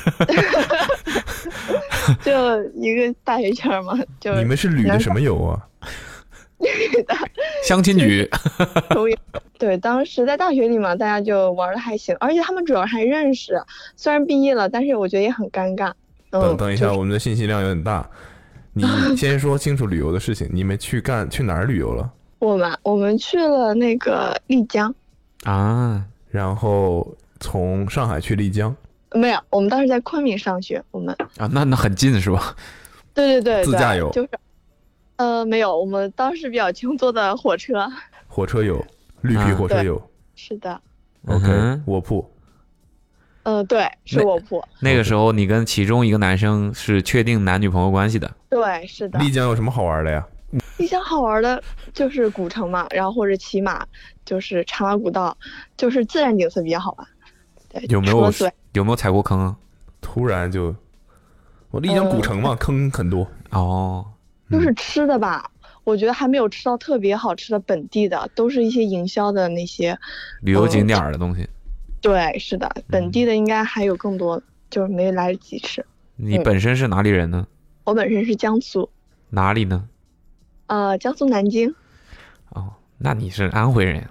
就一个大学圈嘛，就你们是旅的什么游啊？ 相亲局对，当时在大学里嘛，大家就玩的还行，而且他们主要还认识，虽然毕业了，但是我觉得也很尴尬。嗯、 等等一下、 就是， 我们的信息量有点大，你先说清楚旅游的事情。你们去干去哪儿旅游了？ 我们我们去了那个丽江啊， 然后从上海去丽江。 没有，我们当时在昆明上学，我们啊，那那很近是吧？ 对对对， 自驾游就是。呃，没有，我们当时比较穷，坐的火车。 火车游，绿皮火车游。 是的。 OK，、嗯、卧铺。 呃，对，是卧铺。 那个时候，你跟其中一个男生是确定男女朋友关系的。 对，是的。 丽江有什么好玩的呀？ 丽江好玩的就是古城嘛，然后或者骑马，就是茶马古道，就是自然景色比较好玩。对， 有没有有没有踩过坑啊？ 突然就，我丽江古城嘛，呃、坑很多哦。 就是吃的吧、嗯，我觉得还没有吃到特别好吃的本地的，都是一些营销的那些旅游景点的东西、嗯。 对，是的，本地的应该还有更多，就是没来得及吃。 你本身是哪里人呢？ 嗯、我本身是江苏。 哪里呢？ 呃，江苏南京。 哦， 那你是安徽人？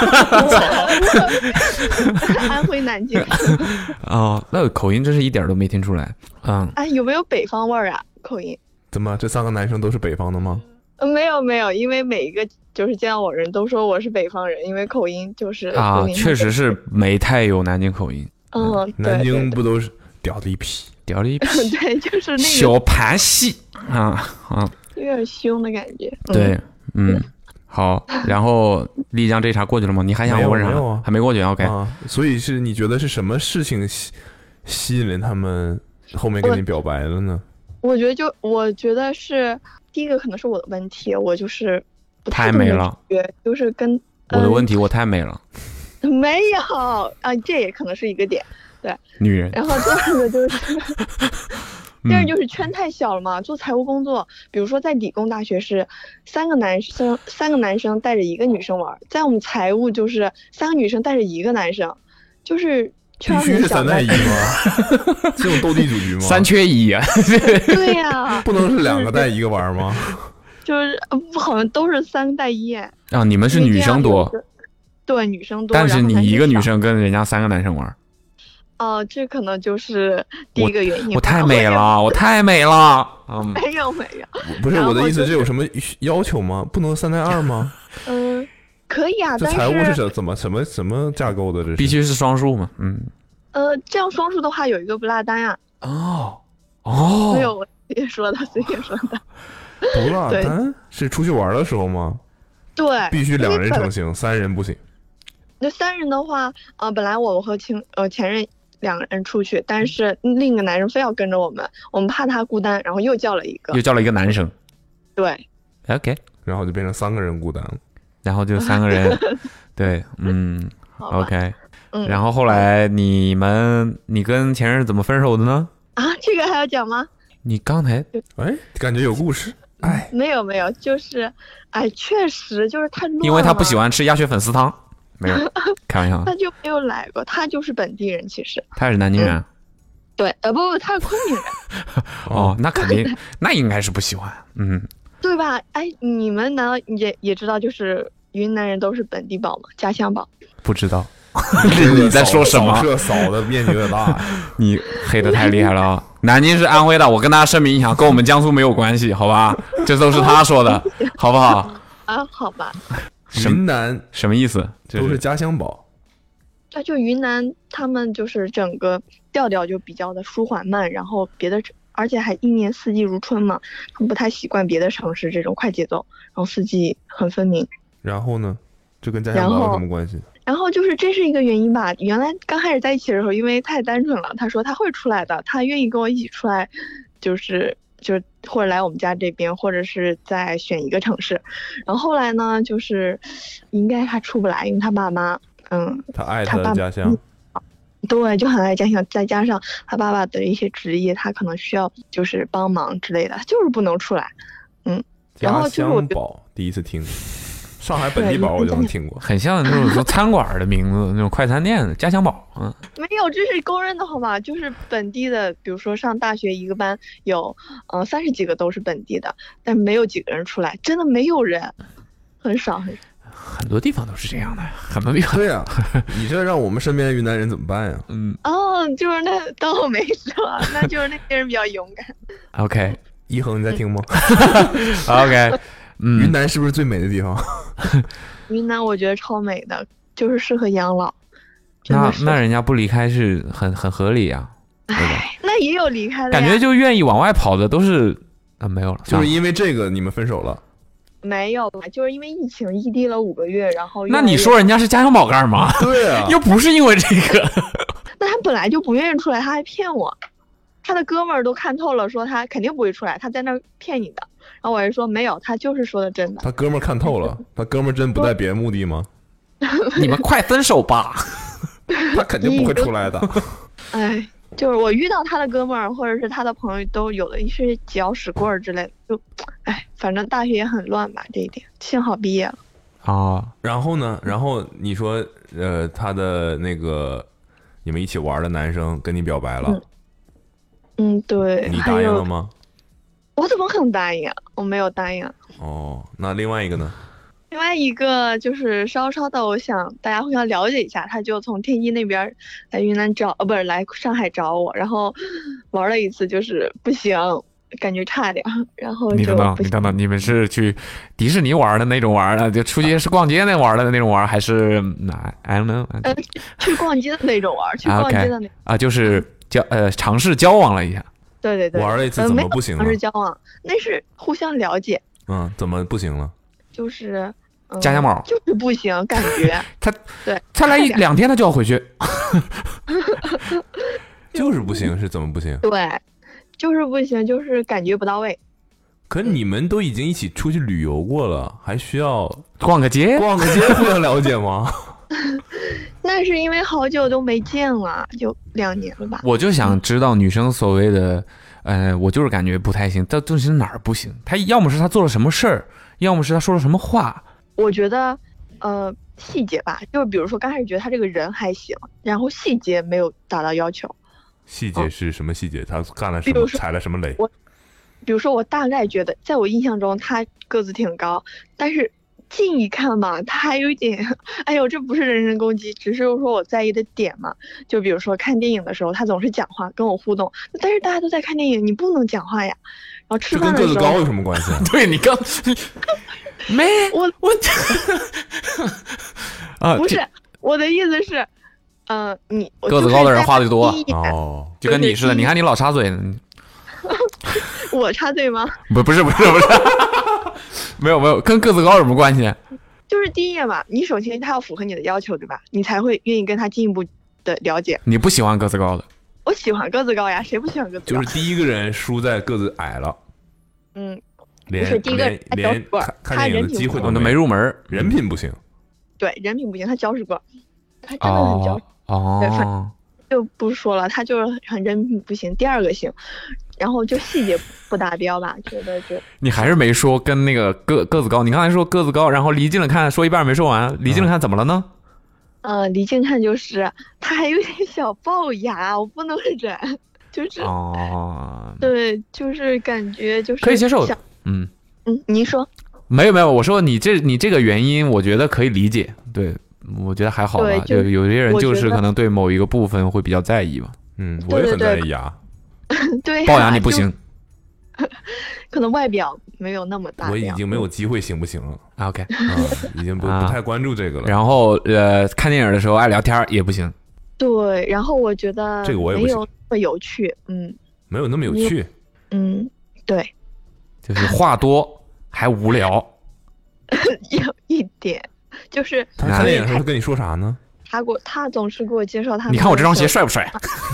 安徽南京。 哦，那口音真是一点都没听出来。嗯， 哎，有没有北方味儿啊？口音？ 怎么？这三个男生都是北方的吗？ 呃，没有没有，因为每一个就是见到我人都说我是北方人，因为口音就是啊，确实是没太有南京口音。 嗯， 南京不都是屌了一批， 屌了一批？ 对，就是那个小盘戏啊啊， 有点凶的感觉。 对，嗯。好，然后丽江这茬过去了吗？你还想问啥？ 没有啊， 还没过去。OK， 啊，所以是你觉得是什么事情吸吸引了他们后面跟你表白了呢？ 我觉得就我觉得是第一个可能是我的问题，我就是不太美了， 就是跟我的问题，我太美了。 没有啊，这也可能是一个点，对。 女人。 然后第二个就是。第二就是圈太小了嘛，做财务工作，比如说在理工大学是三个男生，三个男生带着一个女生玩，在我们财务就是三个女生带着一个男生，就是圈很小。 必须是三带一吗？这种斗地主局吗？ 三缺一啊！ 对呀、啊， 不能是两个带一个玩吗？ 就是不好像都是三带一哎。 啊，你们是女生多？ 对，女生多。 但是你一个女生跟人家三个男生玩。 哦、呃，这可能就是第一个原因。 我, 我太美了，我太美了。嗯， 没有没有。 不是我的意思，这有什么要求吗？不能三带二吗？ 嗯，可以啊。 这财务是怎么什么什么架构的？这是必须是双数嘛？嗯。 呃，这样双数的话有一个不落单啊。 哦哦。 没有，我随便说的，随便说的。 不落单是出去玩的时候吗？ 对。 必须两人成行，三人不行。 那三人的话，呃，本来我和前呃前任。两个人出去，但是另一个男生非要跟着我们，我们怕他孤单，然后又叫了一个， 又叫了一个男生。 对 ，OK， 然后就变成三个人孤单了， 然后就三个人，对，嗯 ，OK， 嗯， 然后后来你们，你跟前任怎么分手的呢？ 啊，这个还要讲吗？ 你刚才， 哎，感觉有故事，哎， 没有没有，就是，哎，确实就是太乱了， 因为他不喜欢吃鸭血粉丝汤。没有，开玩笑。 他就没有来过，他就是本地人，其实。 他也是南京人、啊嗯。对，呃，不不，他是昆明人。 哦，那肯定，那应该是不喜欢，嗯。 对吧？哎，你们难道也也知道，就是云南人都是本地宝吗？家乡宝？ 不知道。你在说什么？ 这扫的面积有点大， 你黑的太厉害了啊！南京是安徽的，我跟大家声明一下，跟我们江苏没有关系，好吧？这都是他说的，好不好？ 啊，好吧。 云南什么意思？ 都是家乡宝。 啊，就云南，他们就是整个调调就比较的舒缓慢，然后别的，而且还一年四季如春嘛，他们不太习惯别的城市这种快节奏，然后四季很分明。 然后呢，这跟家乡宝有什么关系？ 然后就是这是一个原因吧。原来刚开始在一起的时候，因为太单纯了，他说他会出来的，他愿意跟我一起出来，就是就是或者来我们家这边，或者是再选一个城市。然后后来呢，就是应该他出不来，因为他爸妈，嗯， 他爱他的家乡， 对，就很爱家乡，再加上他爸爸的一些职业，他可能需要就是帮忙之类的，就是不能出来。嗯，然后就是我家乡宝第一次听。上海本地宝我就能听过， 很像那种说餐馆的名字，那种快餐店的家乡宝。嗯， 没有，这是公认的好吧？就是本地的，比如说上大学一个班有，呃，三十几个都是本地的，但没有几个人出来，真的没有人，很少很少。 很多地方都是这样的，很多地方。 对呀、啊，你这让我们身边的云南人怎么办呀？ 嗯， 哦，就是那当我没说，那就是那些人比较勇敢。 OK， 一恒你在听吗 ？OK。嗯， 云南是不是最美的地方？ 云南我觉得超美的，就是适合养老。 那那人家不离开是很很合理啊，对吧？ 那也有离开的， 感觉就愿意往外跑的都是啊，没有了， 就是因为这个你们分手了？ 没有吧，就是因为疫情异地了五个月，然后那你说人家是家乡宝干嘛？ 对啊， 又不是因为这个。 那他本来就不愿意出来，他还骗我。他的哥们儿都看透了，说他肯定不会出来，他在那儿骗你的。然后我还说没有，他就是说的真的。 他哥们儿看透了，他哥们儿真不带别的目的吗？ 你们快分手吧， 他肯定不会出来的。 哎，就是我遇到他的哥们儿或者是他的朋友，都有的是几摇屎棍儿之类的，就哎，反正大学也很乱吧，这一点幸好毕业了。 啊， 然后呢？然后你说，呃，他的那个你们一起玩的男生跟你表白了。 嗯嗯，对。 你答应了吗？ 我怎么可能答应？我没有答应。 哦，那另外一个呢？ 另外一个就是稍稍的，我想大家互相了解一下，他就从天津那边来云南找，呃，不是来上海找我，然后玩了一次，就是不行，感觉差点，然后你就等等，你等等，你们是去迪士尼玩的那种玩的，就出去是逛街那玩的那种玩，还是哪 I don't know？ 呃，去逛街的那种玩，去逛街的那种啊，就是交呃尝试交往了一下。 对对对， 玩了一次怎么不行了？ 呃、没有尝试交往，那是互相了解。 嗯，怎么不行了？ 就是。嗯、 加加毛就是不行，感觉他对他来一两天他就要回去， 就是不行，是怎么不行？ 对，就是不行，就是感觉不到位。 可你们都已经一起出去旅游过了，还需要逛个街？ 逛个街互相了解吗？ 那是因为好久都没见了，就两年了吧。 我就想知道女生所谓的，呃，我就是感觉不太行，到底是哪儿不行？她要么是她做了什么事儿，要么是她说了什么话。 我觉得，呃，细节吧，就是比如说刚开始觉得他这个人还行，然后细节没有达到要求。 细节是什么细节？他干了什么？踩了什么雷？ 我，比如说我大概觉得，在我印象中他个子挺高，但是近一看吧，他还有一点，哎呦，这不是人身攻击，只是说我在意的点嘛。就比如说看电影的时候，他总是讲话跟我互动，但是大家都在看电影，你不能讲话呀。然后吃饭的时候， 这跟个子高有什么关系啊？ 对你刚。没我我啊， 不是我的意思是，嗯、呃，你个子高的人话就多哦， 就跟你似的，你看你老插嘴， 我插嘴吗？ 不不是不是不是，没有没有，跟个子高有什么关系？ 就是第一眼嘛，你首先他要符合你的要求，对吧？你才会愿意跟他进一步的了解。 你不喜欢个子高的？ 我喜欢个子高呀，谁不喜欢个子高？就是第一个人输在个子矮了。 嗯。 连不是第一个人他搅屎棍， 他连机会都没入门， 人品不行。 对，人品不行，他搅屎棍，他真的很搅屎。 哦， 对，反正就不说了，他就是很人品不行。第二个行，然后就细节不达标吧，觉得就。 你还是没说跟那个个个子高，你刚才说个子高，然后离近了看说一半没说完，离近了看怎么了呢？ 呃，离近看就是他还有点小龅牙，我不能忍，就是哦， 对，就是感觉就是可以接受。嗯嗯，您说没有没有，我说你这你这个原因，我觉得可以理解，对，我觉得还好吧。 就有些人就是可能对某一个部分会比较在意吧。 嗯，我也很在意牙。 对， 龅牙你不行， 可能外表没有那么大。 我已经没有机会行不行了 ？OK， 啊，已经不不太关注这个了。 然后呃，看电影的时候爱聊天也不行。 对，然后我觉得这个我也不行， 没有那么有趣，嗯， 没有那么有趣， 嗯，对。 就是话多还无聊， 有一点，就是他看电影的时候跟你说啥呢？ 他给我，他总是给我介绍他。 你看我这双鞋帅不帅？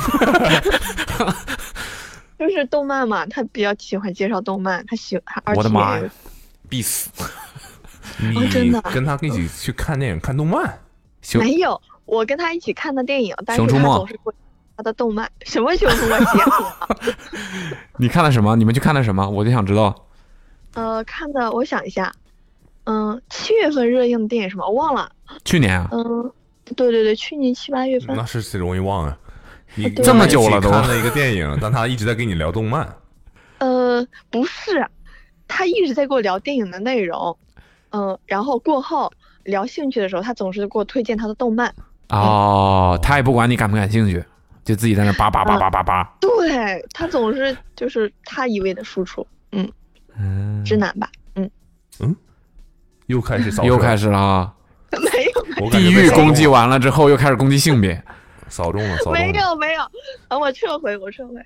就是动漫嘛，他比较喜欢介绍动漫，他喜欢。 我的妈呀，必死！ 你真的跟他一起去看电影看动漫？ 没有，我跟他一起看的电影，但是他总是给我。他的动漫什么熊出没写？ 你看的什么？你们去看的什么？我就想知道。 呃，看的我想一下，嗯、呃，七月份热映的电影什么我忘了。 去年啊？ 嗯、呃，对对对，去年七八月份。 那是谁容易忘啊？你这么久了都看了一个电影，但他一直在跟你聊动漫。 呃，不是，他一直在跟我聊电影的内容，嗯、呃，然后过后聊兴趣的时候，他总是给我推荐他的动漫。 哦，他也不管你感不感兴趣。就自己在那叭叭叭叭叭叭， 对他总是就是他一味的输出，嗯， 嗯， 直男吧，嗯嗯，又开始扫， 又开始了啊， 没有， 地狱攻击完了之后又开始攻击性别， 扫中了，扫中了， 没有没有，啊，我撤回，我撤回，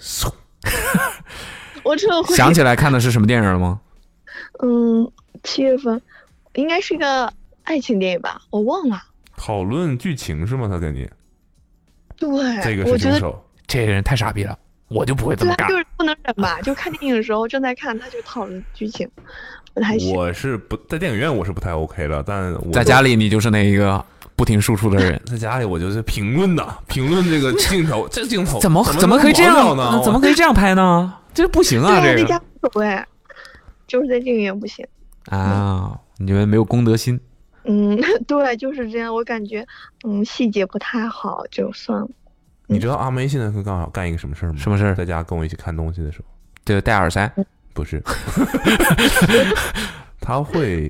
我撤回。 想起来看的是什么电影了吗？ 嗯，七月份应该是个爱情电影吧，我忘了。 讨论剧情是吗？他跟你？ 对， 这个是凶手， 这个人太傻逼了，我就不会这么干。 就是不能忍吧？就看电影的时候正在看，他就讨论剧情，不太行。 我是不在电影院，我是不太 OK 了，但我在家里你就是那一个不停输出的人。 在家里我就是评论的，评论这个镜头，这镜头怎么怎么可以这样呢？怎么可以这样拍呢？这不行啊！这个在家无所谓，就是在电影院不行啊！你们没有公德心。 嗯，对，就是这样。我感觉，嗯，细节不太好，就算了。 你知道阿梅现在会干好干一个什么事吗？ 什么事？ 在家跟我一起看东西的时候， 对，戴耳塞？ 不是，他会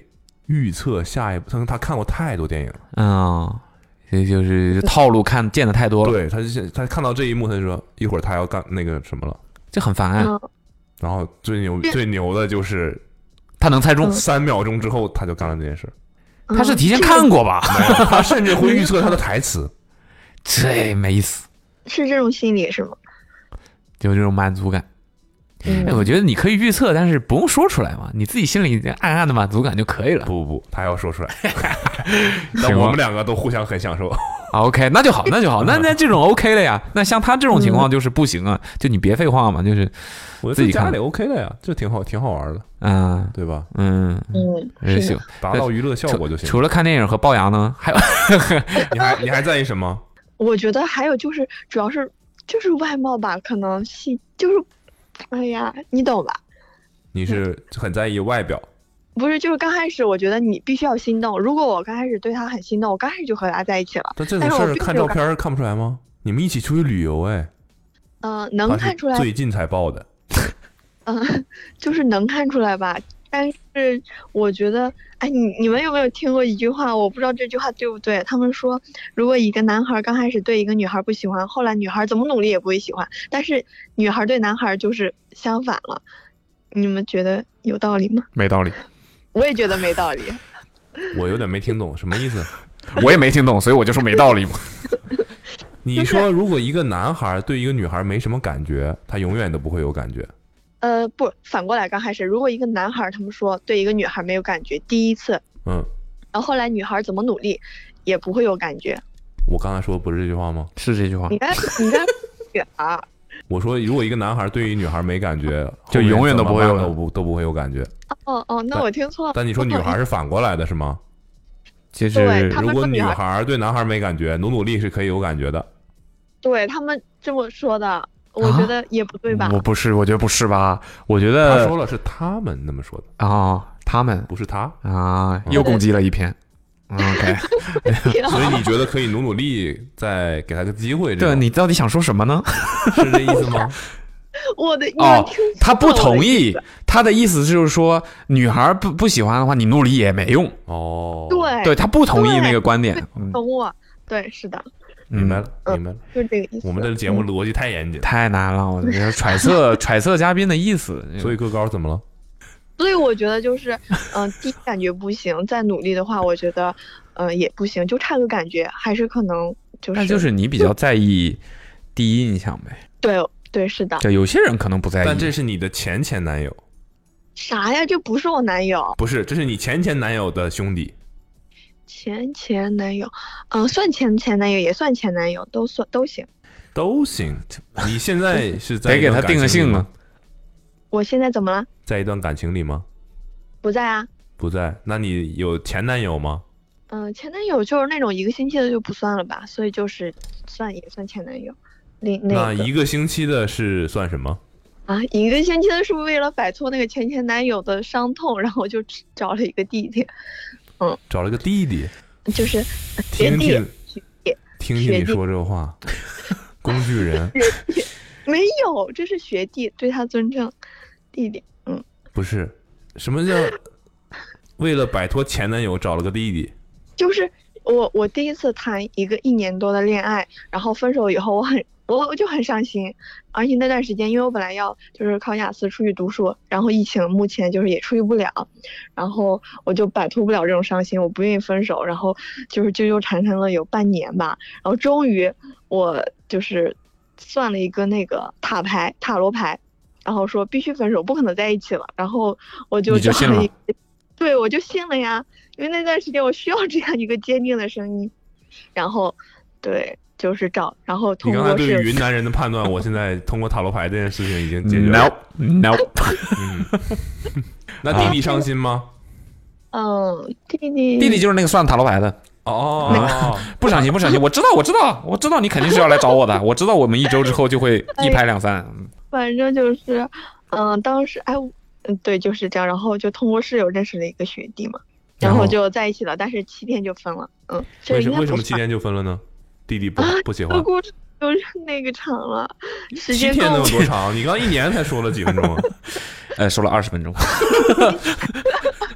预测下一部，他他看过太多电影了， 嗯，这就是套路看见的太多了。 对，他就他看到这一幕，他就说一会儿他要干那个什么了， 这很烦、啊。 然后最牛最牛的就是他能猜中， 三秒钟之后他就干了这件事。 他是提前看过吧？ 没有，他甚至会预测他的台词， 这没意思。 是这种心理是吗？ 就这种满足感。 嗯， 哎，我觉得你可以预测，但是不用说出来嘛，你自己心里暗暗的满足感就可以了。 不不不，他要说出来，那我们两个都互相很享受。 OK， 那就好，那就好，那那这种 OK 了呀。那像他这种情况就是不行啊，嗯、就你别废话嘛，就是我自己家里 OK 了呀，就挺好，挺好玩的， 嗯， 对吧？ 嗯嗯， 行， 达到娱乐效果就行。 除了看电影和龅牙呢，还有你还你还在意什么？ 我觉得还有就是，主要是就是外貌吧，可能是就是，哎呀，你懂吧？ 你是很在意外表。 不是，就是刚开始我觉得你必须要心动。如果我刚开始对他很心动，我刚开始就和他在一起了。 但这种事儿看照片看不出来吗？你们一起出去旅游，哎， 嗯、呃，能看出来。 最近才报的。 嗯、呃，就是能看出来吧。但是我觉得，哎，你你们有没有听过一句话？我不知道这句话对不对。他们说，如果一个男孩刚开始对一个女孩不喜欢，后来女孩怎么努力也不会喜欢。但是女孩对男孩就是相反了。你们觉得有道理吗？ 没道理。 我也觉得没道理。 我有点没听懂什么意思。 我也没听懂，所以我就说没道理嘛。 你说如果一个男孩对一个女孩没什么感觉，他永远都不会有感觉。 呃，不，反过来，刚开始如果一个男孩他们说对一个女孩没有感觉，第一次， 嗯， 然后后来女孩怎么努力也不会有感觉。 我刚才说的不是这句话吗？ 是这句话。 你看，你看，女孩。 我说，如果一个男孩对于女孩没感觉， 就永远都不会有， 都不都不会有感觉。 哦哦，那我听错了。 但你说女孩是反过来的，是吗？ 其实， 如果女孩对男孩没感觉，努努力是可以有感觉的。 对他们这么说的，我觉得也不对吧？ 啊、我不是，我觉得不是吧？我觉得他说了是他们那么说的啊、哦，他们不是他啊，又攻击了一篇。OK， 所以你觉得可以努努力，再给他个机会？ 对，你到底想说什么呢？ 是这意思吗？ 我的哦，他不同意，他的意思就是说，女孩不不喜欢的话，你努力也没用。 哦， 对， 对他不同意那个观点。 懂我，对，是的， 明白了，明白了， 就这个意思。 我们的节目逻辑太严谨， 太难了，我觉得揣测揣测嘉宾的意思。 所以个高怎么了？ 所以我觉得就是，嗯、呃，第一感觉不行，再努力的话，我觉得，嗯、呃，也不行，就差个感觉，还是可能就是。 那就是你比较在意第一印象呗。 对对，是的。 就有些人可能不在意。 但这是你的前前男友。 啥呀？这不是我男友。 不是，这是你前前男友的兄弟。 前前男友，嗯、呃，算前前男友，也算前男友，都算都行。 都行。你现在是在得给他定个性啊。 我现在怎么了？ 在一段感情里吗？ 不在啊。 不在。那你有前男友吗？ 嗯、呃，前男友就是那种一个星期的就不算了吧，所以就是算也算前男友。那那那一个星期的是算什么？ 啊，一个星期的是为了摆脱那个前前男友的伤痛，然后就找了一个弟弟。嗯， 找了个弟弟， 就是听听学弟， 听听你说这话，工具人。 没有，这是学弟，对他尊重。弟弟，嗯， 不是，什么叫为了摆脱前男友找了个弟弟？ 就是我，我第一次谈一个一年多的恋爱，然后分手以后，我很，我我就很伤心，而且那段时间，因为我本来要就是考雅思出去读书，然后疫情目前就是也出去不了，然后我就摆脱不了这种伤心，我不愿意分手，然后就是纠纠缠缠了有半年吧，然后终于我就是算了一个那个塔牌塔罗牌。然后说必须分手，不可能在一起了。然后我就就信了， 对，我就信了呀。因为那段时间我需要这样一个坚定的声音。然后，对，就是找，然后通过你刚才对于云南人的判断，我现在通过塔罗牌这件事情已经解决了。No No 嗯，那弟弟伤心吗？ 嗯，弟弟弟弟就是那个算塔罗牌的。 哦， 哦不伤心不伤心，我知道我知道我知道你肯定是要来找我的，我知道我们一周之后就会一拍两散。 反正就是，嗯、呃，当时哎，嗯，对，就是这样。然后就通过室友认识了一个学弟嘛，然后就在一起了，但是七天就分了。嗯， 为什么为什么七天就分了呢？弟弟不、啊、不喜欢。 故事就是那个长了，时间七天能有多长？你刚一年才说了几分钟？ 呃，说了二十分钟。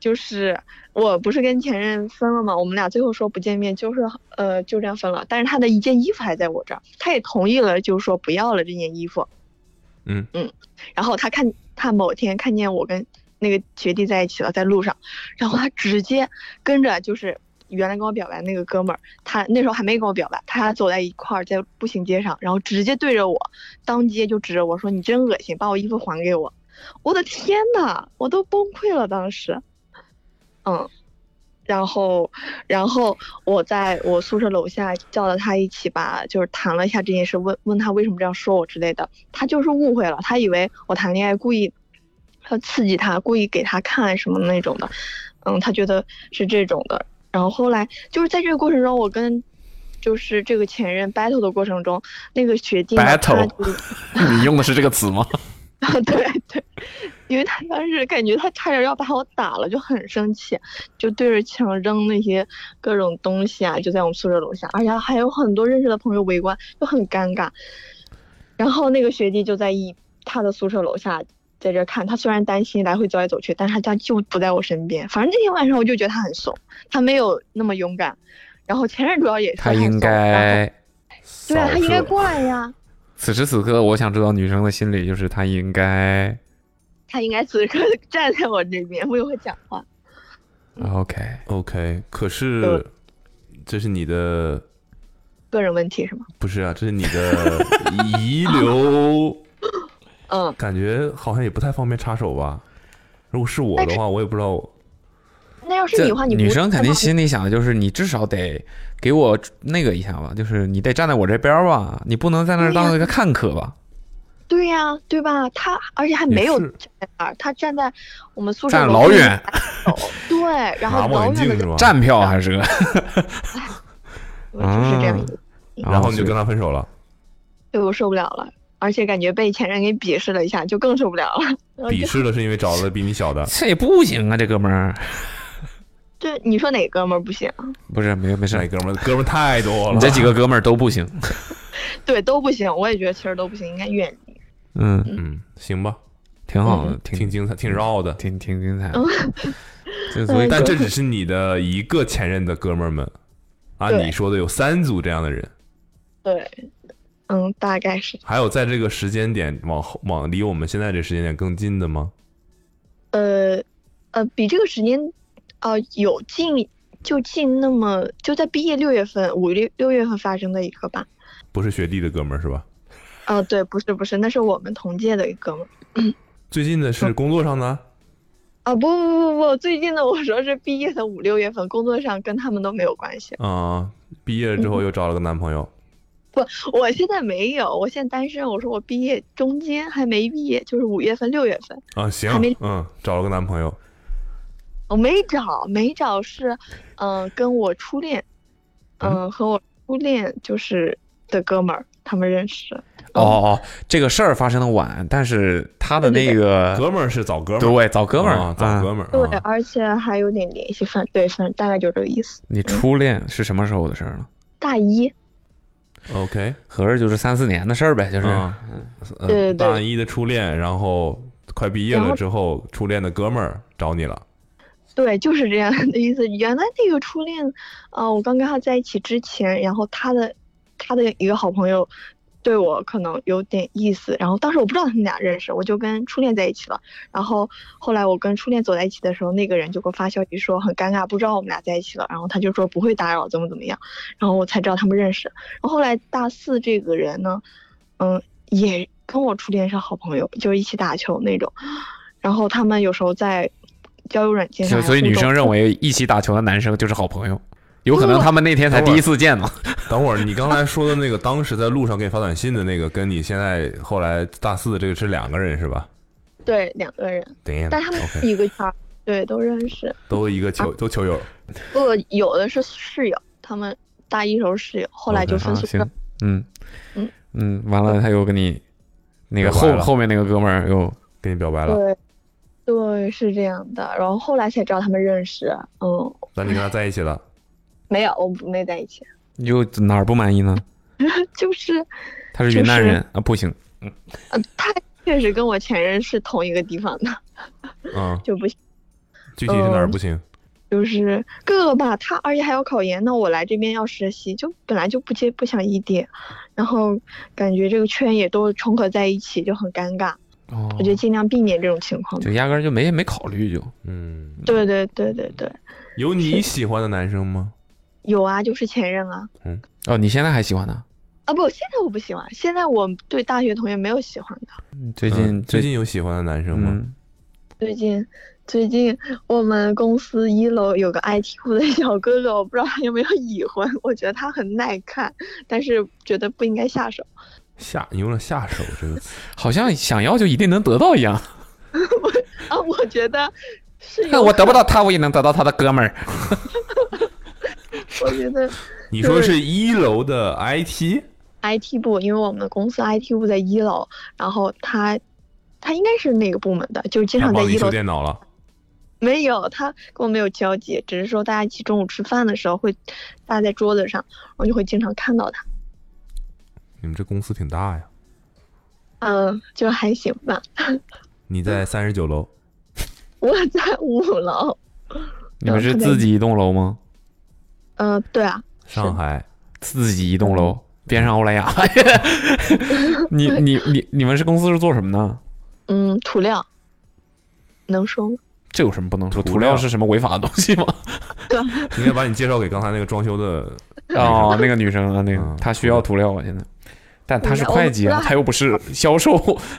就是我不是跟前任分了吗？我们俩最后说不见面，就是呃就这样分了。但是他的一件衣服还在我这儿，他也同意了，就是说不要了这件衣服。 嗯嗯，然后他看他某天看见我跟那个学弟在一起了，在路上，然后他直接跟着就是原来跟我表白那个哥们儿，他那时候还没跟我表白，他俩走在一块儿在步行街上，然后直接对着我当街就指着我说你真恶心，把我衣服还给我。我的天呐，我都崩溃了当时。嗯，然后然后我在我宿舍楼下叫了他一起吧，就是谈了一下这件事，问问他为什么这样说我之类的。他就是误会了，他以为我谈恋爱故意要刺激他，故意给他看什么那种的。嗯，他觉得是这种的。然后后来就是在这个过程中，我跟就是这个前任 battle 的过程中，那个学弟 battle 你用的是这个词吗？ 对对，因为他当时感觉他差点要把我打了，就很生气，就对着墙扔那些各种东西啊，就在我们宿舍楼下，而且还有很多认识的朋友围观，就很尴尬。然后那个学弟就在一他的宿舍楼下在这看，他虽然担心来回走来走去，但是他家就不在我身边。反正那天晚上我就觉得他很怂，他没有那么勇敢。然后前任主要也是他应该， 对啊，他应该过来呀。 此时此刻，我想知道女生的心理，就是她应该， 她应该此刻站在我这边，为我讲话。 OK OK， 可是这是你的个人问题是吗？ 不是啊，这是你的遗留。 嗯， 感觉好像也不太方便插手吧。如果是我的话，我也不知道。 那要是你的话，你女生肯定心里想的就是，你至少得给我那个一下吧，就是你得站在我这边吧，你不能在那儿当一个看客吧？ 对呀、啊，对吧？他而且还没有站在那儿，他站在我们宿舍站老远， 对，然后老远的站票还是个， 我就是这样一个、 嗯。然后你就跟他分手了？ 对，我受不了了。而且感觉被前任给鄙视了一下，就更受不了了。 鄙视了是因为找了比你小的？ 这也不行啊，这哥们儿。 这你说哪哥们儿不行？ 不是，没没事， 哪哥们儿？哥们儿太多了。 你这几个哥们儿都不行。 对，都不行。我也觉得其实都不行，应该远离。 嗯嗯，行吧， 挺好的， 挺挺精彩，挺绕的， 挺挺精彩的。 嗯、所以，但这只是你的一个前任的哥们儿们，按你说的有三组这样的人。 对。嗯，大概是。 还有在这个时间点往后往离我们现在这时间点更近的吗？ 呃呃，比这个时间啊、呃、有近就近那么就在毕业六月份五六六月份发生的一个吧。 不是学弟的哥们儿是吧？ 啊、呃，对，不是不是，那是我们同届的一个哥们儿。嗯、 最近的是工作上的？啊、 哦、不不不不，最近的我说是毕业的五六月份，工作上跟他们都没有关系。 啊、呃，毕业了之后又找了个男朋友。 嗯不，我现在没有，我现在单身。我说我毕业中间还没毕业，就是五月份、六月份啊，行， 还没嗯，找了个男朋友。 我没找，没找是，嗯、呃，跟我初恋，嗯、呃，和我初恋就是的哥们儿他们认识。 哦哦，这个事儿发生的晚，但是他的那个哥们儿是早哥们儿， 对，早哥们儿， 啊、早哥们儿、 嗯。对，而且还有点联系，反对，反正大概就这个意思。 你初恋是什么时候的事儿呢？ 大一。 OK， 合着就是三四年的事儿呗，就是， 嗯、呃， 对对对， 大一的初恋，然后快毕业了之后，初恋的哥们儿找你了。 对，就是这样的意思。原来那个初恋，啊、呃，我刚跟他在一起之前，然后他的他的一个好朋友对我可能有点意思，然后当时我不知道他们俩认识，我就跟初恋在一起了。然后后来我跟初恋走在一起的时候，那个人就给我发消息说很尴尬，不知道我们俩在一起了。然后他就说不会打扰，怎么怎么样。然后我才知道他们认识。然后后来大四这个人呢，嗯，也跟我初恋是好朋友，就是一起打球那种。然后他们有时候在交友软件上， 所以女生认为一起打球的男生就是好朋友。有可能他们那天才第一次见呢。 等会儿，你刚才说的那个，当时在路上给你发短信的那个，跟你现在后来大四的这个是两个人是吧？ 对，两个人。 等但他们一个圈，对，都认识。 都一个球，啊、都球友。 不，有的是室友，他们大一时候室友，后来就分宿舍。 Okay, 啊、嗯嗯嗯，完了他又跟你那个后后面那个哥们儿又跟你表白了。 对。对，是这样的。然后后来才知道他们认识。嗯。 那你跟他在一起了？ 没有，我不没在一起。 你就哪儿不满意呢？ 就是他是云南人、 就是、 啊，不行。 嗯、呃，他确实跟我前任是同一个地方的， 嗯， 就不行。 具体是哪儿不行？ 就是各个吧，他而且还要考研，那我来这边要实习，就本来就不接不想异地，然后感觉这个圈也都重合在一起，就很尴尬。 哦， 我觉得尽量避免这种情况。 就压根儿就没没考虑就。 嗯， 对对对对对。 有你喜欢的男生吗？ 有啊，就是前任啊。 嗯，哦，你现在还喜欢他？ 啊不，现在我不喜欢，现在我对大学同学没有喜欢的。 最近、 嗯、最近有喜欢的男生吗？ 嗯、 最近最近我们公司一楼有个 I T 部的小哥哥，我不知道他有没有已婚，我觉得他很耐看，但是觉得不应该下手。 下你用了下手这个词， 好像想要就一定能得到一样。 啊，我觉得是有。 我得不到他，我也能得到他的哥们儿。 我觉得你说是一楼的 I T I T 部，因为我们公司 I T 部在一楼，然后他他应该是那个部门的，就是经常在一楼。他帮你修电脑了？ 没有，他跟我没有交集，只是说大家一起中午吃饭的时候会搭在桌子上，我就会经常看到他。 你们这公司挺大呀。 嗯，就还行吧。 你在三十九楼？ 我在五楼。 你们是自己一栋楼吗？ 呃，对啊。 上海自己一栋楼，边上欧莱雅。你你你你们是公司是做什么的？ 嗯，涂料。能说吗？ 这有什么不能说？涂料是什么违法的东西吗？ 对。 应该把你介绍给刚才那个装修的。 哦，那个女生啊，那个她、嗯、需要涂料啊，现在。但她是会计啊，她又不是销售。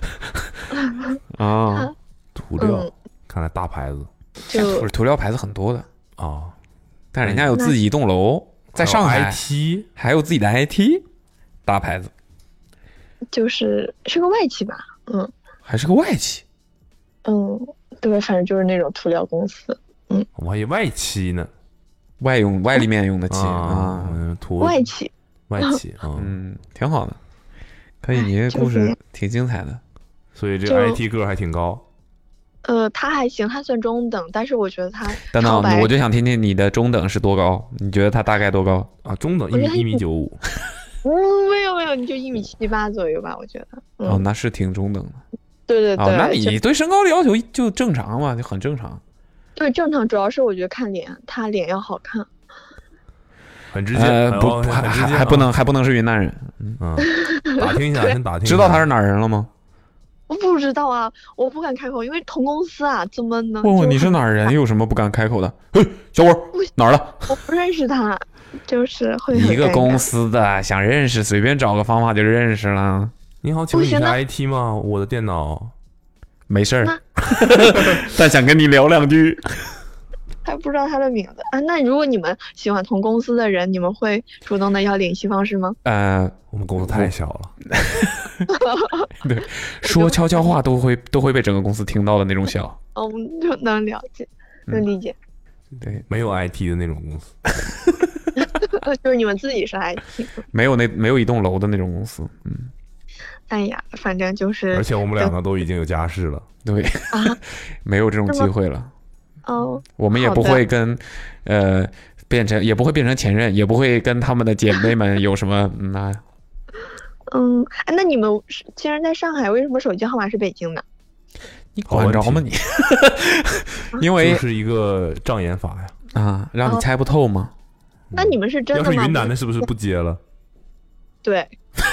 啊， 涂料、嗯，看来大牌子。 就不是涂料牌子很多的啊、哦， 但人家有自己一栋楼，在上海 I T 还有自己的 I T 大牌子， 就是是个外企吧，嗯， 还是个外企， 嗯，对，反正就是那种涂料公司，嗯， 我还以为外企呢， 外用外立面用的企啊， 嗯，涂外企， 外企， 嗯，挺好的，可以，你这故事挺精彩的， 所以这个 I T 个还挺高。 呃，他还行，他算中等，但是我觉得他等等，我就想听听你的中等是多高？你觉得他大概多高啊？中等一米一米九五。 嗯，没有没有，你就一米七八左右吧，我觉得。 嗯、哦，那是挺中等的。 对对对。 哦，那你对身高的要求就正常嘛，就很正常。 对，正常，主要是我觉得看脸，他脸要好看。 很直接， 呃、不还还还不能还不能是云南人。 嗯，打听一下，先打听一下。 知道他是哪儿人了吗？ 我不知道啊，我不敢开口，因为同公司啊，怎么能？ 问问你是哪儿人，有什么不敢开口的？嘿，小伙哪儿的？ 我不认识他，就是会一个公司的，想认识随便找个方法就认识了。 你好，请问你是 I T 吗？我的电脑没事儿，但想跟你聊两句。 还不知道他的名字啊？那如果你们喜欢同公司的人，你们会主动的要联系方式吗？ 呃， 我们公司太小了。 对，说悄悄话都会都会被整个公司听到的那种小。 哦，就能了解，能理解。 嗯、对， 没有 I T 的那种公司。 就是你们自己是 I T。 没有那没有一栋楼的那种公司，嗯。 哎呀，反正就是。 而且我们两个都已经有家室了。 对。啊、没有这种机会了。 哦， 我们也不会跟，呃，变成也不会变成前任，也不会跟他们的姐妹们有什么那。 嗯，那你们既然在上海，为什么手机号码是北京的？ 你管着吗你？因为就是一个障眼法呀。 啊，让你猜不透吗？ 哦、那你们是真的吗？ 要是云南的，是不是不接了？ 对。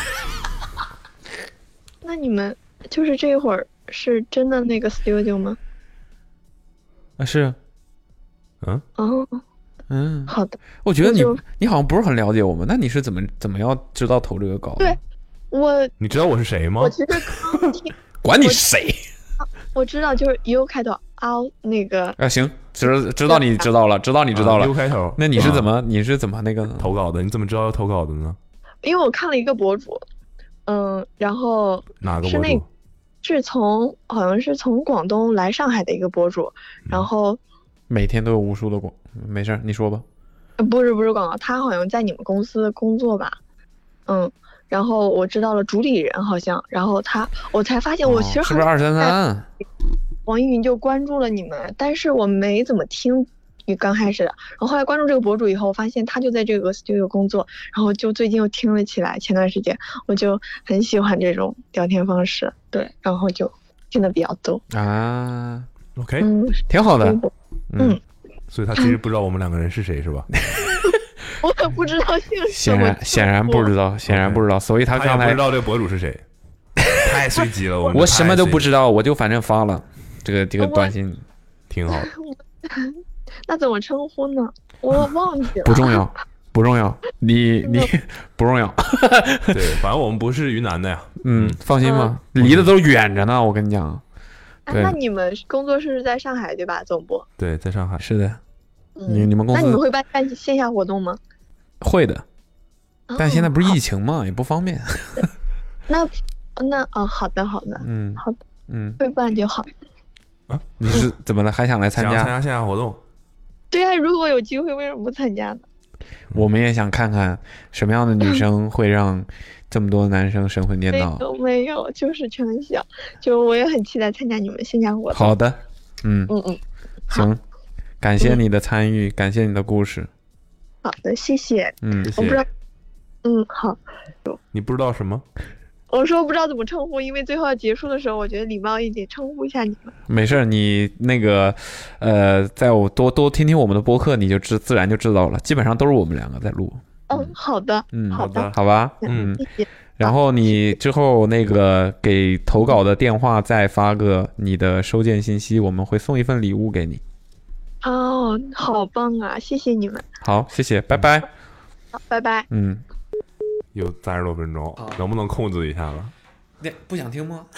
那你们就是这会儿是真的那个 studio 吗？ 啊是， 嗯哦， 嗯， 好的。 我觉得你你好像不是很了解我们，那你是怎么怎么要知道投这个稿？ 对，我你知道我是谁吗？ 我其实刚听， 管你谁， 我知道就是 U 开头 ，R 那个啊行，知知道你知道了，知道你知道了 ，U 开头。 那你是怎么你是怎么那个投稿的？你怎么知道要投稿的呢？ 因为我看了一个博主，嗯，然后哪个博主？ 是那是从好像是从广东来上海的一个博主，然后每天都有无数的广，没事你说吧。 不是不是广告，他好像在你们公司工作吧，嗯，然后我知道了主理人好像，然后他我才发现我其实、 哦、是不是二三三？ 网易云就关注了你们，但是我没怎么听你刚开始的，然后后来关注这个博主以后，发现他就在这个 studio 工作，然后就最近又听了起来，前段时间我就很喜欢这种聊天方式，对，然后就听的比较多啊。OK， 嗯， 挺好的。 嗯， 所以他其实不知道我们两个人是谁，是吧？ 我可不知道姓什么。 显然显然不知道，显然不知道，所以他刚才不知道这个博主是谁，太随机了。我我什么都不知道，我就反正发了这个这个短信， 挺好的。 那怎么称呼呢？我忘记了。 不重要，不重要，你你不重要。 对，反正我们不是云南的呀。 嗯，放心吧，离得都远着呢，我跟你讲。对， 那你们工作室是在上海对吧？总部？ 对，在上海。 是的。你你们公司？ 那你们会办办线下活动吗？ 会的，但现在不是疫情嘛，也不方便。 那那哦，好的好的， 嗯， 好的， 嗯， 会办就好。 啊， 你是怎么了？还想来参加？ 参加线下活动？ 对啊，如果有机会，为什么不参加呢？ 我们也想看看什么样的女生会让这么多男生神魂颠倒。 没有没有，就是全想，就我也很期待参加你们线下活动。 好的，嗯嗯嗯， 行，感谢你的参与，感谢你的故事。 好的，谢谢。 嗯， 我不知道，嗯，好。 你不知道什么？ 我说不知道怎么称呼，因为最后要结束的时候，我觉得礼貌一点，称呼一下你们。 没事，你那个，呃，在我多多听听我们的播客，你就知自然就知道了。基本上都是我们两个在录。 嗯，好的， 嗯， 好的， 好吧，嗯。然后你之后那个给投稿的电话再发个你的收件信息，我们会送一份礼物给你。 哦，好棒啊！谢谢你们。 好，谢谢，拜拜。 好，拜拜。 嗯。 有三十多分钟，能不能控制一下了？ 那不想听吗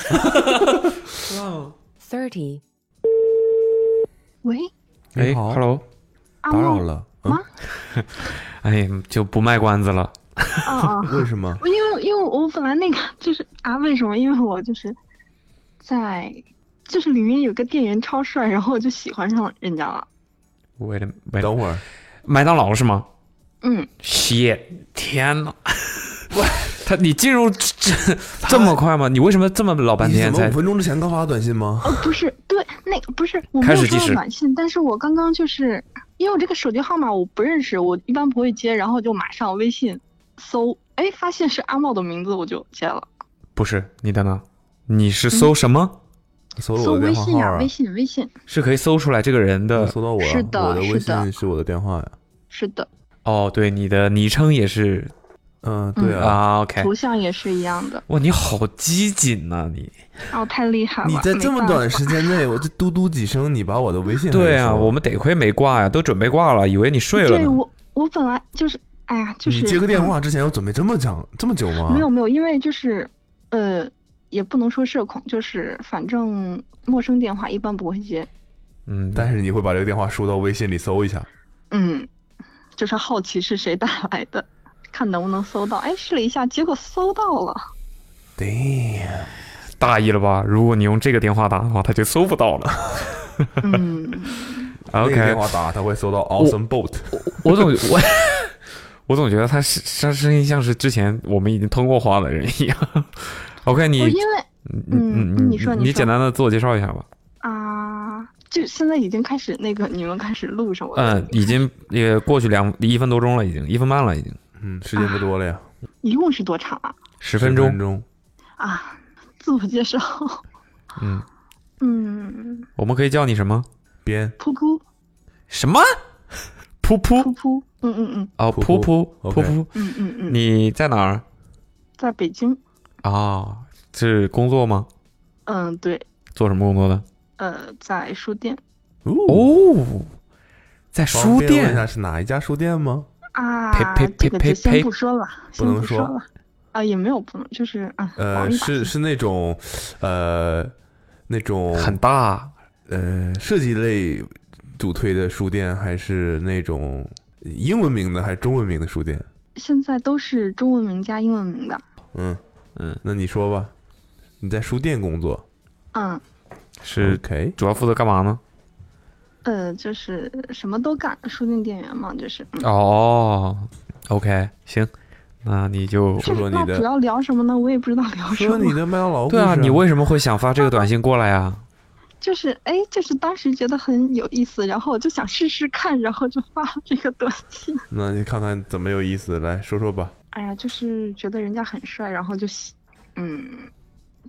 ？Thirty。 喂。 哎 ，Hello。 打扰了。 吗？ 哎，就不卖关子了。 啊为什么？ 因为因为我本来那个就是啊，为什么？因为我就是在就是里面有个店员超帅，然后我就喜欢上人家了。 喂了，喂， 等会儿， 麦当劳是吗？ 嗯。 shit，天哪！喂，他你进入这这么快吗？你为什么这么老半天才？ 五分钟之前刚发短信吗？ 哦，不是，对，那个不是，我没有收到短信，但是我刚刚就是因为我这个手机号码我不认识，我一般不会接，然后就马上微信搜，哎，发现是阿茂的名字，我就接了。 不是，你等等，你是搜什么？ 嗯、搜了我的电话号啊？ 微信，微信是可以搜出来这个人的， 搜到我了。 是的， 我的微信是我的电话呀。 是的。 哦，对，你的昵称也是。 嗯，对啊， 啊 ，OK， 图像也是一样的。 哇，你好机警呐、啊，你！ 哦，太厉害了！ 你在这么短时间内，我就嘟嘟几声，你把我的微信…… 对啊，我们得亏没挂呀，都准备挂了，以为你睡了呢。 对我，我本来就是，哎呀，就是你接个电话之前要准备这么讲这么久吗？ 没有没有，因为就是，呃，也不能说社恐，就是反正陌生电话一般不会接。 嗯， 但是你会把这个电话输到微信里搜一下。 嗯，就是好奇是谁打来的。看能不能搜到，哎，试了一下，结果搜到了。 对， 大意了吧？如果你用这个电话打的话，他就搜不到了。 嗯 ，OK， 电话打他会搜到 Awesome Boat。 我, 我总我我总觉得他是他声音像是之前我们已经通过话的人一样。OK， 你因为嗯嗯，你说你简单的自我介绍一下吧。 啊，就现在已经开始那个你们开始录什么？ 嗯，已经也过去两一分多钟了，已经一分半了，已经。 嗯，时间不多了呀。 啊、一共是多长啊？ 十分钟。 十分钟啊，自我介绍。 嗯嗯。 我们可以叫你什么？ 编。 噗噗。 什么？噗噗。 噗噗。嗯嗯嗯。 哦，噗噗噗噗。 嗯嗯嗯。 你在哪儿？ 在北京。 啊，是工作吗？ 嗯，对。 做什么工作的？ 呃，在书店。 哦，在书店。 问一下是哪一家书店吗？ 啊， 呸呸呸呸先不说了， 不能说了啊，也没有不能，就是啊， 呃，是是那种，呃，那种很大， 呃，设计类主推的书店，还是那种英文名的，还是中文名的书店？ 现在都是中文名加英文名的。 嗯嗯，那你说吧，你在书店工作？ 嗯， 是 OK， 主要负责干嘛呢？ 呃，就是什么都干，书店店员嘛，就是。 嗯、哦 ，OK， 行，那你就说说你的。 那主要聊什么呢？我也不知道聊什么。 说你的麦当劳故事。 对啊，你为什么会想发这个短信过来呀？ 就是哎，就是当时觉得很有意思，然后我就想试试看，然后就发了这个短信。 那你看看怎么有意思，来说说吧。 哎呀，就是觉得人家很帅，然后就喜，嗯，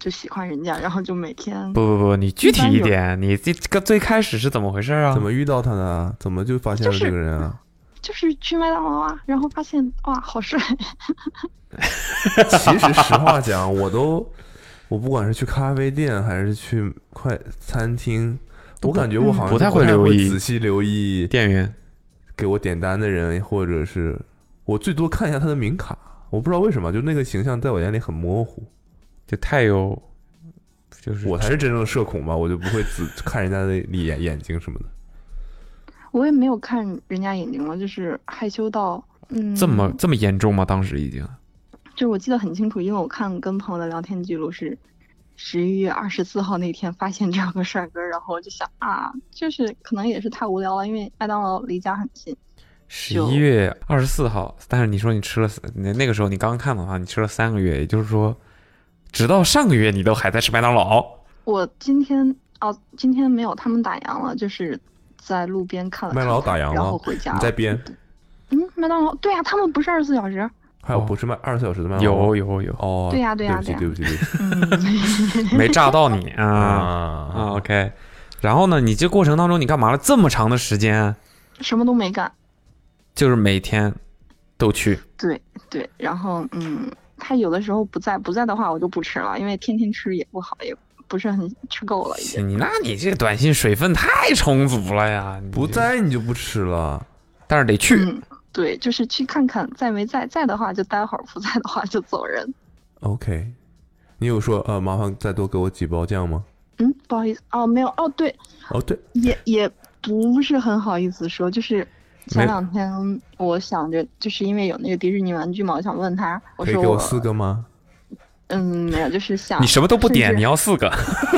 就喜欢人家，然后就每天不不不，你具体一点，你这个最开始是怎么回事啊？ 怎么遇到他的？怎么就发现了这个人啊？ 就是去麦当劳啊，然后发现哇，好帅。 其实实话讲，我都我不管是去咖啡店还是去快餐厅，我感觉我好像不太会留意仔细留意店员给我点单的人，或者是我最多看一下他的名卡。我不知道为什么，就那个形象在我眼里很模糊， 就太有，就是我才是真正的社恐吧，我就不会只看人家的眼眼睛什么的。 我也没有看人家眼睛了，就是害羞到嗯， 这么这么严重吗？当时已经， 就是我记得很清楚，因为我看跟朋友的聊天记录是十一月二十四号那天发现这样个帅哥，然后我就想啊，就是可能也是太无聊了，因为麦当劳离家很近。 十一月二十四号，但是你说你吃了那那个时候你刚看的话，你吃了三个月，也就是说，直到上个月你都还在吃麦当劳。 我今天哦，今天没有，他们打烊了，就是在路边看了看， 麦当劳打烊了， 然后回家了。 你在编？ 嗯，麦当劳对呀、啊，他们不是二十四小时。 还有不是麦二十四小时的麦当劳？ 有有有哦， 对呀、啊、对呀、啊， 对不起对不起对不起，没炸到你啊啊 OK， 然后呢，你这过程当中你干嘛了这么长的时间？ 什么都没干。 就是每天都去， 对对，然后嗯，他有的时候不在，不在的话我就不吃了，因为天天吃也不好，也不是很吃够了已经。 你那你这个短信水分太充足了呀！ 不在你就不吃了， 但是得去。 嗯，对，就是去看看在没在，在的话就待会儿，不在的话就走人。 OK， 你有说呃麻烦再多给我几包酱吗？ 嗯，不好意思哦，没有哦，对， 哦对， 也也不是很好意思说，就是。前两天我想着，就是因为有那个迪士尼玩具嘛，我想问他，我说可以给我四个吗？ 嗯，没有，就是想你什么都不点，你要四个。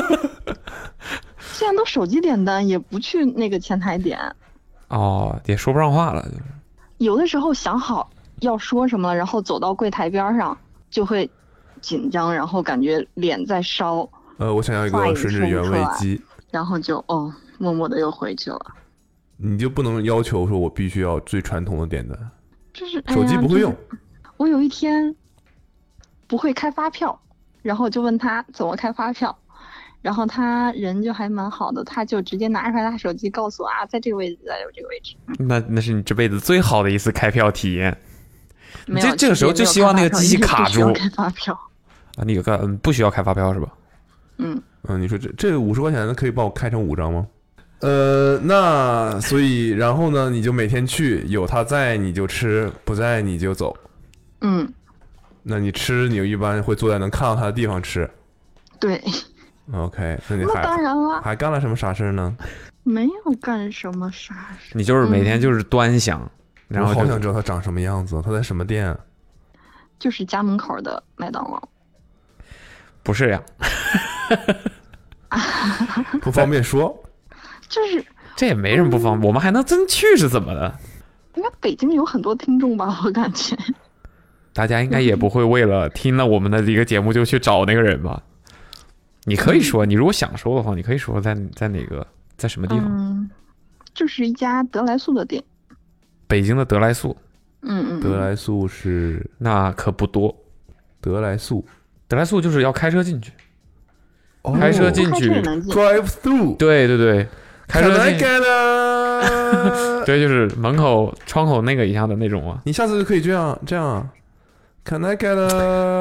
现在都手机点单，也不去那个前台点。 哦，也说不上话了。 有的时候想好要说什么，然后走到柜台边上就会紧张，然后感觉脸在烧。 呃，我想要一个吮指原味鸡。 然后就哦，默默的又回去了。 你就不能要求说我必须要最传统的点单， 就是手机不会用、哎就是。我有一天不会开发票，然后就问他怎么开发票，然后他人就还蛮好的，他就直接拿出来他手机告诉我啊，在这个位置，在这个位置。 那那是你这辈子最好的一次开票体验。 没有， 这这个时候就希望那个机器卡住。 开发票啊，你有个嗯不需要开发票是吧？ 嗯嗯，你说这这五十块钱的可以帮我开成五张吗？呃，那所以然后呢，你就每天去，有他在你就吃，不在你就走。 嗯， 那你吃，你一般会坐在能看到他的地方吃。 对。 OK， 那你还那当然了， 还干了什么傻事呢？ 没有干什么傻事。 你就是每天就是端详，嗯、然后我好想知道他长什么样子，他在什么店？ 就是家门口的麦当劳。 不是呀， 不方便说。 就是这也没什么不方便，嗯、我们还能真去是怎么的？ 应该北京有很多听众吧，我感觉。 大家应该也不会为了听了我们的一个节目就去找那个人吧？你可以说，你如果想说的话，你可以说在在哪个在什么地方？ 嗯，就是一家德来素的店。 北京的德来素。 嗯嗯。 德来素是那可不多。 德来素， 德来素就是要开车进去。哦、开车进去 ，drive through。 对对对。开车进去， 对，就是门口窗口那个一样的那种啊。 你下次就可以这样这样。Can I get a？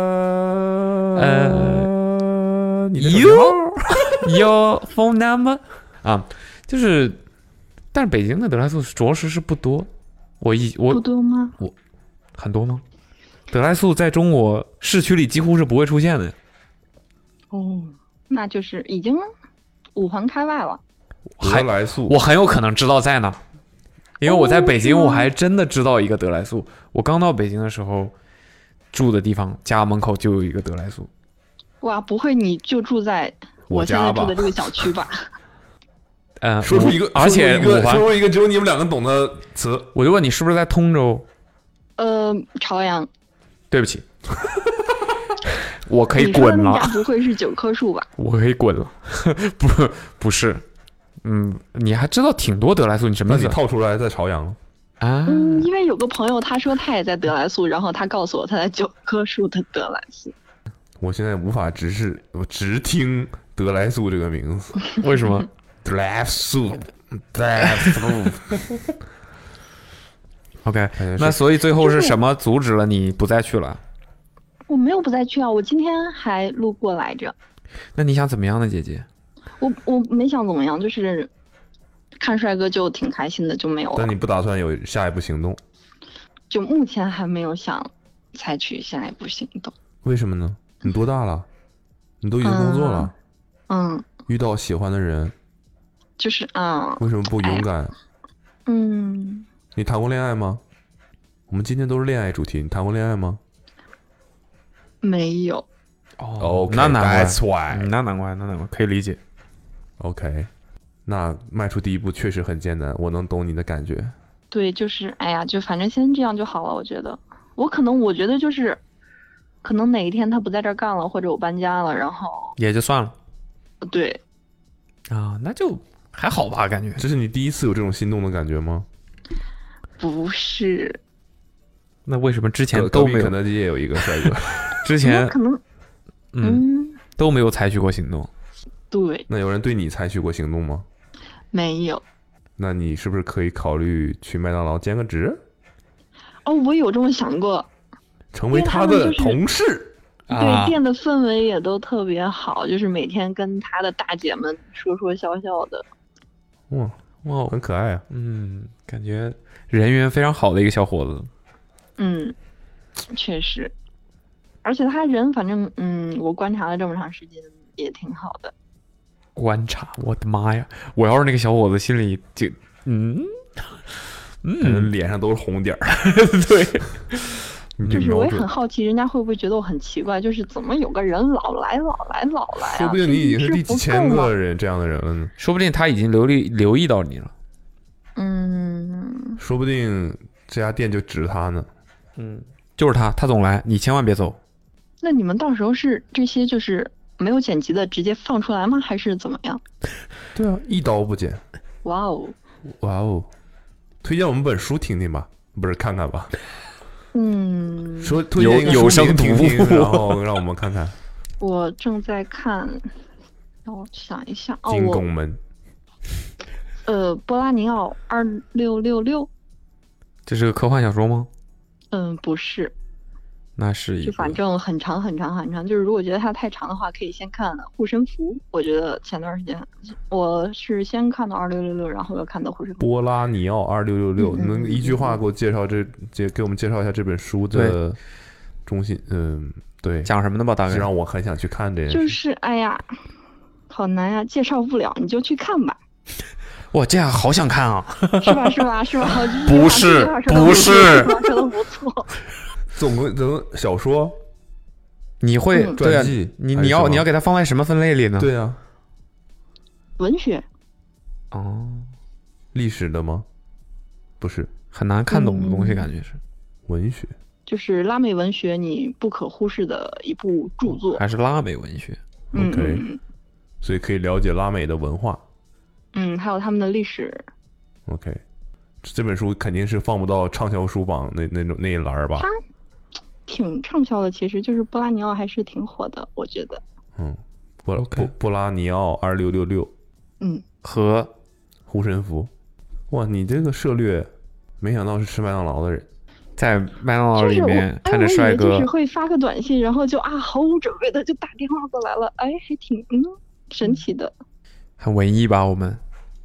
呃， 你的手机号 ？Your phone number？ 啊，就是，但是北京的德来素着实是不多。我一我不多吗？ 我很多吗？德来素在中国市区里几乎是不会出现的。 哦，那就是已经五环开外了。 德来素， 我很有可能知道在哪，因为我在北京，我还真的知道一个德来素。我刚到北京的时候，住的地方家门口就有一个德来素。 哇，不会你就住在我现在住的这个小区吧？ 呃， 说出一个， 而且说出一个只有你们两个懂的词， 我就问你是不是在通州？ 呃，朝阳。 对不起，我可以滚了。 你说的那家不会是九棵树吧？ 我可以滚了，不不是。嗯，你还知道挺多德来素，你什么意思？ 那你套出来在朝阳啊？ 嗯，因为有个朋友他说他也在德来素，然后他告诉我他在九棵树的德来素。 我现在无法直视，我直听德莱素这个名字， 为什么？ 德莱素，德莱素。 OK， 那所以最后是什么阻止了你不再去了？ 我没有不再去啊，我今天还路过来着。 那你想怎么样呢，姐姐？ 我我没想怎么样，就是看帅哥就挺开心的，就没有了。 但你不打算有下一步行动？ 就目前还没有想采取下一步行动。 为什么呢？你多大了？你都已经工作了。 嗯。嗯遇到喜欢的人。 就是啊。 为什么不勇敢？ 嗯。 你谈过恋爱吗？我们今天都是恋爱主题，你谈过恋爱吗？ 没有。 哦， okay, 那难怪 ，That's why， 那难怪，那难怪，可以理解。 OK， 那迈出第一步确实很艰难，我能懂你的感觉。 对，就是哎呀，就反正先这样就好了。我觉得，我可能我觉得就是，可能哪一天他不在这儿干了，或者我搬家了，然后也就算了。 对。 啊，那就还好吧，感觉。 这是你第一次有这种心动的感觉吗？ 不是。 那为什么之前都没有？ 肯德基也有一个帅哥。 之前可能， 嗯，都没有采取过行动。 对。 那有人对你采取过行动吗？ 没有。 那你是不是可以考虑去麦当劳兼个职？ 哦，我有这么想过。 成为他的同事。 就是、对，店的氛围也都特别好，就是每天跟他的大姐们说说笑笑的。 哇哇，很可爱啊。 嗯，感觉人缘非常好的一个小伙子。 嗯，确实。而且他人反正嗯，我观察了这么长时间也挺好的。 观察，我的妈呀！我要是那个小伙子，心里就嗯嗯，脸上都是红点儿。 对， 就是我也很好奇，人家会不会觉得我很奇怪？就是怎么有个人老来老来老来啊？ 说不定你已经是第几千个人这样的人了呢。 说不定他已经留意留意到你了。 嗯。 说不定这家店就指他呢。 嗯，就是他，他总来，你千万别走。 那你们到时候是这些就是没有剪辑的直接放出来吗？还是怎么样？ 对啊，一刀不剪。 哇哦， 哇哦，推荐我们本书听听吧，不是看看吧？ 嗯， 说推荐一个有声听听，然后让我们看看。 我正在看，让我想一下。 进宫门。 呃，波拉尼奥二六六六。 这是个科幻小说吗？ 嗯，不是。 那是一个， 就反正很长很长很长，就是如果觉得它太长的话，可以先看护身符。我觉得前段时间我是先看到二六六六，然后又看到护身符。 波拉尼奥二六六六， 嗯、 能一句话给我介绍这介给我们介绍一下这本书的中心？嗯，对， 讲什么的吧？大概让我很想去看这件事。 就是哎呀，好难呀，介绍不了，你就去看吧。 哇，这样好想看啊！ 是吧？是吧？是吧？ 不是，不是， 说的不错。 总共总共小说， 你会嗯、 对啊？你你要你要给它放在什么分类里呢？ 对啊， 文学。 哦， 历史的吗？不是， 很难看懂的东西， 嗯、 感觉是文学， 就是拉美文学你不可忽视的一部著作， 还是拉美文学。 嗯、 OK，所以可以了解拉美的文化。 嗯，还有他们的历史。 OK， 这本书肯定是放不到畅销书榜那那种那一栏吧？ 它挺畅销的，其实就是波拉尼奥还是挺火的，我觉得。 嗯，波 okay. 波波拉尼奥二六六六， 嗯， 和护身符。哇，你这个涉略，没想到是吃麦当劳的人， 在麦当劳里面看着帅哥， 就是会发个短信，然后就啊毫无准备的就打电话过来了，哎，还挺嗯神奇的。 很文艺吧？我们，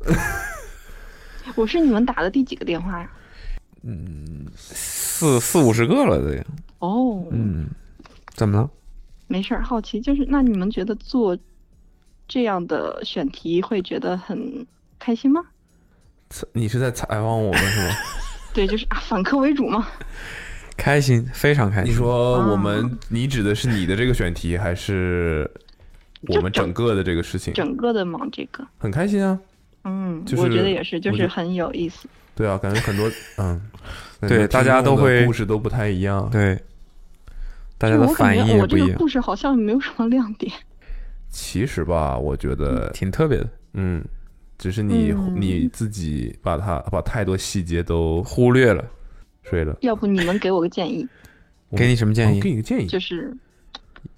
我是你们打的第几个电话呀？ 嗯，四四五十个了这样。 哦， 嗯，怎么了？ 没事儿，好奇就是那你们觉得做这样的选题会觉得很开心吗？ 你是在采访我们是吗？ 对，就是啊，反客为主嘛。 开心，非常开心。 你说我们，啊、你指的是你的这个选题，还是我们整个的这个事情？ 整个的忙这个， 很开心啊。 嗯， 就是、 我觉得也是，就是很有意思。 对啊，感觉很多，嗯， 对，大家都会故事都不太一样。 对，大家的反应也不一样。 我这个故事好像没有什么亮点。 其实吧，我觉得、 嗯、挺特别的。 嗯，只是你、 嗯、 你自己把它把太多细节都忽略了。 睡了， 要不你们给我个建议？ 给你什么建议？ 哦、给你个建议， 就是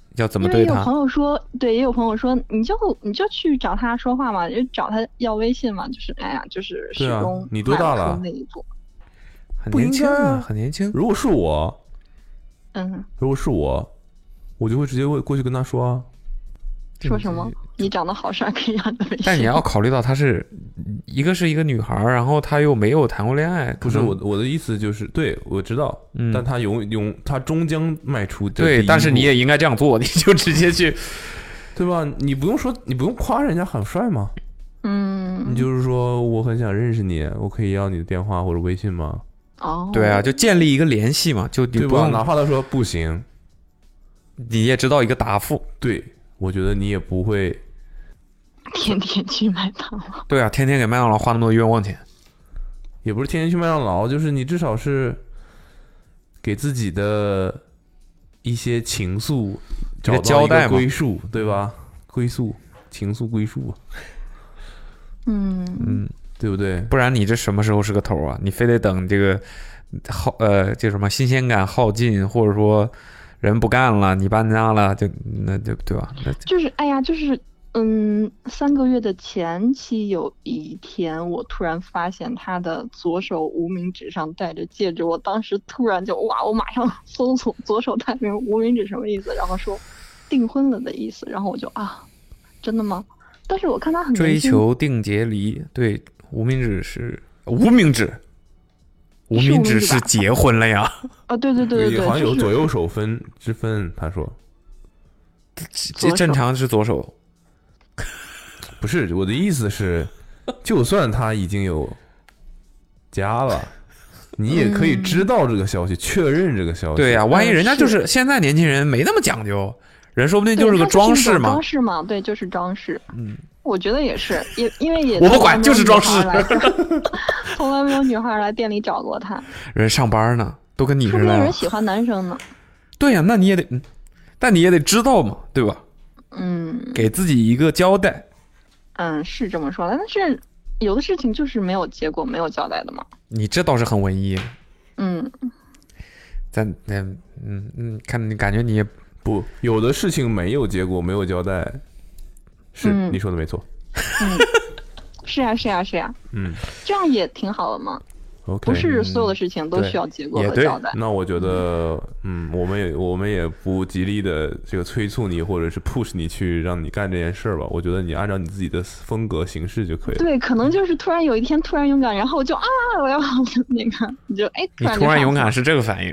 要怎么因为有对他？ 朋友说，对，也有朋友说，你就你就去找他说话嘛，就找他要微信嘛，就是哎呀，就是始对啊终你多大了迈不出那一步。 很不应年轻啊， 该啊很年轻。 如果是我， 嗯， 如果是我，我就会直接会过去跟他说啊。 说什么？你长得好帅，可以让你的微信。 但你要考虑到她是一个是一个女孩，然后她又没有谈过恋爱， 不是我我的意思就是，对我知道， 嗯但他永永他终将迈出这对， 第一但是你步也应该这样做，你就直接去， 对吧？你不用说，你不用夸人家很帅吗？ 嗯， 你就是说我很想认识你，我可以要你的电话或者微信吗？ 哦， 对啊，就建立一个联系嘛，就你对吧？ 不用， 哪怕他说不行， 你也知道一个答复。 对，我觉得你也不会。 天天去麦当劳。 对啊，天天给麦当劳花那么多冤枉钱， 也不是天天去麦当劳，就是你至少是给自己的一些情愫找到一个交代嘛归宿，对吧？归宿，情愫归宿， 嗯嗯， 对不对？ 不然你这什么时候是个头啊？你非得等这个耗呃叫什么新鲜感耗尽，或者说人不干了，你搬家了，就那就对吧？那就是哎呀，就是嗯，三个月的前期有一天，我突然发现他的左手无名指上戴着戒指，我当时突然就哇，我马上搜索左手戴名无名指什么意思，然后说订婚了的意思，然后我就啊，真的吗？但是我看他很追年轻求定节离，对，无名指是无名指，无是无名指名指吧是结婚了呀。 啊，对对对对对， 好像有就是左右手分之分，他说这正常是左手。 不是，我的意思是，就算他已经有家了，你也可以知道这个消息，确认这个消息。 对呀、万一人家就是是现在年轻人没那么讲究，人说不定对就是个它一种装饰嘛装。饰嘛，对，就是装饰。 嗯， 我觉得也是，也因为也我不管， 从来没有就是装饰女孩来从来没有女孩来店里找过他， 人上班呢，都跟你说不定似的呀。 人喜欢男生呢。 对呀、那你也得，嗯但你也得知道嘛，对吧？ 嗯给自己一个交代。 嗯，是这么说的，但是有的事情就是没有结果、没有交代的嘛。 你这倒是很文艺。 嗯， 咱嗯嗯嗯，看你感觉你也不有的事情没有结果，没有交代，是、 嗯你说的没错。 嗯，是呀、是呀、是呀、 嗯这样也挺好的嘛。 ，OK， 不是所有的事情都需要结果和交代。 那我觉得，嗯，我们也我们也不极力的这个催促你，或者是 push 你去让你干这件事儿吧。我觉得你按照你自己的风格行事就可以了。 对，可能就是突然有一天突然勇敢，然后我就啊，我要那个，你就哎， 你然就上去突然勇敢是这个反应。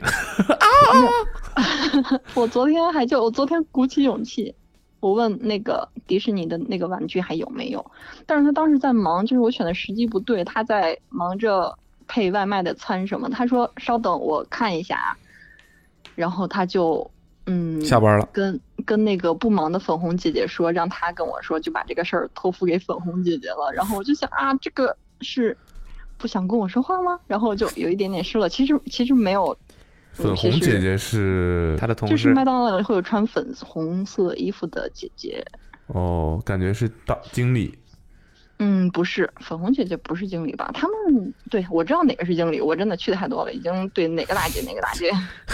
我昨天还就我昨天鼓起勇气，我问那个迪士尼的那个玩具还有没有，但是他当时在忙，就是我选的时机不对，他在忙着配外卖的餐什么，他说稍等我看一下啊，然后他就嗯下班了， 跟跟那个不忙的粉红姐姐说，让她跟我说，就把这个事儿托付给粉红姐姐了，然后我就想啊，这个是不想跟我说话吗？然后就有一点点失落，其实其实没有。 粉红姐姐是她的同就是麦当劳里会有穿粉红色衣服的姐姐。 哦，感觉是大经理。 嗯，不是，粉红姐姐不是经理吧？他们对我知道哪个是经理，我真的去的太多了，已经对哪个大姐哪个大姐。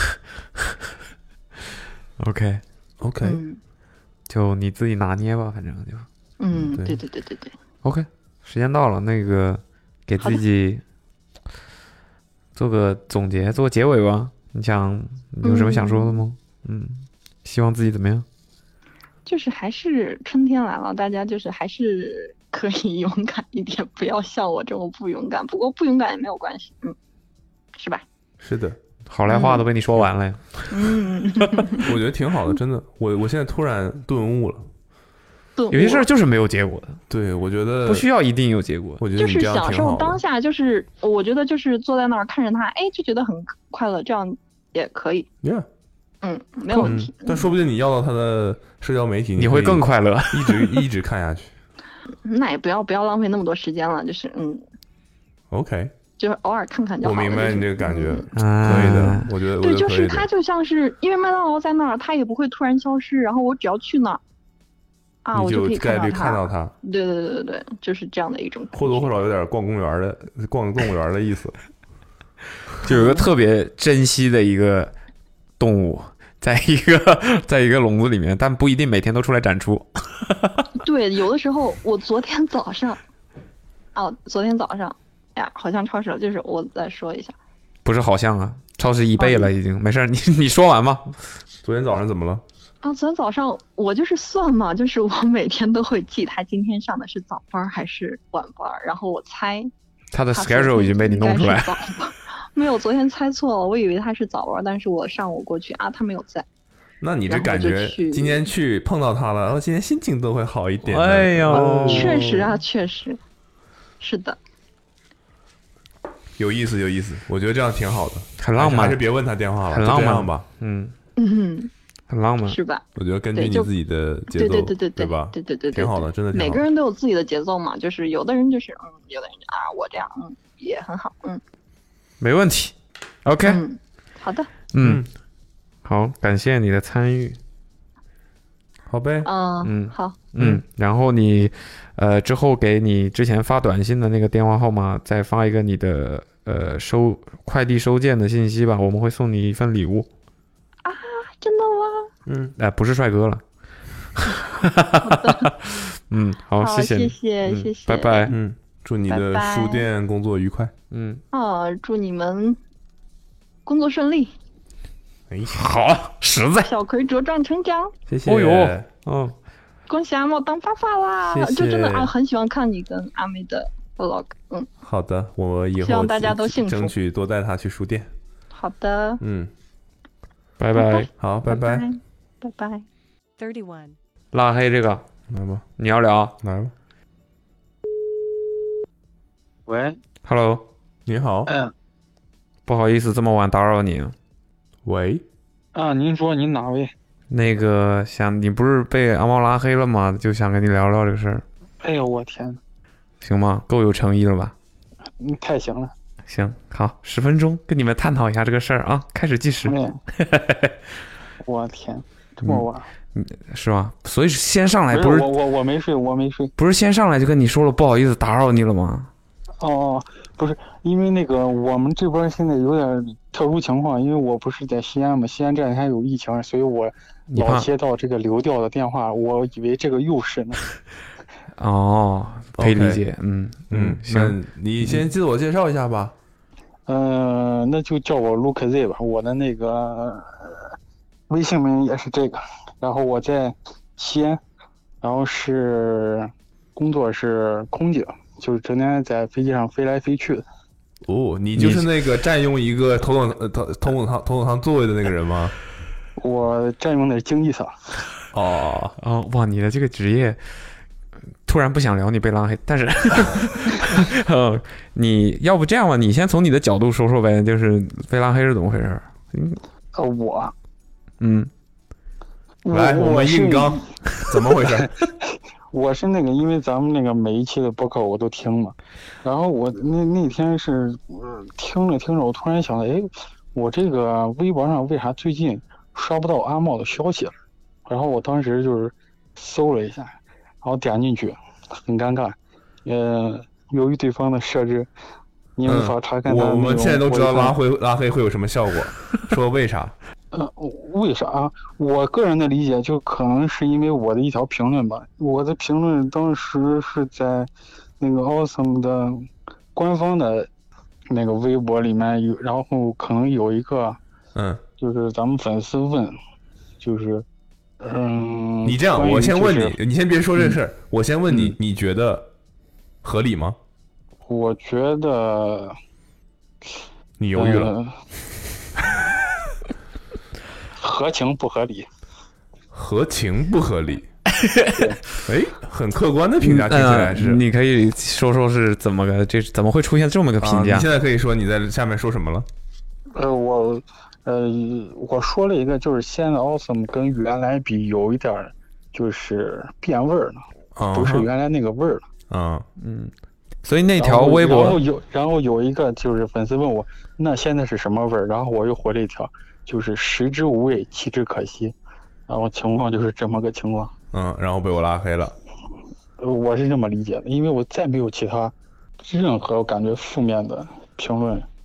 OK OK，、 嗯、 就你自己拿捏吧，反正就嗯， 对对对对对对。 OK， 时间到了，那个给自己做个总结，做个结尾吧。你想你有什么想说的吗？嗯，嗯希望自己怎么样？ 就是还是春天来了，大家就是还是可以勇敢一点，不要像我这么不勇敢。不过不勇敢也没有关系，嗯，是吧？ 是的， 好赖话都被你说完了呀。 嗯， 我觉得挺好的，真的。我我现在突然顿悟了， 顿悟有些事儿就是没有结果的。 对，我觉得不需要一定有结果。 我觉得就是你这样享受挺好的。 当下，就是我觉得就是坐在那儿看着他，哎，就觉得很快乐，这样也可以。 Yeah， 嗯，没有问题。 嗯但说不定你要到他的社交媒体， 你会更快乐， 一直一直看下去。 那也不要不要浪费那么多时间了，就是嗯， OK， 就是偶尔看看就好了。 我明白就是你这个感觉， 嗯可以的，我觉得我对， 觉得可以的。 就是它就像是因为麦当劳在那儿，它也不会突然消失，然后我只要去那儿啊， 你我可以就概率看看到它。 对对对对对，就是这样的一种。 或多或少有点逛公园的逛动物园的意思。 就有一个特别珍惜的一个动物， 在一个在一个笼子里面，但不一定每天都出来展出。 对，有的时候我昨天早上，哦，昨天早上，哎呀，好像超时了，就是我再说一下， 不是好像啊，超时一倍了已经，没事，你你说完吧。 昨天早上怎么了？ 啊，昨天早上我就是算嘛，就是我每天都会记他今天上的是早班还是晚班，然后我猜他的 schedule 已经被你弄出来。 没有，昨天猜错了，我以为他是早班，但是我上午过去啊，他没有在。 那你这感觉今天去碰到他了，然后今天心情都会好一点。 哎呦， 确实啊，确实是的。 有意思，有意思，我觉得这样挺好的， 很浪漫。 还是别问他电话了， 很浪漫吧？ 嗯嗯， 很浪漫， 是吧？ 我觉得根据你自己的节奏， 对对对对对吧？ 对对对， 挺好的，真的挺好的。 每个人都有自己的节奏嘛，就是有的人就是嗯，有的人啊，我这样嗯也很好，嗯， 没问题。OK， 嗯，好的， 嗯，好，感谢你的参与。 好呗， 嗯嗯， 好， 嗯，然后你呃之后给你之前发短信的那个电话号码再发一个你的呃收快递收件的信息吧，我们会送你一份礼物。 啊，真的吗？ 嗯，哎、呃，不是帅哥了。嗯，好， 好谢谢， 谢谢， 嗯、 谢谢， 拜拜。 嗯，祝你的书店工作愉快。 嗯， 啊，祝你们工作顺利。 哎， 好，实在。 小葵茁壮成长。 谢谢。 哦呦，嗯， 恭喜阿茂当爸爸啦！ 谢谢就真的啊，很喜欢看你跟阿妹的 vlog。嗯， 好的，我以后希望大家都幸福， 争取多带他去书店。 好的， 嗯， 拜拜， 好，拜拜， 拜拜。 Thirty-one。 拉黑这个来吧， 你要聊来吧。 喂 ，Hello， 你好， 嗯， 不好意思这么晚打扰你。 喂， 啊，您说您哪位？ 那个想你不是被阿猫拉黑了吗？就想跟你聊聊这个事儿。 哎呦我天， 行吗？够有诚意了吧？ 嗯，太行了。 行，好，十分钟跟你们探讨一下这个事儿啊，开始计时。 我天，这么晚、 嗯，是吧？所以先上来不是我我我没睡，我没睡， 不是先上来就跟你说了不好意思打扰你了吗？ 哦，不是，因为那个我们这边现在有点特殊情况，因为我不是在西安嘛，西安这两天有疫情，所以我老接到这个流调的电话，我以为这个又是呢。 哦，可以理解， okay. 嗯嗯，行，你先自我介绍一下吧。 嗯、呃，那就叫我 Luke Z 吧，我的那个、呃、微信名也是这个，然后我在西安，然后是工作是空姐。就是整天在飞机上飞来飞去的。 哦，你就是那个占用一个头等呃头头等舱头等舱座位的那个人吗？ 我占用的是经济舱。 哦哦，哇，你的这个职业，突然不想聊你被拉黑，但是，哦，你要不这样吧，你先从你的角度说说呗，就是被拉黑是怎么回事？ 嗯，呃，我， 嗯， 来，我们硬刚，怎么回事？ 我是那个，因为咱们那个每一期的播客我都听嘛，然后我那那天是、呃、听着听着，我突然想到，哎，我这个微博上为啥最近刷不到阿茂的消息了？然后我当时就是搜了一下，然后点进去，很尴尬，呃，由于对方的设置，你无法查看他的内容、 嗯。我们现在都知道拉灰拉黑会有什么效果，说为啥？ 呃，为啥、啊？我个人的理解就可能是因为我的一条评论吧。我的评论当时是在那个 Awesome 的官方的那个微博里面有，然后可能有一个， 嗯， 就是咱们粉丝问，就是，嗯， 你这样，我先问你， 就是、 你先别说这事儿、嗯，我先问你、 嗯， 你觉得合理吗？ 我觉得， 你犹豫了。 呃合情不合理， 合情不合理。哎，很客观的评价，听起来是、 呃。你可以说说是怎么个，这怎么会出现这么个评价、 啊？你现在可以说你在下面说什么了？ 呃，我呃我说了一个，就是现在的 Awesome 跟原来比有一点就是变味儿了、嗯，不是原来那个味儿了。 嗯嗯。所以那条微博， 然后有然后有一个就是粉丝问我，那现在是什么味儿？然后我又回了一条。就是食之无味，弃之可惜，然后情况就是这么个情况。 嗯，然后被我拉黑了。 呃，我是这么理解的，因为我再没有其他任何我感觉负面的评论，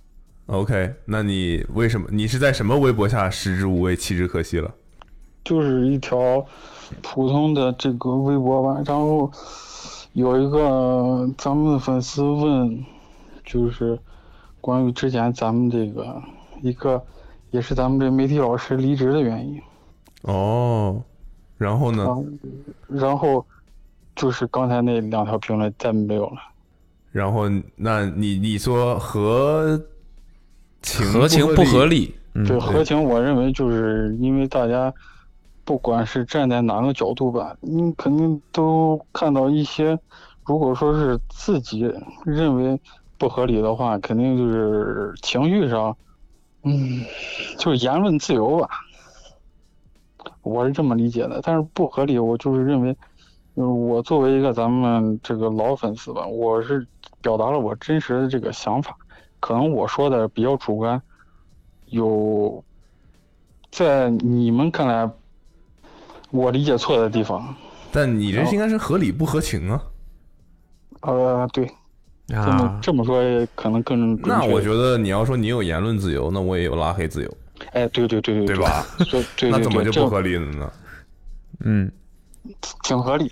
OK， 那你为什么你是在什么微博下食之无味弃之可惜了？ 就是一条普通的这个微博吧，然后有一个咱们的粉丝问，就是关于之前咱们这个一个也是咱们这媒体老师离职的原因。 哦，然后呢？ 然后就是刚才那两条评论再没有了。 然后那你你说合情合情不合理， 嗯、对合情，我认为就是因为大家不管是站在哪个角度吧，你肯定都看到一些，如果说是自己认为不合理的话，肯定就是情绪上，嗯，就是言论自由吧，我是这么理解的。但是不合理，我就是认为，嗯，我作为一个咱们这个老粉丝吧，我是表达了我真实的这个想法，可能我说的比较主观，有在你们看来我理解错的地方。 但你这应该是合理不合情啊。 呃，对， 啊、 这么这么说可能更准确。 那我觉得你要说你有言论自由，那我也有拉黑自由。 哎，对对对对， 对吧？ 对对对， 那怎么就不合理了呢？ 嗯， 挺合理的。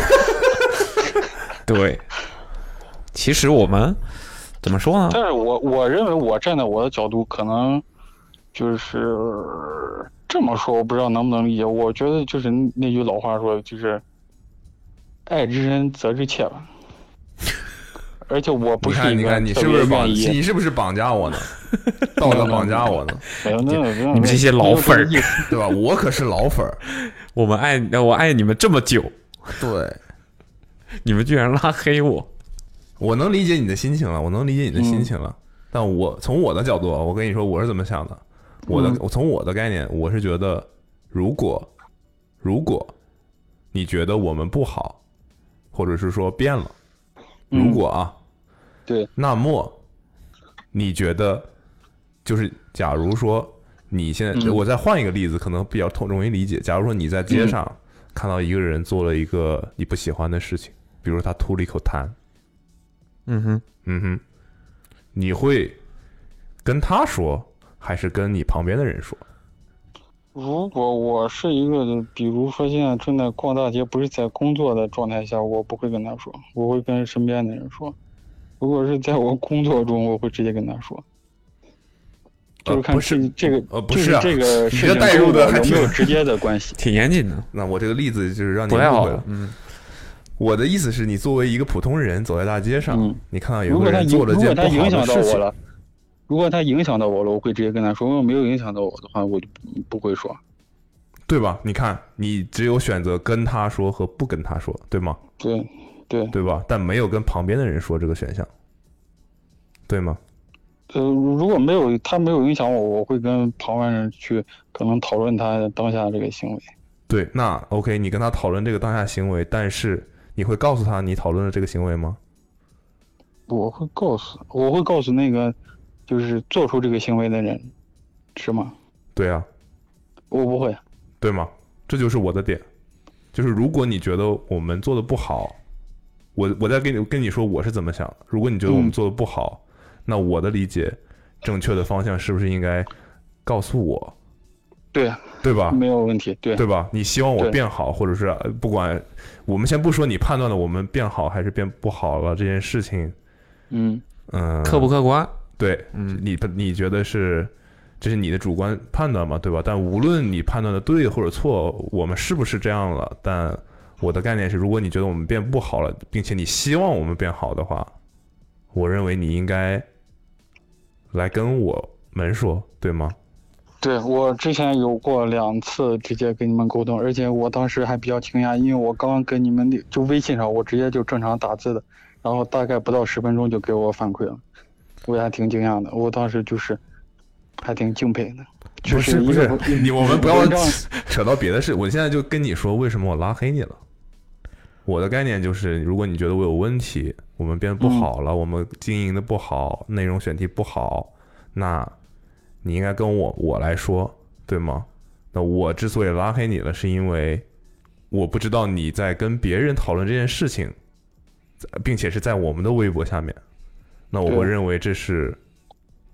对，其实我们怎么说呢？ 但是我我认为我站在我的角度，可能就是这么说，我不知道能不能理解。我觉得就是那句老话说，就是爱之深责之切吧。而且我不是你看，你看你是不是绑你是不是绑架我呢？道德绑架我呢？ 没有，没有，没有。 你们这些老粉儿， 对吧？我可是老粉儿， 我们爱我爱你们这么久， 对， 你们居然拉黑我， 我能理解你的心情了，我能理解你的心情了。嗯、但我从我的角度，我跟你说我是怎么想的。我的、嗯、我从我的概念，我是觉得，如果如果你觉得我们不好，或者是说变了，如果啊， 嗯、对， 那么你觉得，就是假如说你现在，嗯、我再换一个例子，可能比较容易理解。假如说你在街上看到一个人做了一个你不喜欢的事情，比如他吐了一口痰， 嗯哼， 嗯哼，你会跟他说？还是跟你旁边的人说？ 如果我是一个，比如说现在正在逛大街，不是在工作的状态下，我不会跟他说，我会跟身边的人说。如果是在我工作中，我会直接跟他说。就是看这这个， 呃，不是、啊、 就是这个事情带入的还有没有直接的关系， 挺严谨的。 那我这个例子就是让你不太好了。嗯， 我的意思是你作为一个普通人走在大街上， 嗯、 你看到有个人做了件不好的事情。 如果他影响到我了，我会直接跟他说；如果没有影响到我的话，我就不会说， 对吧？你看，你只有选择跟他说和不跟他说，对吗？ 对，对， 对吧？但没有跟旁边的人说这个选项，对吗？ 呃，如果没有他没有影响我，我会跟旁边人去可能讨论他当下这个行为。 对，那 OK， 你跟他讨论这个当下行为，但是你会告诉他你讨论的这个行为吗？ 我会告诉，我会告诉那个。就是做出这个行为的人，是吗？ 对啊， 我不会， 对吗？这就是我的点，就是如果你觉得我们做的不好，我我再跟你跟你说我是怎么想的。如果你觉得我们做的不好，嗯、那我的理解，正确的方向是不是应该告诉我？ 对， 对吧？ 没有问题，对， 对吧？你希望我变好，或者是不管，我们先不说你判断的我们变好还是变不好了这件事情， 嗯嗯、呃， 客不客观？ 对，嗯，你你觉得是，这是你的主观判断嘛，对吧？但无论你判断的对或者错，我们是不是这样了？但我的概念是，如果你觉得我们变不好了，并且你希望我们变好的话，我认为你应该来跟我们说，对吗？ 对，我之前有过两次直接跟你们沟通，而且我当时还比较惊讶，因为我刚刚跟你们就微信上，我直接就正常打字的，然后大概不到十分钟就给我反馈了。我还挺惊讶的，我当时就是还挺敬佩的。 不是不是，你我们不要扯到别的事。我现在就跟你说，为什么我拉黑你了？我的概念就是，如果你觉得我有问题，我们变得不好了，嗯、我们经营的不好，内容选题不好，那你应该跟我我来说，对吗？那我之所以拉黑你了，是因为我不知道你在跟别人讨论这件事情，并且是在我们的微博下面。那我会认为这是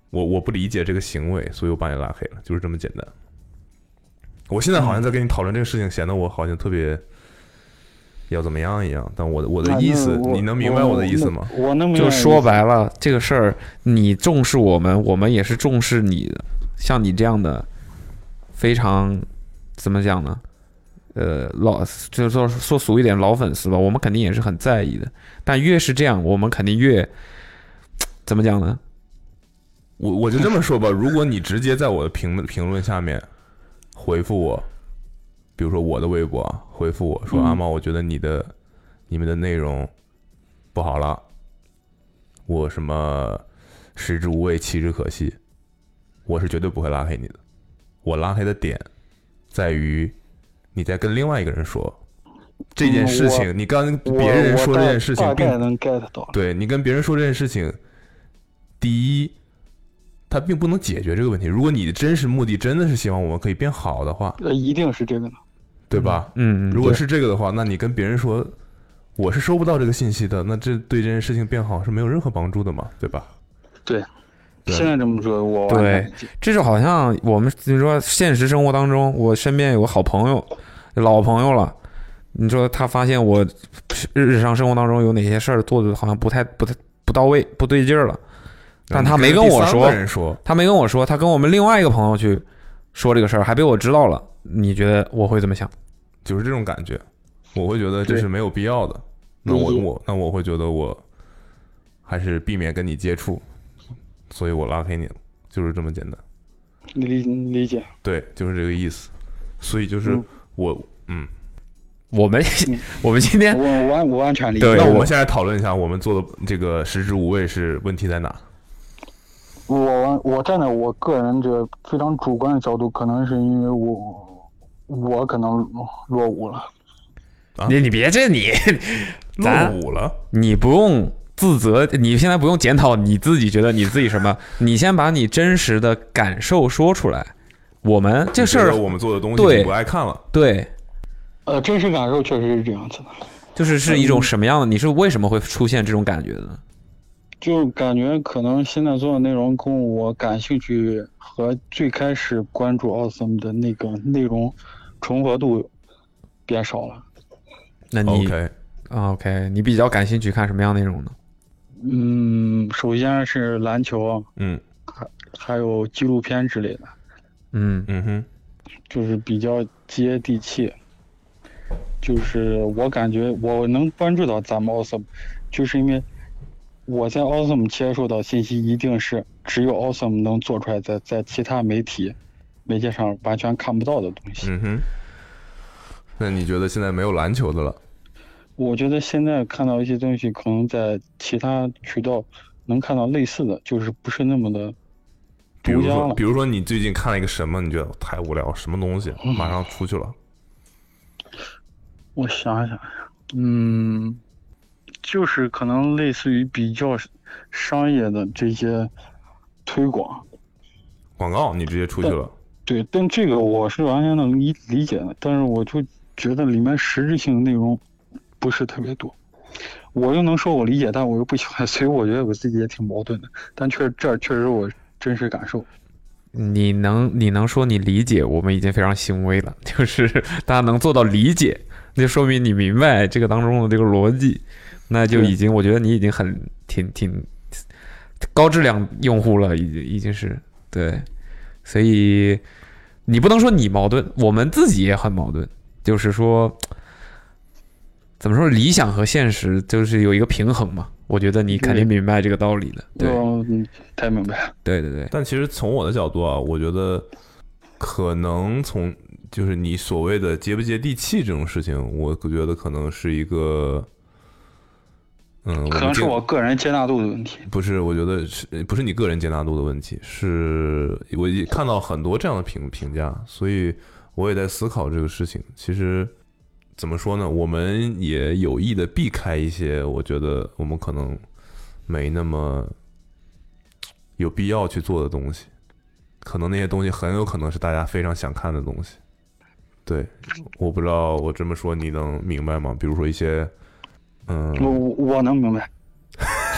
我我不理解这个行为，所以我把你拉黑了，就是这么简单。我现在好像在跟你讨论这个事情，显得我好像特别要怎么样一样，但我的我的意思，你能明白我的意思吗？ 我能明白。 就说白了，这个事儿你重视我们，我们也是重视你的。像你这样的非常怎么讲呢？呃，老就是说说俗一点，老粉丝吧，我们肯定也是很在意的。但越是这样，我们肯定越怎么讲呢？ 我我就这么说吧，如果你直接在我的评评论下面回复我，比如说我的微博回复我说、嗯、阿猫，我觉得你的你们的内容不好了，我什么食之无味弃之可惜，我是绝对不会拉黑你的。我拉黑的点在于你在跟另外一个人说这件事情，你刚跟别人说这件事情，并大概能 get 到。 对，你跟别人说这件事情，第一，它并不能解决这个问题。如果你的真实目的真的是希望我们可以变好的话， 呃，一定是这个呢， 对吧？ 嗯， 如果是这个的话，那你跟别人说我是收不到这个信息的，那这对这件事情变好是没有任何帮助的嘛，对吧？ 对。现在这么说，我对，这就好像我们你说现实生活当中，我身边有个好朋友，老朋友了，你说他发现我日常生活当中有哪些事儿做的好像不太不太不到位，不对劲儿了，但他没跟我说， 说他没跟我说，他跟我们另外一个朋友去说这个事儿，还被我知道了。你觉得我会怎么想？ 就是这种感觉，我会觉得这是没有必要的。那我我那我会觉得我还是避免跟你接触。所以我拉黑你了，就是这么简单。 理理解。 对，就是这个意思。所以就是我，嗯，嗯我们我们今天我完我完全理解。 对，那我们现在讨论一下，我们做的这个食之无味是问题在哪？ 我我站在我个人这非常主观的角度，可能是因为我我可能落伍了。 啊、你你别这你落伍了， 你不用。自责，你现在不用检讨你自己，觉得你自己什么？你先把你真实的感受说出来。我们这事儿， 我们做的东西你不爱看了。 对， 呃，真实感受确实是这样子的。 就是是一种什么样的？你是为什么会出现这种感觉的？ 就感觉可能现在做的内容跟我感兴趣和最开始关注 Awesome 的那个内容重合度变少了。 那你 OK， OK， 你比较感兴趣看什么样内容呢？ 嗯，首先是篮球， 嗯， 还还有纪录片之类的， 嗯嗯哼， 就是比较接地气。就是我感觉我能关注到咱们 Awesome， 就是因为我在 Awesome 接受到信息一定是只有 Awesome 能做出来，在在其他媒体媒介上完全看不到的东西。 嗯哼，那你觉得现在没有篮球的了？ 我觉得现在看到一些东西，可能在其他渠道能看到类似的，就是不是那么的独家了。 比如说，你最近看了一个什么，你觉得太无聊，什么东西，马上出去了。 我想想，嗯，就是可能类似于比较商业的这些推广广告，你直接出去了。 对，但这个我是完全能理理解的，但是我就觉得里面实质性的内容不是特别多。我又能说我理解，但我又不喜欢，所以我觉得我自己也挺矛盾的。但确这确实是我真实感受。 你能你能说你理解，我们已经非常欣慰了。就是大家能做到理解，那就说明你明白这个当中的这个逻辑，那就已经我觉得你已经很挺挺高质量用户了，已经已经是对。所以你不能说你矛盾，我们自己也很矛盾。就是说，怎么说，理想和现实就是有一个平衡嘛。我觉得你肯定明白这个道理的。对， 嗯，太明白了。 对对对。 但其实从我的角度啊，我觉得可能从就是你所谓的接不接地气这种事情，我觉得可能是一个。嗯， 可能是我个人接纳度的问题。 不是，我觉得是不是你个人接纳度的问题？是我也看到很多这样的评评价，所以我也在思考这个事情。其实怎么说呢？我们也有意的避开一些，我觉得我们可能没那么有必要去做的东西。可能那些东西很有可能是大家非常想看的东西。对，我不知道我这么说你能明白吗？比如说一些。嗯， 我我能明白。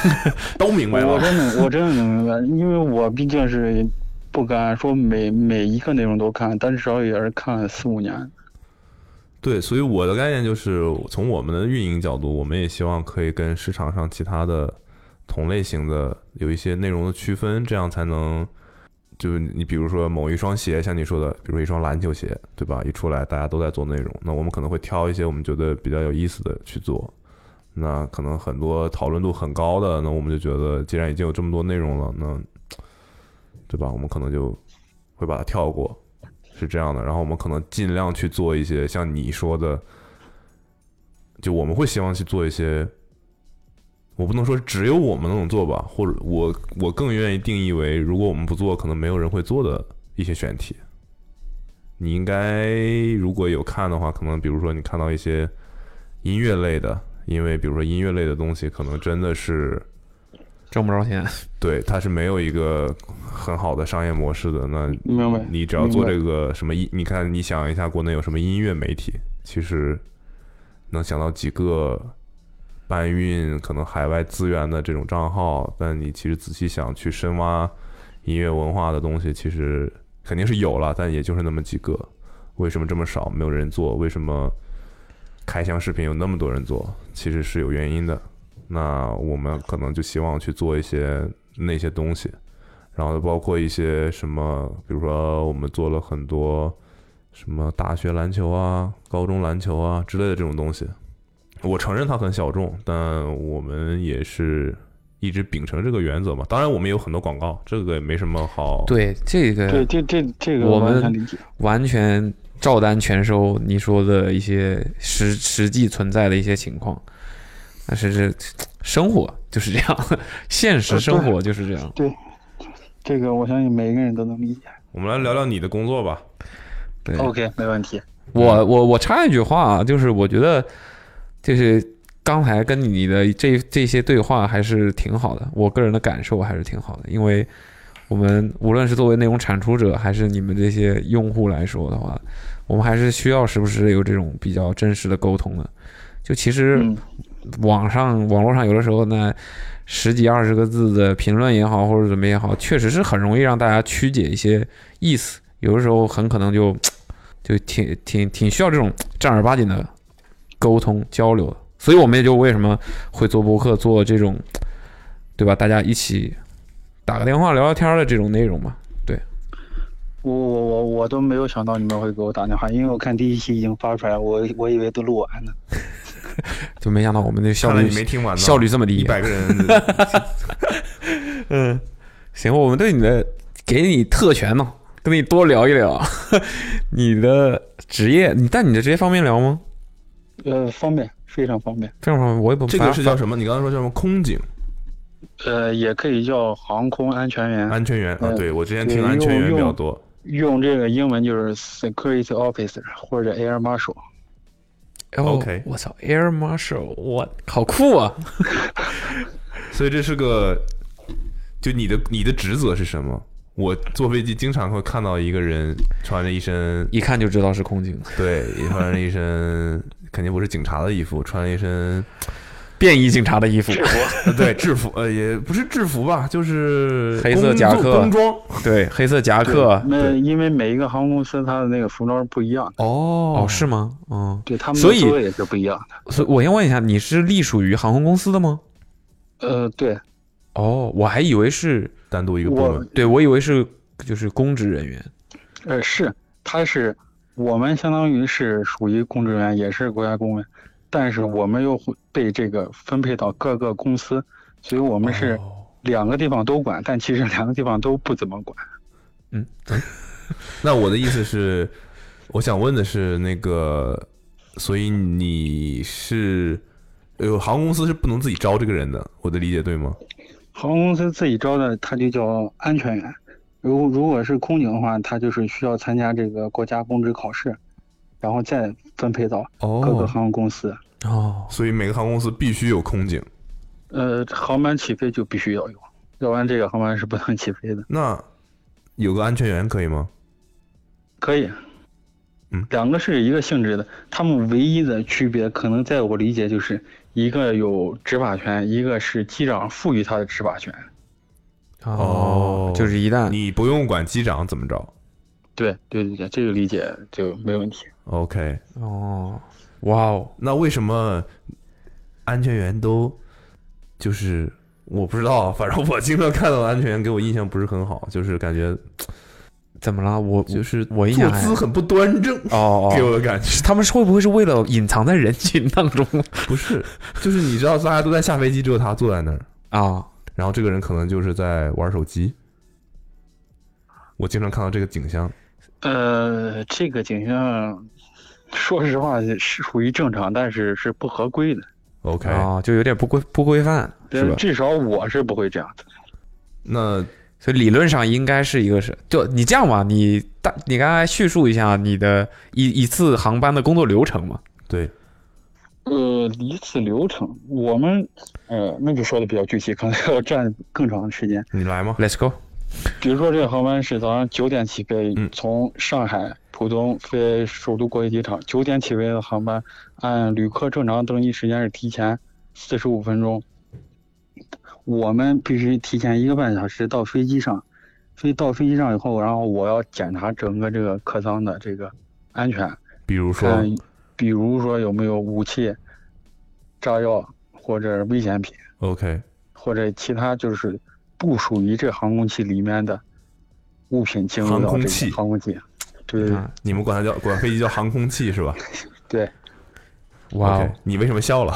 都明白了。 我真的我真的能明白，因为我毕竟是不敢说每每一个内容都看，但至少也是看了四五年。 对，所以我的概念就是从我们的运营角度，我们也希望可以跟市场上其他的同类型的有一些内容的区分，这样才能就是你比如说某一双鞋，像你说的，比如说一双篮球鞋，对吧？一出来大家都在做内容，那我们可能会挑一些我们觉得比较有意思的去做。那可能很多讨论度很高的，那我们就觉得既然已经有这么多内容了，那对吧？我们可能就会把它跳过。是这样的，然后我们可能尽量去做一些像你说的，就我们会希望去做一些，我不能说只有我们能做吧，或者我我更愿意定义为，如果我们不做，可能没有人会做的一些选题。你应该如果有看的话，可能比如说你看到一些音乐类的，因为比如说音乐类的东西，可能真的是挣不着钱， 对，它是没有一个很好的商业模式的。那明白， 你只要做这个什么音，你看你想一下，国内有什么音乐媒体，其实能想到几个搬运可能海外资源的这种账号，但你其实仔细想去深挖音乐文化的东西，其实肯定是有了，但也就是那么几个。为什么这么少，没有人做？为什么开箱视频有那么多人做？其实是有原因的。那我们可能就希望去做一些那些东西，然后包括一些什么，比如说我们做了很多什么大学篮球啊、高中篮球啊之类的这种东西。我承认它很小众，但我们也是一直秉承这个原则嘛。当然，我们有很多广告，这个也没什么好。 对这个， 对这这这个我们理解， 完全照单全收你说的一些实实际存在的一些情况。但是这生活就是这样，现实生活就是这样。 对，对这个我相信每一个人都能理解。 我们来聊聊你的工作吧。 对 ，OK， 没问题。 我我我插一句话啊，就是我觉得，就是刚才跟你的这这些对话还是挺好的，我个人的感受还是挺好的，因为我们无论是作为内容产出者，还是你们这些用户来说的话，我们还是需要时不时有这种比较真实的沟通的。就其实。嗯网上网络上有的时候呢，十几二十个字的评论也好，或者怎么也好，确实是很容易让大家曲解一些意思。有的时候很可能就就挺挺挺需要这种正儿八经的沟通交流的。所以我们也就为什么会做播客，做这种对吧？大家一起打个电话聊聊天的这种内容嘛。对， 我我我我都没有想到你们会给我打电话，因为我看第一期已经发出来，我我以为都录完了。 就没想到我们的效率你没听完呢， 效率这么低， 一百个人。 嗯，行，我们对你的给你特权呢，跟你多聊一聊你的职业，你但你的职业方便聊吗？ 呃，方便，非常方便， 非常方便。我也不这个是叫什么？你刚才说叫什么？空警？ 呃，也可以叫航空安全员。 安全员啊，对我之前听安全员比较多。 用, 用这个英文就是 security officer 或者 air marshal。 OK， 哦、我操 ，Air Marshal， 我好酷啊！ 所以这是个，就你的你的职责是什么？我坐飞机经常会看到一个人穿着一身， 一看就知道是空警， 对，穿着一身肯定不是警察的衣服，穿着一身便衣警察的衣服， 制服， 对，制服，呃，也不是制服吧，就是黑色夹克、 工装， 对，黑色夹克。 那因为每一个航空公司它的那个服装是不一样的。 哦，是吗？哦， 对，他们的座位也是不一样的。 所以，我先问一下，你是隶属于航空公司的吗？ 呃，对。 哦，我还以为是单独一个部门。 对，我以为是就是公职人员。 呃，是，他是我们相当于是属于公职人员，也是国家公务员。但是我们又会被这个分配到各个公司，所以我们是两个地方都管，但其实两个地方都不怎么管。 嗯， 那我的意思是，我想问的是，那个，所以你是，呃，航空公司是不能自己招这个人的，我的理解对吗？ 航空公司自己招的，它就叫安全员。如如果是空警的话，它就是需要参加这个国家公职考试。然后再分配到各个航空公司。 哦， 所以每个航空公司必须有空警。 呃，航班起飞就必须要有，要不然这个航班是不能起飞的。 那有个安全员可以吗？ 可以。 嗯， 两个是一个性质的，他们唯一的区别可能在我理解就是一个有执法权，一个是机长赋予他的执法权。 哦， 就是一旦你不用管机长怎么着。 对对对对，这个理解就没问题。 OK， 哦，哇哦， 那为什么安全员都就是我不知道，反正我经常看到的安全员给我印象不是很好，就是感觉怎么了？我就是我印象坐姿很不端正哦， 给我的感觉。 他们会不会是为了隐藏在人群当中？ 不是，就是你知道大家都在下飞机，只有他坐在那儿啊， 然后这个人可能就是在玩手机。我经常看到这个景象。 呃，这个景象，说实话是属于正常，但是是不合规的。 OK， 啊，就有点不规不规范，是吧？ 至少我是不会这样的。 那所以理论上应该是一个是，就你这样吧，你大你刚才叙述一下你的一一次航班的工作流程嘛？ 对。 呃，一次流程，我们呃那就说的比较具体，可能要占更长的时间。 你来吗 ？Let's go。 比如说这个航班是早上九点起飞，嗯、从上海浦东飞首都国际机场，九点起飞的航班，按旅客正常登机时间是提前四十五分钟。我们必须提前一个半小时到飞机上，飞到飞机上以后，然后我要检查整个这个客舱的这个安全， 比如说， 嗯、比如说有没有武器、炸药或者危险品 ，OK， 或者其他就是不属于这航空器里面的物品进入到这个航空器。对，对、 嗯，你们管它叫管飞机叫航空器是吧？ 对。 哇、wow ， okay, 你为什么笑了？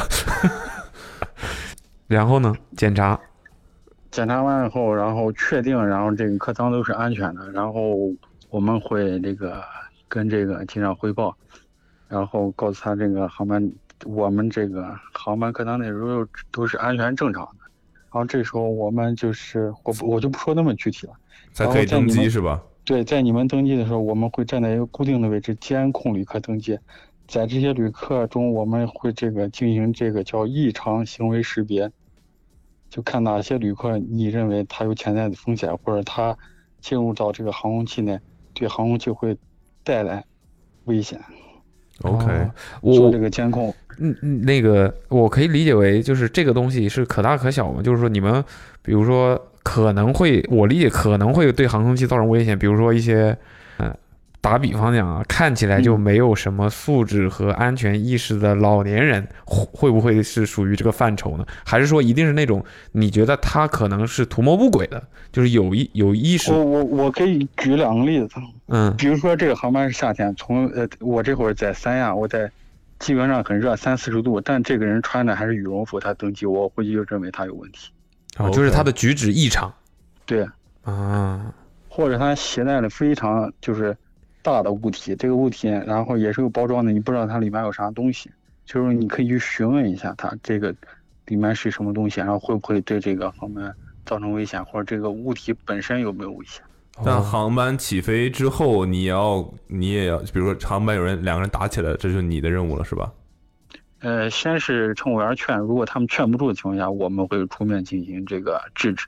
然后呢？检查， 检查完以后，然后确定，然后这个客舱都是安全的，然后我们会这个跟这个机长汇报，然后告诉他这个航班，我们这个航班客舱内容都是安全正常的。然后这时候我们就是我不我就不说那么具体了， 才可以登机是吧？ 对，在你们登机的时候，我们会站在一个固定的位置监控旅客登机。在这些旅客中，我们会这个进行这个叫异常行为识别，就看哪些旅客你认为他有潜在的风险，或者他进入到这个航空器内对航空器会带来危险。 OK，、 哦、 做这个监控， 嗯嗯，那个我可以理解为就是这个东西是可大可小嘛，就是说你们比如说可能会，我理解可能会对航空器造成危险，比如说一些呃。打比方讲啊，看起来就没有什么素质和安全意识的老年人，会不会是属于这个范畴呢？还是说一定是那种你觉得他可能是图谋不轨的，就是有意有意识？ 我我我可以举两个例子， 嗯， 比如说这个航班是夏天，从呃我这会儿在三亚，我在基本上很热，三四十度，但这个人穿的还是羽绒服，他登机，我估计就认为他有问题。 啊、哦，就是他的举止异常。 对啊， 或者他携带了非常就是大的物体，这个物体然后也是有包装的，你不知道它里面有啥东西，就是你可以去询问一下它这个里面是什么东西，然后会不会对这个航班造成危险，或者这个物体本身有没有危险。 但航班起飞之后，你要你也要，比如说航班有人两个人打起来，这就是你的任务了，是吧？ 呃，先是乘务员劝，如果他们劝不住的情况下，我们会出面进行这个制止。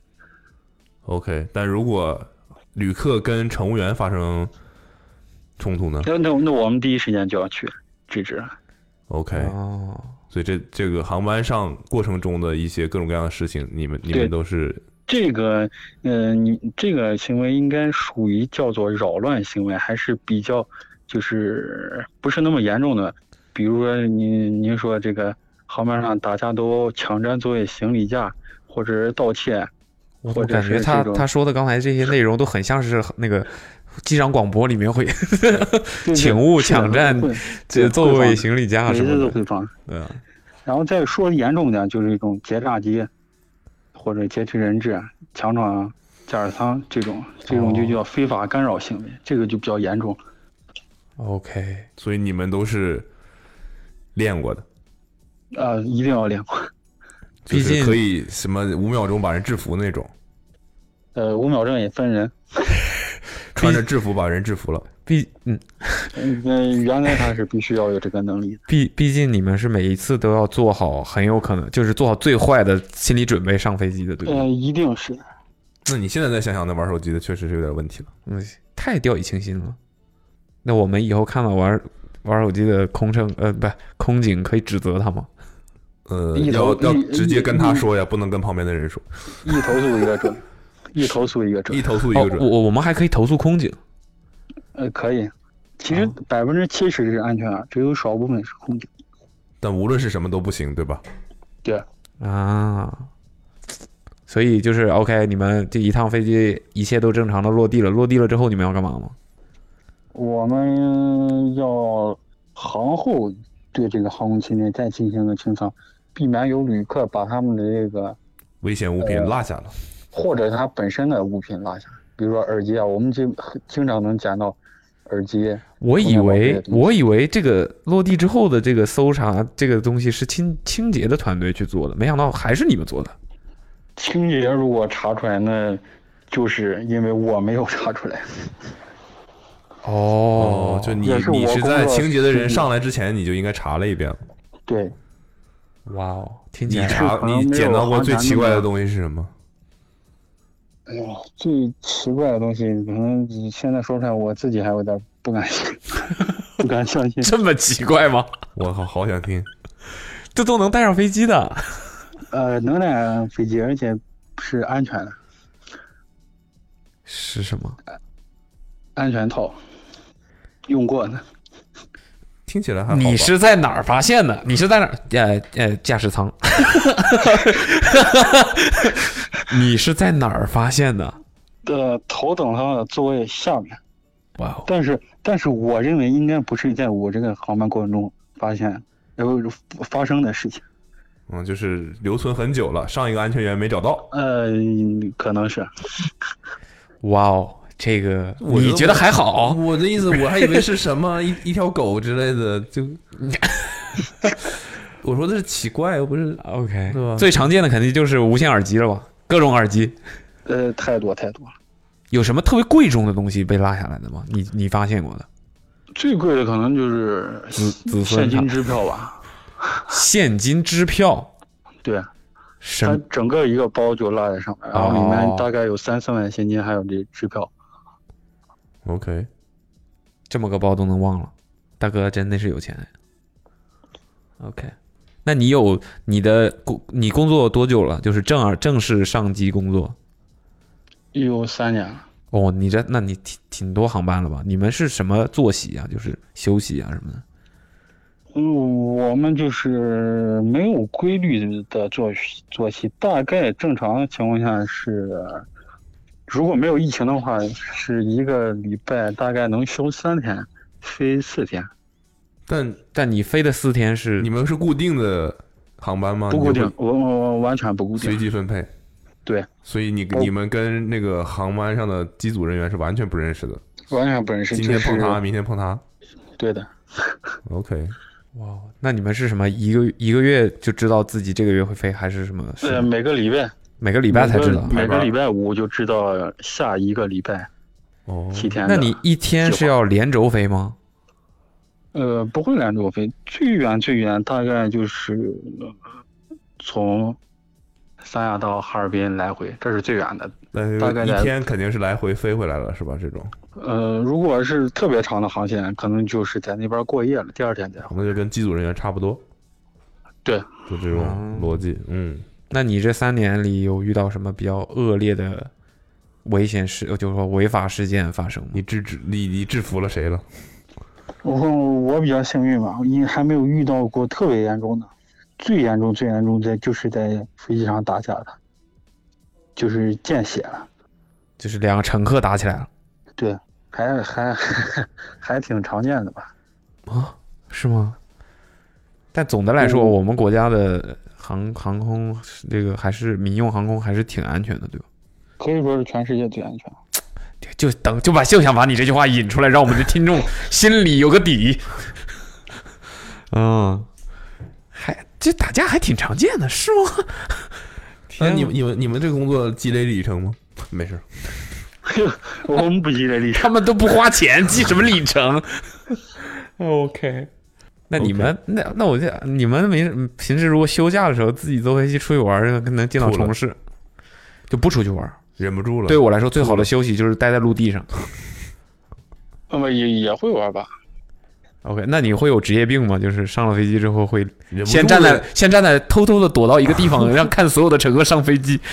OK， 但如果旅客跟乘务员发生冲突呢？ 那那那我们第一时间就要去制止。 OK， 哦， 所以这这个航班上过程中的一些各种各样的事情，你们你们都是这个，呃，你这个行为应该属于叫做扰乱行为，还是比较就是不是那么严重的。比如说您您说这个航班上大家都抢占座位、行李架，或者是盗窃， 我或者感觉他他说的刚才这些内容都很像是那个机长广播里面会请勿抢占这座位、行李架什么的， 每次都会放。 对啊， 然后再说严重点，就是一种劫炸机或者劫持人质、强闯驾驶舱这种，这种就叫非法干扰行为，这个就比较严重。 OK， 所以你们都是练过的， 呃，一定要练过， 毕竟可以什么五秒钟把人制服那种。 呃，五秒钟也分人， 穿着制服把人制服了。 毕嗯， 嗯，原来他是必须要有这个能力的。 毕毕竟你们是每一次都要做好，很有可能就是做好最坏的心理准备上飞机的，对吧？ 呃，一定是。 那你现在再想想，那玩手机的确实是有点问题了。 嗯，太掉以轻心了。 那我们以后看到玩玩手机的空乘，呃，不，空警可以指责他吗？ 呃，要要直接跟他说呀，不能跟旁边的人说。 一投诉一个准，一投诉一个准， 一投诉一个准。 哦、我我们还可以投诉空警。 呃，可以。其实百分之七十是安全啊，只有少部分是空警。 但无论是什么都不行，对吧？ 对啊。所以就是 OK， 你们这一趟飞机一切都正常的落地了，落地了之后你们要干嘛吗？ 我们要航后对这个航空器内再进行个清仓，避免有旅客把他们的这个危险物品落下了，呃、 或者他本身的物品落下，比如说耳机啊，我们就经常能捡到耳机。 我以为我以为这个落地之后的这个搜查这个东西是清清洁的团队去做的，没想到还是你们做的。 清洁如果查出来，那就是因为我没有查出来。 哦， 就你你是在清洁的人上来之前，你就应该查了一遍了。 对。 哇哦，听起来你查你捡到过最奇怪的东西是什么？ 哎呀，最奇怪的东西，可能现在说出来，我自己还有点不敢信，不敢相信。 这么奇怪吗？ 我好好想听。 这都能带上飞机的？ 呃，能带上飞机，而且是安全的。 是什么？ 安全套。用过的， 听起来还好。 你是在哪儿发现的？你是在哪儿？呃呃，驾驶舱。你是在哪儿发现的？ 呃，头等舱的座位下面。 哇、wow ！ 但是，但是我认为应该不是在我这个航班过程中发现，然后发生的事情。 嗯，就是留存很久了，上一个安全员没找到。 呃，可能是。 哇哦！这个你觉得还好？ 我的意思，我还以为是什么一一条狗之类的，就我说的是奇怪，又不是 OK， 对吧？ 最常见的肯定就是无线耳机了吧，各种耳机。 呃，太多太多了。 有什么特别贵重的东西被落下来的吗？你你发现过的？ 最贵的可能就是子子现金支票吧。 现金支票？ 对。它整个一个包就落在上面，然后里面大概有三四万现金，还有这支票。 OK， 这么个包都能忘了，大哥真的是有钱。OK， 那你有你的工你工作多久了？就是正儿正式上机工作？ 有三年了。 哦，你这那你挺挺多航班了吧？你们是什么作息啊？就是休息啊什么的？ 嗯，我们就是没有规律的作息作息，大概正常的情况下是。如果没有疫情的话，是一个礼拜大概能休三天，飞四天。 但但你飞的四天是你们是固定的航班吗？ 不固定，我我完全不固定， 随机分配。 对， 所以你你们跟那个航班上的机组人员是完全不认识的， 完全不认识。 今天碰他，明天碰他。 对的。 OK。 哇，那你们是什么？一个一个月就知道自己这个月会飞，还是什么？ 呃，每个礼拜。 每个礼拜才知道， 每个礼拜五就知道下一个礼拜， 哦， 七天。 那你一天是要连轴飞吗？ 呃，不会连轴飞，最远最远大概就是从三亚到哈尔滨来回，这是最远的。大概一天肯定是来回飞回来了，是吧？这种。 呃，如果是特别长的航线，可能就是在那边过夜了，第二天再回。 那就跟机组人员差不多。 对， 就这种逻辑，嗯。 那你这三年里有遇到什么比较恶劣的危险事，就是说违法事件发生吗？ 你制止你你制服了谁了？ 我我比较幸运吧，因为还没有遇到过特别严重的，最严重最严重的就是在飞机上打架的，就是见血了， 就是两个乘客打起来了。 对，还还还挺常见的吧？ 啊，是吗？但总的来说，我们国家的航航空这个还是民用航空还是挺安全的，对吧？ 可以说是全世界最安全。 就等就把就想把你这句话引出来，让我们的听众心里有个底。嗯，还这打架还挺常见的，是吗？ 那你们你们你们这个工作积累里程吗？没事， 我们不积累里程， 他们都不花钱，积什么里程 ？OK。那你们 okay. 那那我就你们没平时如果休假的时候自己坐飞机出去玩，能见到同事，就不出去玩， 忍不住了。 对我来说，最好的休息就是待在陆地上。 那么也也会玩吧。 OK， 那你会有职业病吗？就是上了飞机之后会先站在先站在偷偷的躲到一个地方，让看所有的乘客上飞机。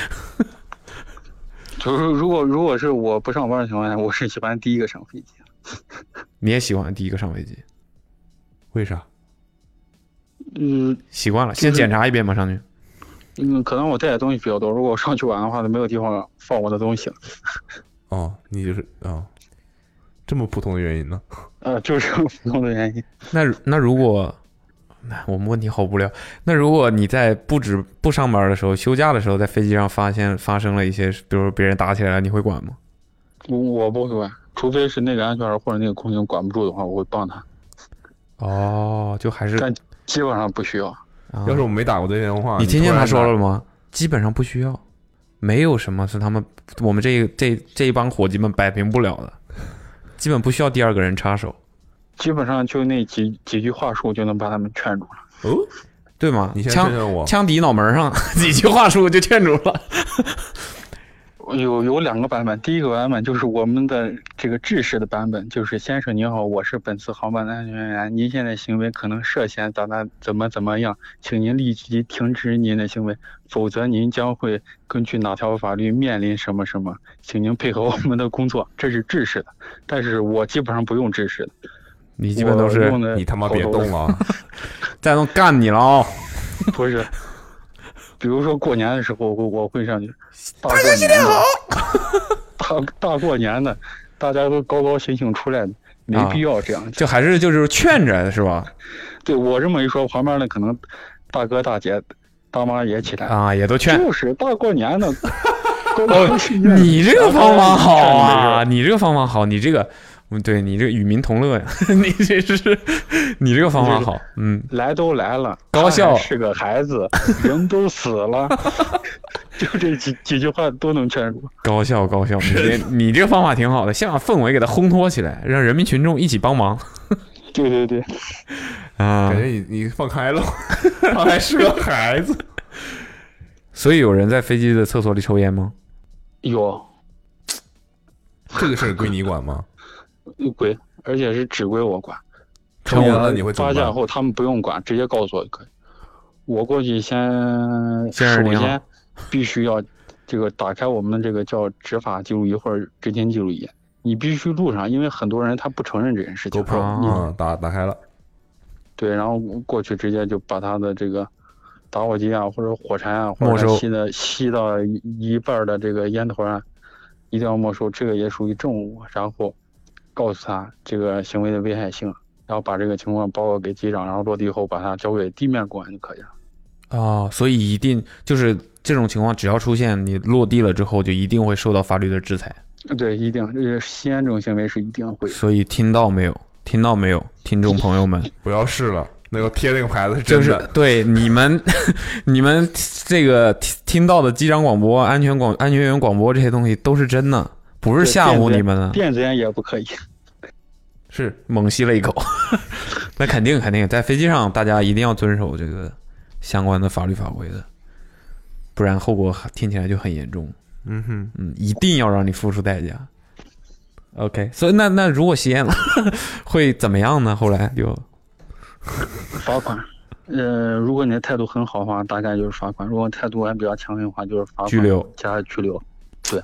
就是如果如果是我不上班的情况下，我是喜欢第一个上飞机。 你也喜欢第一个上飞机？ 为啥？ 嗯， 习惯了，先检查一遍嘛，上去。 嗯，可能我带的东西比较多，如果我上去玩的话，就没有地方放我的东西了。 哦，你就是啊、哦，这么普通的原因呢？ 呃，就是这么普通的原因。 那那如果，我们问题好无聊。那如果你在不止不上班的时候，休假的时候，在飞机上发现发生了一些，比如说别人打起来了，你会管吗？ 我我不会管，除非是那个安全员或者那个空警管不住的话，我会帮他。 哦，就还是， 但基本上不需要。 啊、 要是我没打过这电话， 你听见他说了吗？基本上不需要，没有什么是他们我们这这这一帮伙计们摆平不了的，基本不需要第二个人插手。 基本上就那几几句话术就能把他们劝住了。 哦， 对吗？ 你先劝劝我， 枪抵脑门上，几句话术就劝住了。 有有两个版本，第一个版本就是我们的这个制式的版本，就是先生您好，我是本次航班的安全员，您现在行为可能涉嫌咋咋怎么怎么样，请您立即停止您的行为，否则您将会根据哪条法律面临什么什么，请您配合我们的工作。这是制式的，但是我基本上不用制式的， 你基本都是你他妈别动了， 再动干你了哦！ 不是。比如说过年的时候，我我会上去。 大家新年好！ 大大过年的，大家都高高兴兴出来的，没必要这样。啊、 就还是就是劝着是吧？ 对我这么一说，旁边的可能大哥大姐、大妈也起来啊，也都劝。 就是大过年的。 哦，你这个方法好啊！你这个方法好，你这个。嗯，对你这个与民同乐呀，你这是你这个方法好，嗯， 来都来了， 高效是个孩子，人都死了，就这几几句话都能劝住， 高效高效，你你这个方法挺好的，先把氛围给它烘托起来，让人民群众一起帮忙。 对对对， 啊， 感觉你你放开了，他还是个孩子。 所以有人在飞机的厕所里抽烟吗？ 有， 这个事儿归你管吗？ 归，而且是只归我管。 抽烟了你会怎么办？ 发现后他们不用管，直接告诉我就可以。我过去先， 先首先必须要这个打开我们这个叫执法记录仪或者执勤记录仪，你必须录上，因为很多人他不承认这件事情。 啊，打打开了。 对，然后过去直接就把他的这个打火机啊，或者火柴啊，或者吸的吸到一半的这个烟头啊，一定要没收，这个也属于政务，然后。告诉他这个行为的危害性，然后把这个情况报告给机长，然后落地后把它交给地面公安就可以了。 哦，所以一定就是这种情况，只要出现你落地了之后，就一定会受到法律的制裁。 对，一定，这个吸烟这种行为是一定会。 所以听到没有？听到没有，听众朋友们， 不要试了。那个贴那个牌子是真的， 就是对你们，你们这个听到的机长广播、安全广、安全员广播这些东西都是真的。不是吓唬你们的， 电子烟也不可以。 是猛吸了一口，那肯定肯定，在飞机上大家一定要遵守这个相关的法律法规的，不然后果听起来就很严重。 嗯哼， 嗯，一定要让你付出代价。OK， 所以那那如果吸烟了会怎么样呢？后来就罚款。呃，如果你的态度很好的话，大概就是罚款；如果态度还比较强硬的话，就是罚款拘留加拘留。对。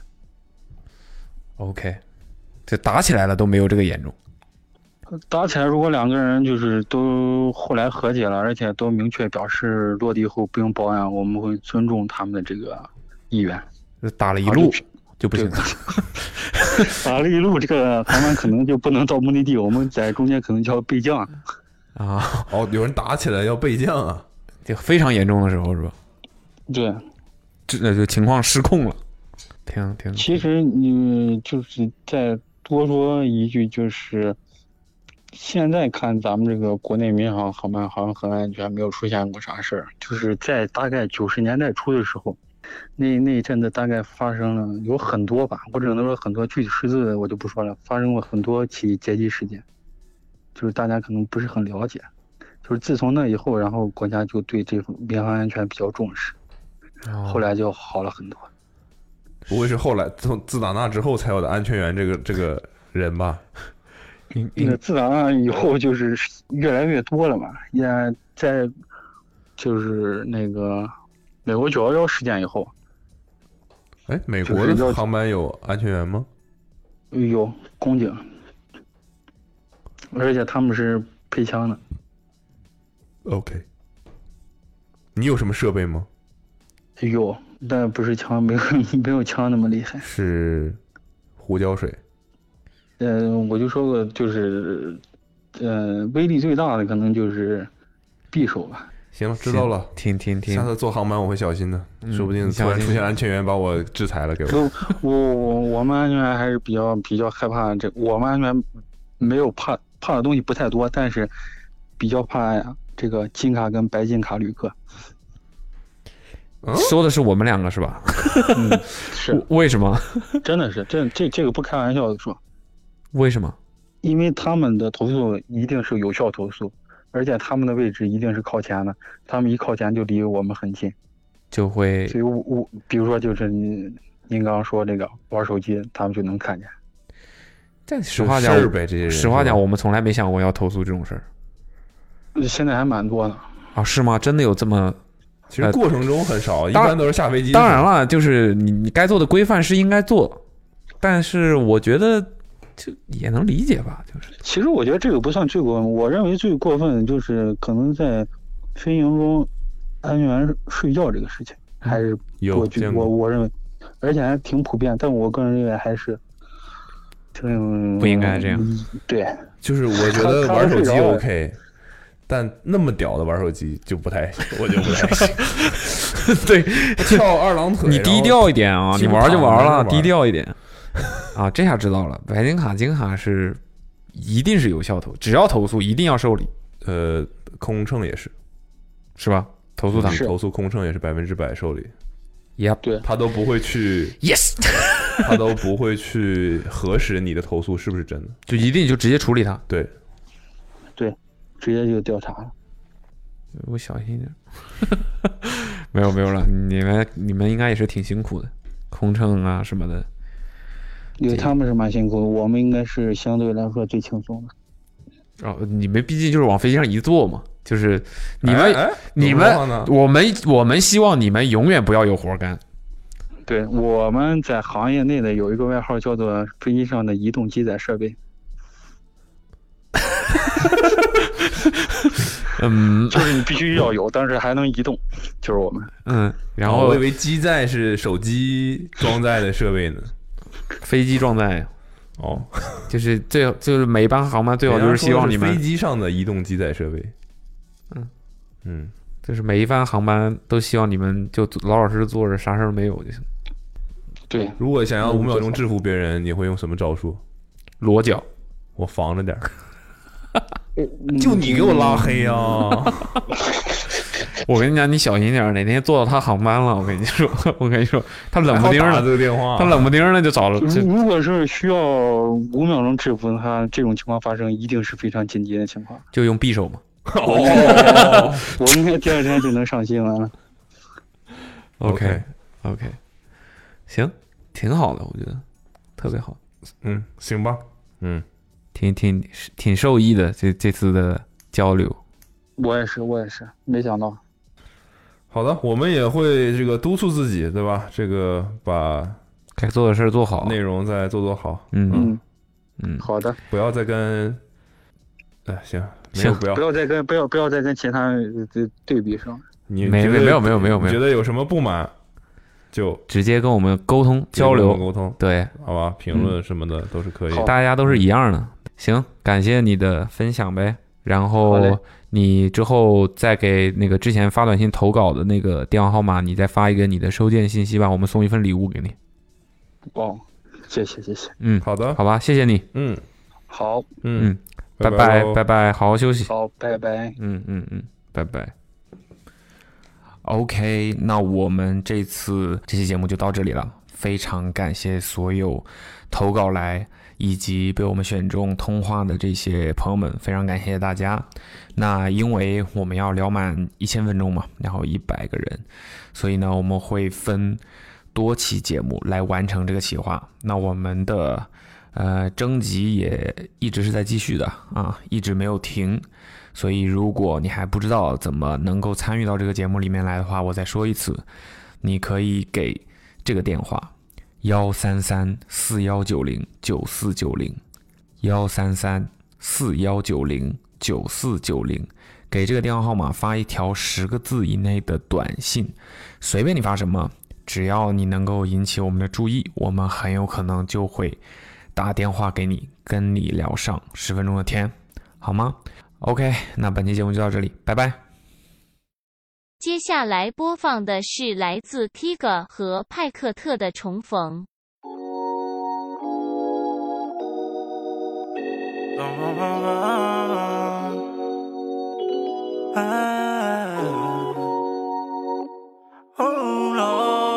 OK， 这打起来了都没有这个严重。 打起来，如果两个人就是都后来和解了，而且都明确表示落地后不用报案，我们会尊重他们的这个意愿。 打了一路就不行了， 打了一路，这个航班可能就不能到目的地，我们在中间可能就要备降啊。 哦，有人打起来要备降啊， 就非常严重的时候是吧？ 对， 这就情况失控了。听听， 其实你就是再多说一句，就是现在看咱们这个国内民航航班好像很安全，没有出现过啥事儿。就是在大概九十年代初的时候，那那一阵子大概发生了有很多吧，我只能说很多，具体数字我就不说了，发生过很多起劫机事件，就是大家可能不是很了解。就是自从那以后，然后国家就对这种民航安全比较重视， 哦、 后来就好了很多。 不会是后来从自打那之后才有的安全员这个这个人吧？ 那自打以后就是越来越多了嘛，也在就是那个美国九一一事件以后， 哎，美国的航班有安全员吗？ 有空警，而且他们是配枪的。 OK， 你有什么设备吗？ 有，但不是枪，没有没有枪那么厉害。 是胡椒水。 呃，我就说过，就是呃，威力最大的可能就是匕首吧。 行了，知道了。 听听听， 下次坐航班我会小心的，嗯、说不定突然出现安全员把我制裁了，给我。 我我我们安全员还是比较比较害怕这，我们安全员没有怕怕的东西不太多，但是比较怕呀这个金卡跟白金卡旅客。 嗯、说的是我们两个是吧？ 嗯，是。 为什么？ 真的是，这这这个不开玩笑的说。 为什么？ 因为他们的投诉一定是有效投诉，而且他们的位置一定是靠前的，他们一靠前就离我们很近， 就会。 所以我我比如说就是您您刚刚说这个玩手机，他们就能看见。 但实话讲，实话讲，我们从来没想过要投诉这种事儿。 现在还蛮多的啊？是吗？真的有这么？ 其实过程中很少，呃、一般都是下飞机。 当然了，就是你你该做的规范是应该做，但是我觉得。就也能理解吧，就是。 其实我觉得这个不算最过分，我认为最过分的就是可能在飞行中安全员睡觉这个事情，还是有我我认为，而且还挺普遍，但我个人认为还是挺不应该这样。 对， 就是我觉得玩手机 OK， 但那么屌的玩手机就不太，我就不太行。 对， 跳二郎腿， 你低调一点啊，你玩就玩了，低调一点。啊，这下知道了，白金卡、金卡是一定是有效投，只要投诉一定要受理。 呃，空乘也是， 是吧？投诉他， 投诉空乘也是百分之百受理。 Yep， 对， 他都不会去 ，yes， 他都不会去核实你的投诉是不是真的， 就一定就直接处理它。 对， 对，直接就调查了。 我小心一点。没有没有了，你们你们应该也是挺辛苦的，空乘啊什么的。 因为他们是蛮辛苦的，我们应该是相对来说最轻松的。 哦，你们毕竟就是往飞机上一坐嘛，就是你们、 哎哎、 你们我们我们希望你们永远不要有活干。 对，我们在行业内的有一个外号叫做飞机上的移动机载设备。 嗯， 就是你必须要有，但是还能移动，就是我们。 嗯，然后、 哦、我以为机载是手机装载的设备呢。 飞机装载， 哦， 就是最就是每一班航班最好就是希望你们飞机上的移动机载设备， 嗯嗯， 就是每一班航班都希望你们就老老实实坐着，啥事儿没有就行。 对， 如果想要五秒钟制服别人，你会用什么招数？ 裸脚， 我防着点儿。就你给我拉黑啊！ 我跟你讲，你小心点，哪天坐到他航班了，我跟你说，我跟你说，他冷不丁的， 这个电话， 他冷不丁的就找了。 如果是需要五秒钟制服他，这种情况发生，一定是非常紧急的情况， 就用匕首嘛。 哦，我应该第二天就能上新闻了。 OK OK， 行，挺好的，我觉得特别好。 嗯，行吧，嗯。 挺挺挺受益的，这这次的交流， 我也是，我也是，没想到。 好的，我们也会这个督促自己，对吧？这个把该做的事做好， 内容再做做好。 嗯嗯嗯， 好的， 不要再跟，哎，行， 行， 不要不要再跟不要不要再跟其他对比上。 你没没有没有没有没有， 觉得有什么不满，就直接跟我们沟通交流沟通， 对， 好吧，评论什么的都是可以， 大家都是一样的。行，感谢你的分享呗。然后你之后再给那个之前发短信投稿的那个电话号码，你再发一个你的收件信息吧，我们送一份礼物给你。 哦，谢谢谢谢。 嗯， 好的， 好吧，谢谢你。 嗯， 好， 嗯，拜拜拜拜，好好休息。 好，拜拜。 嗯嗯嗯，拜拜。OK， 那我们这次这期节目就到这里了，非常感谢所有投稿来以及被我们选中通话的这些朋友们，非常感谢大家。那因为我们要聊满一千分钟嘛，然后一百个人，所以呢，我们会分多期节目来完成这个企划。那我们的呃，征集也一直是在继续的啊，一直没有停。所以如果你还不知道怎么能够参与到这个节目里面来的话，我再说一次，你可以给这个电话幺三三四幺九零九四九零幺三三四幺九零九四九零，给这个电话号码发一条十个字以内的短信，随便你发什么，只要你能够引起我们的注意，我们很有可能就会打电话给你，跟你聊上十分钟的天，好吗？ OK， 那本期节目就到这里，拜拜。 接下来播放的是来自 Tiga 和派克特的重逢。 Oh no,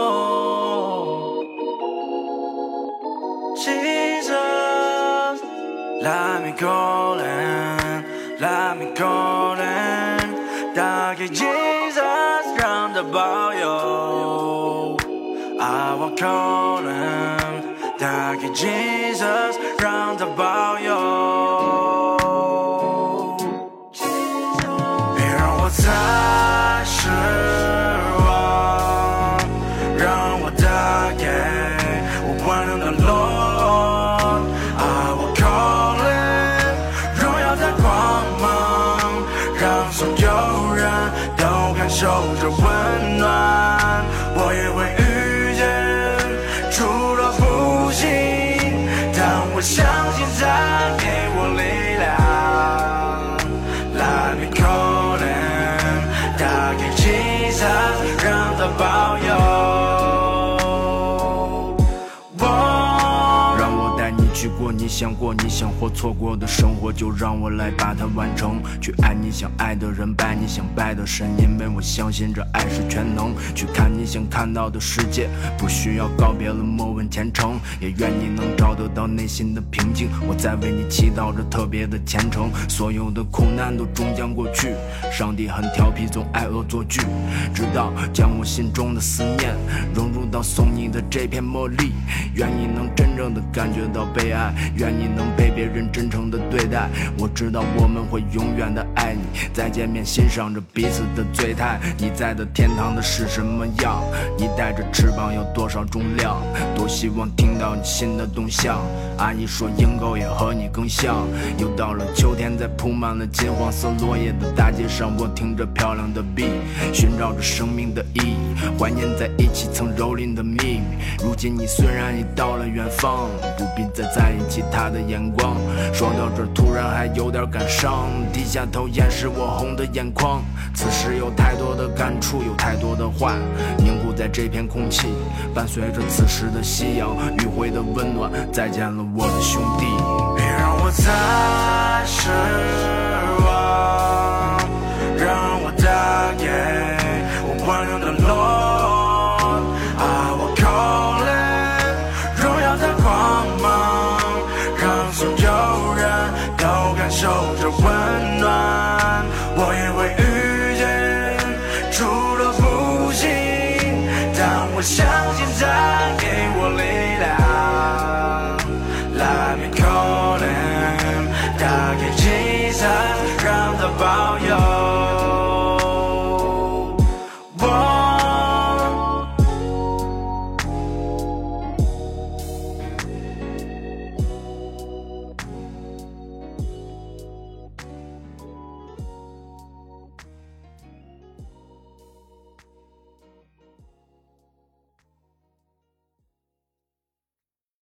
Jesus, let me go in, let me go in. Darky Jesus round about you, I will call him. Darky Jesus round about you. 别让我再失望，让我打给我万能的 Lord， I will call him。荣耀的光芒，让所有人都感受着温暖。我也会遇见除了不幸，但我相信他给我力量。Let me call him， 打给 Jesus， 让他保佑。让我带你去过你想过、你想或错过的生活，就让我来把它完成。去爱你想爱的人，拜你想拜的神，因为我相信这爱是全能。去看你想看到的世界，不需要告别了莫问前程，也愿你能找得到内心的平静。我在为你祈祷着特别的虔诚，所有的苦难都终将过去。上帝很调皮，总爱恶作剧，直到将我心中的思念融入到送你的这片茉莉。愿你能真正的感觉到被爱，愿你能被别人真诚的对待。我知道我们会永远的爱你，再见面欣赏着彼此的醉态。你在的天堂的是什么样？你带着翅膀有多少重量？多希望听到你新的动向。阿姨说鹰狗也和你更像。又到了秋天，在铺满了金黄色落叶的大街上，我听着漂亮的 beat， 寻找着生命的意义，怀念在一起曾蹂躏的秘密。如今你虽然已到了远方，不必再在意其他的眼光。说到这突然还有点感伤，低下头掩饰我红的眼眶。此时有太多的感触，有太多的话凝固在这片空气，伴随着此时的夕阳余晖的温暖。再见了我的兄弟，别让我再失望，让我打给我万能的 Lord， I will call him。 荣耀的光芒，让所有人都感受着温暖。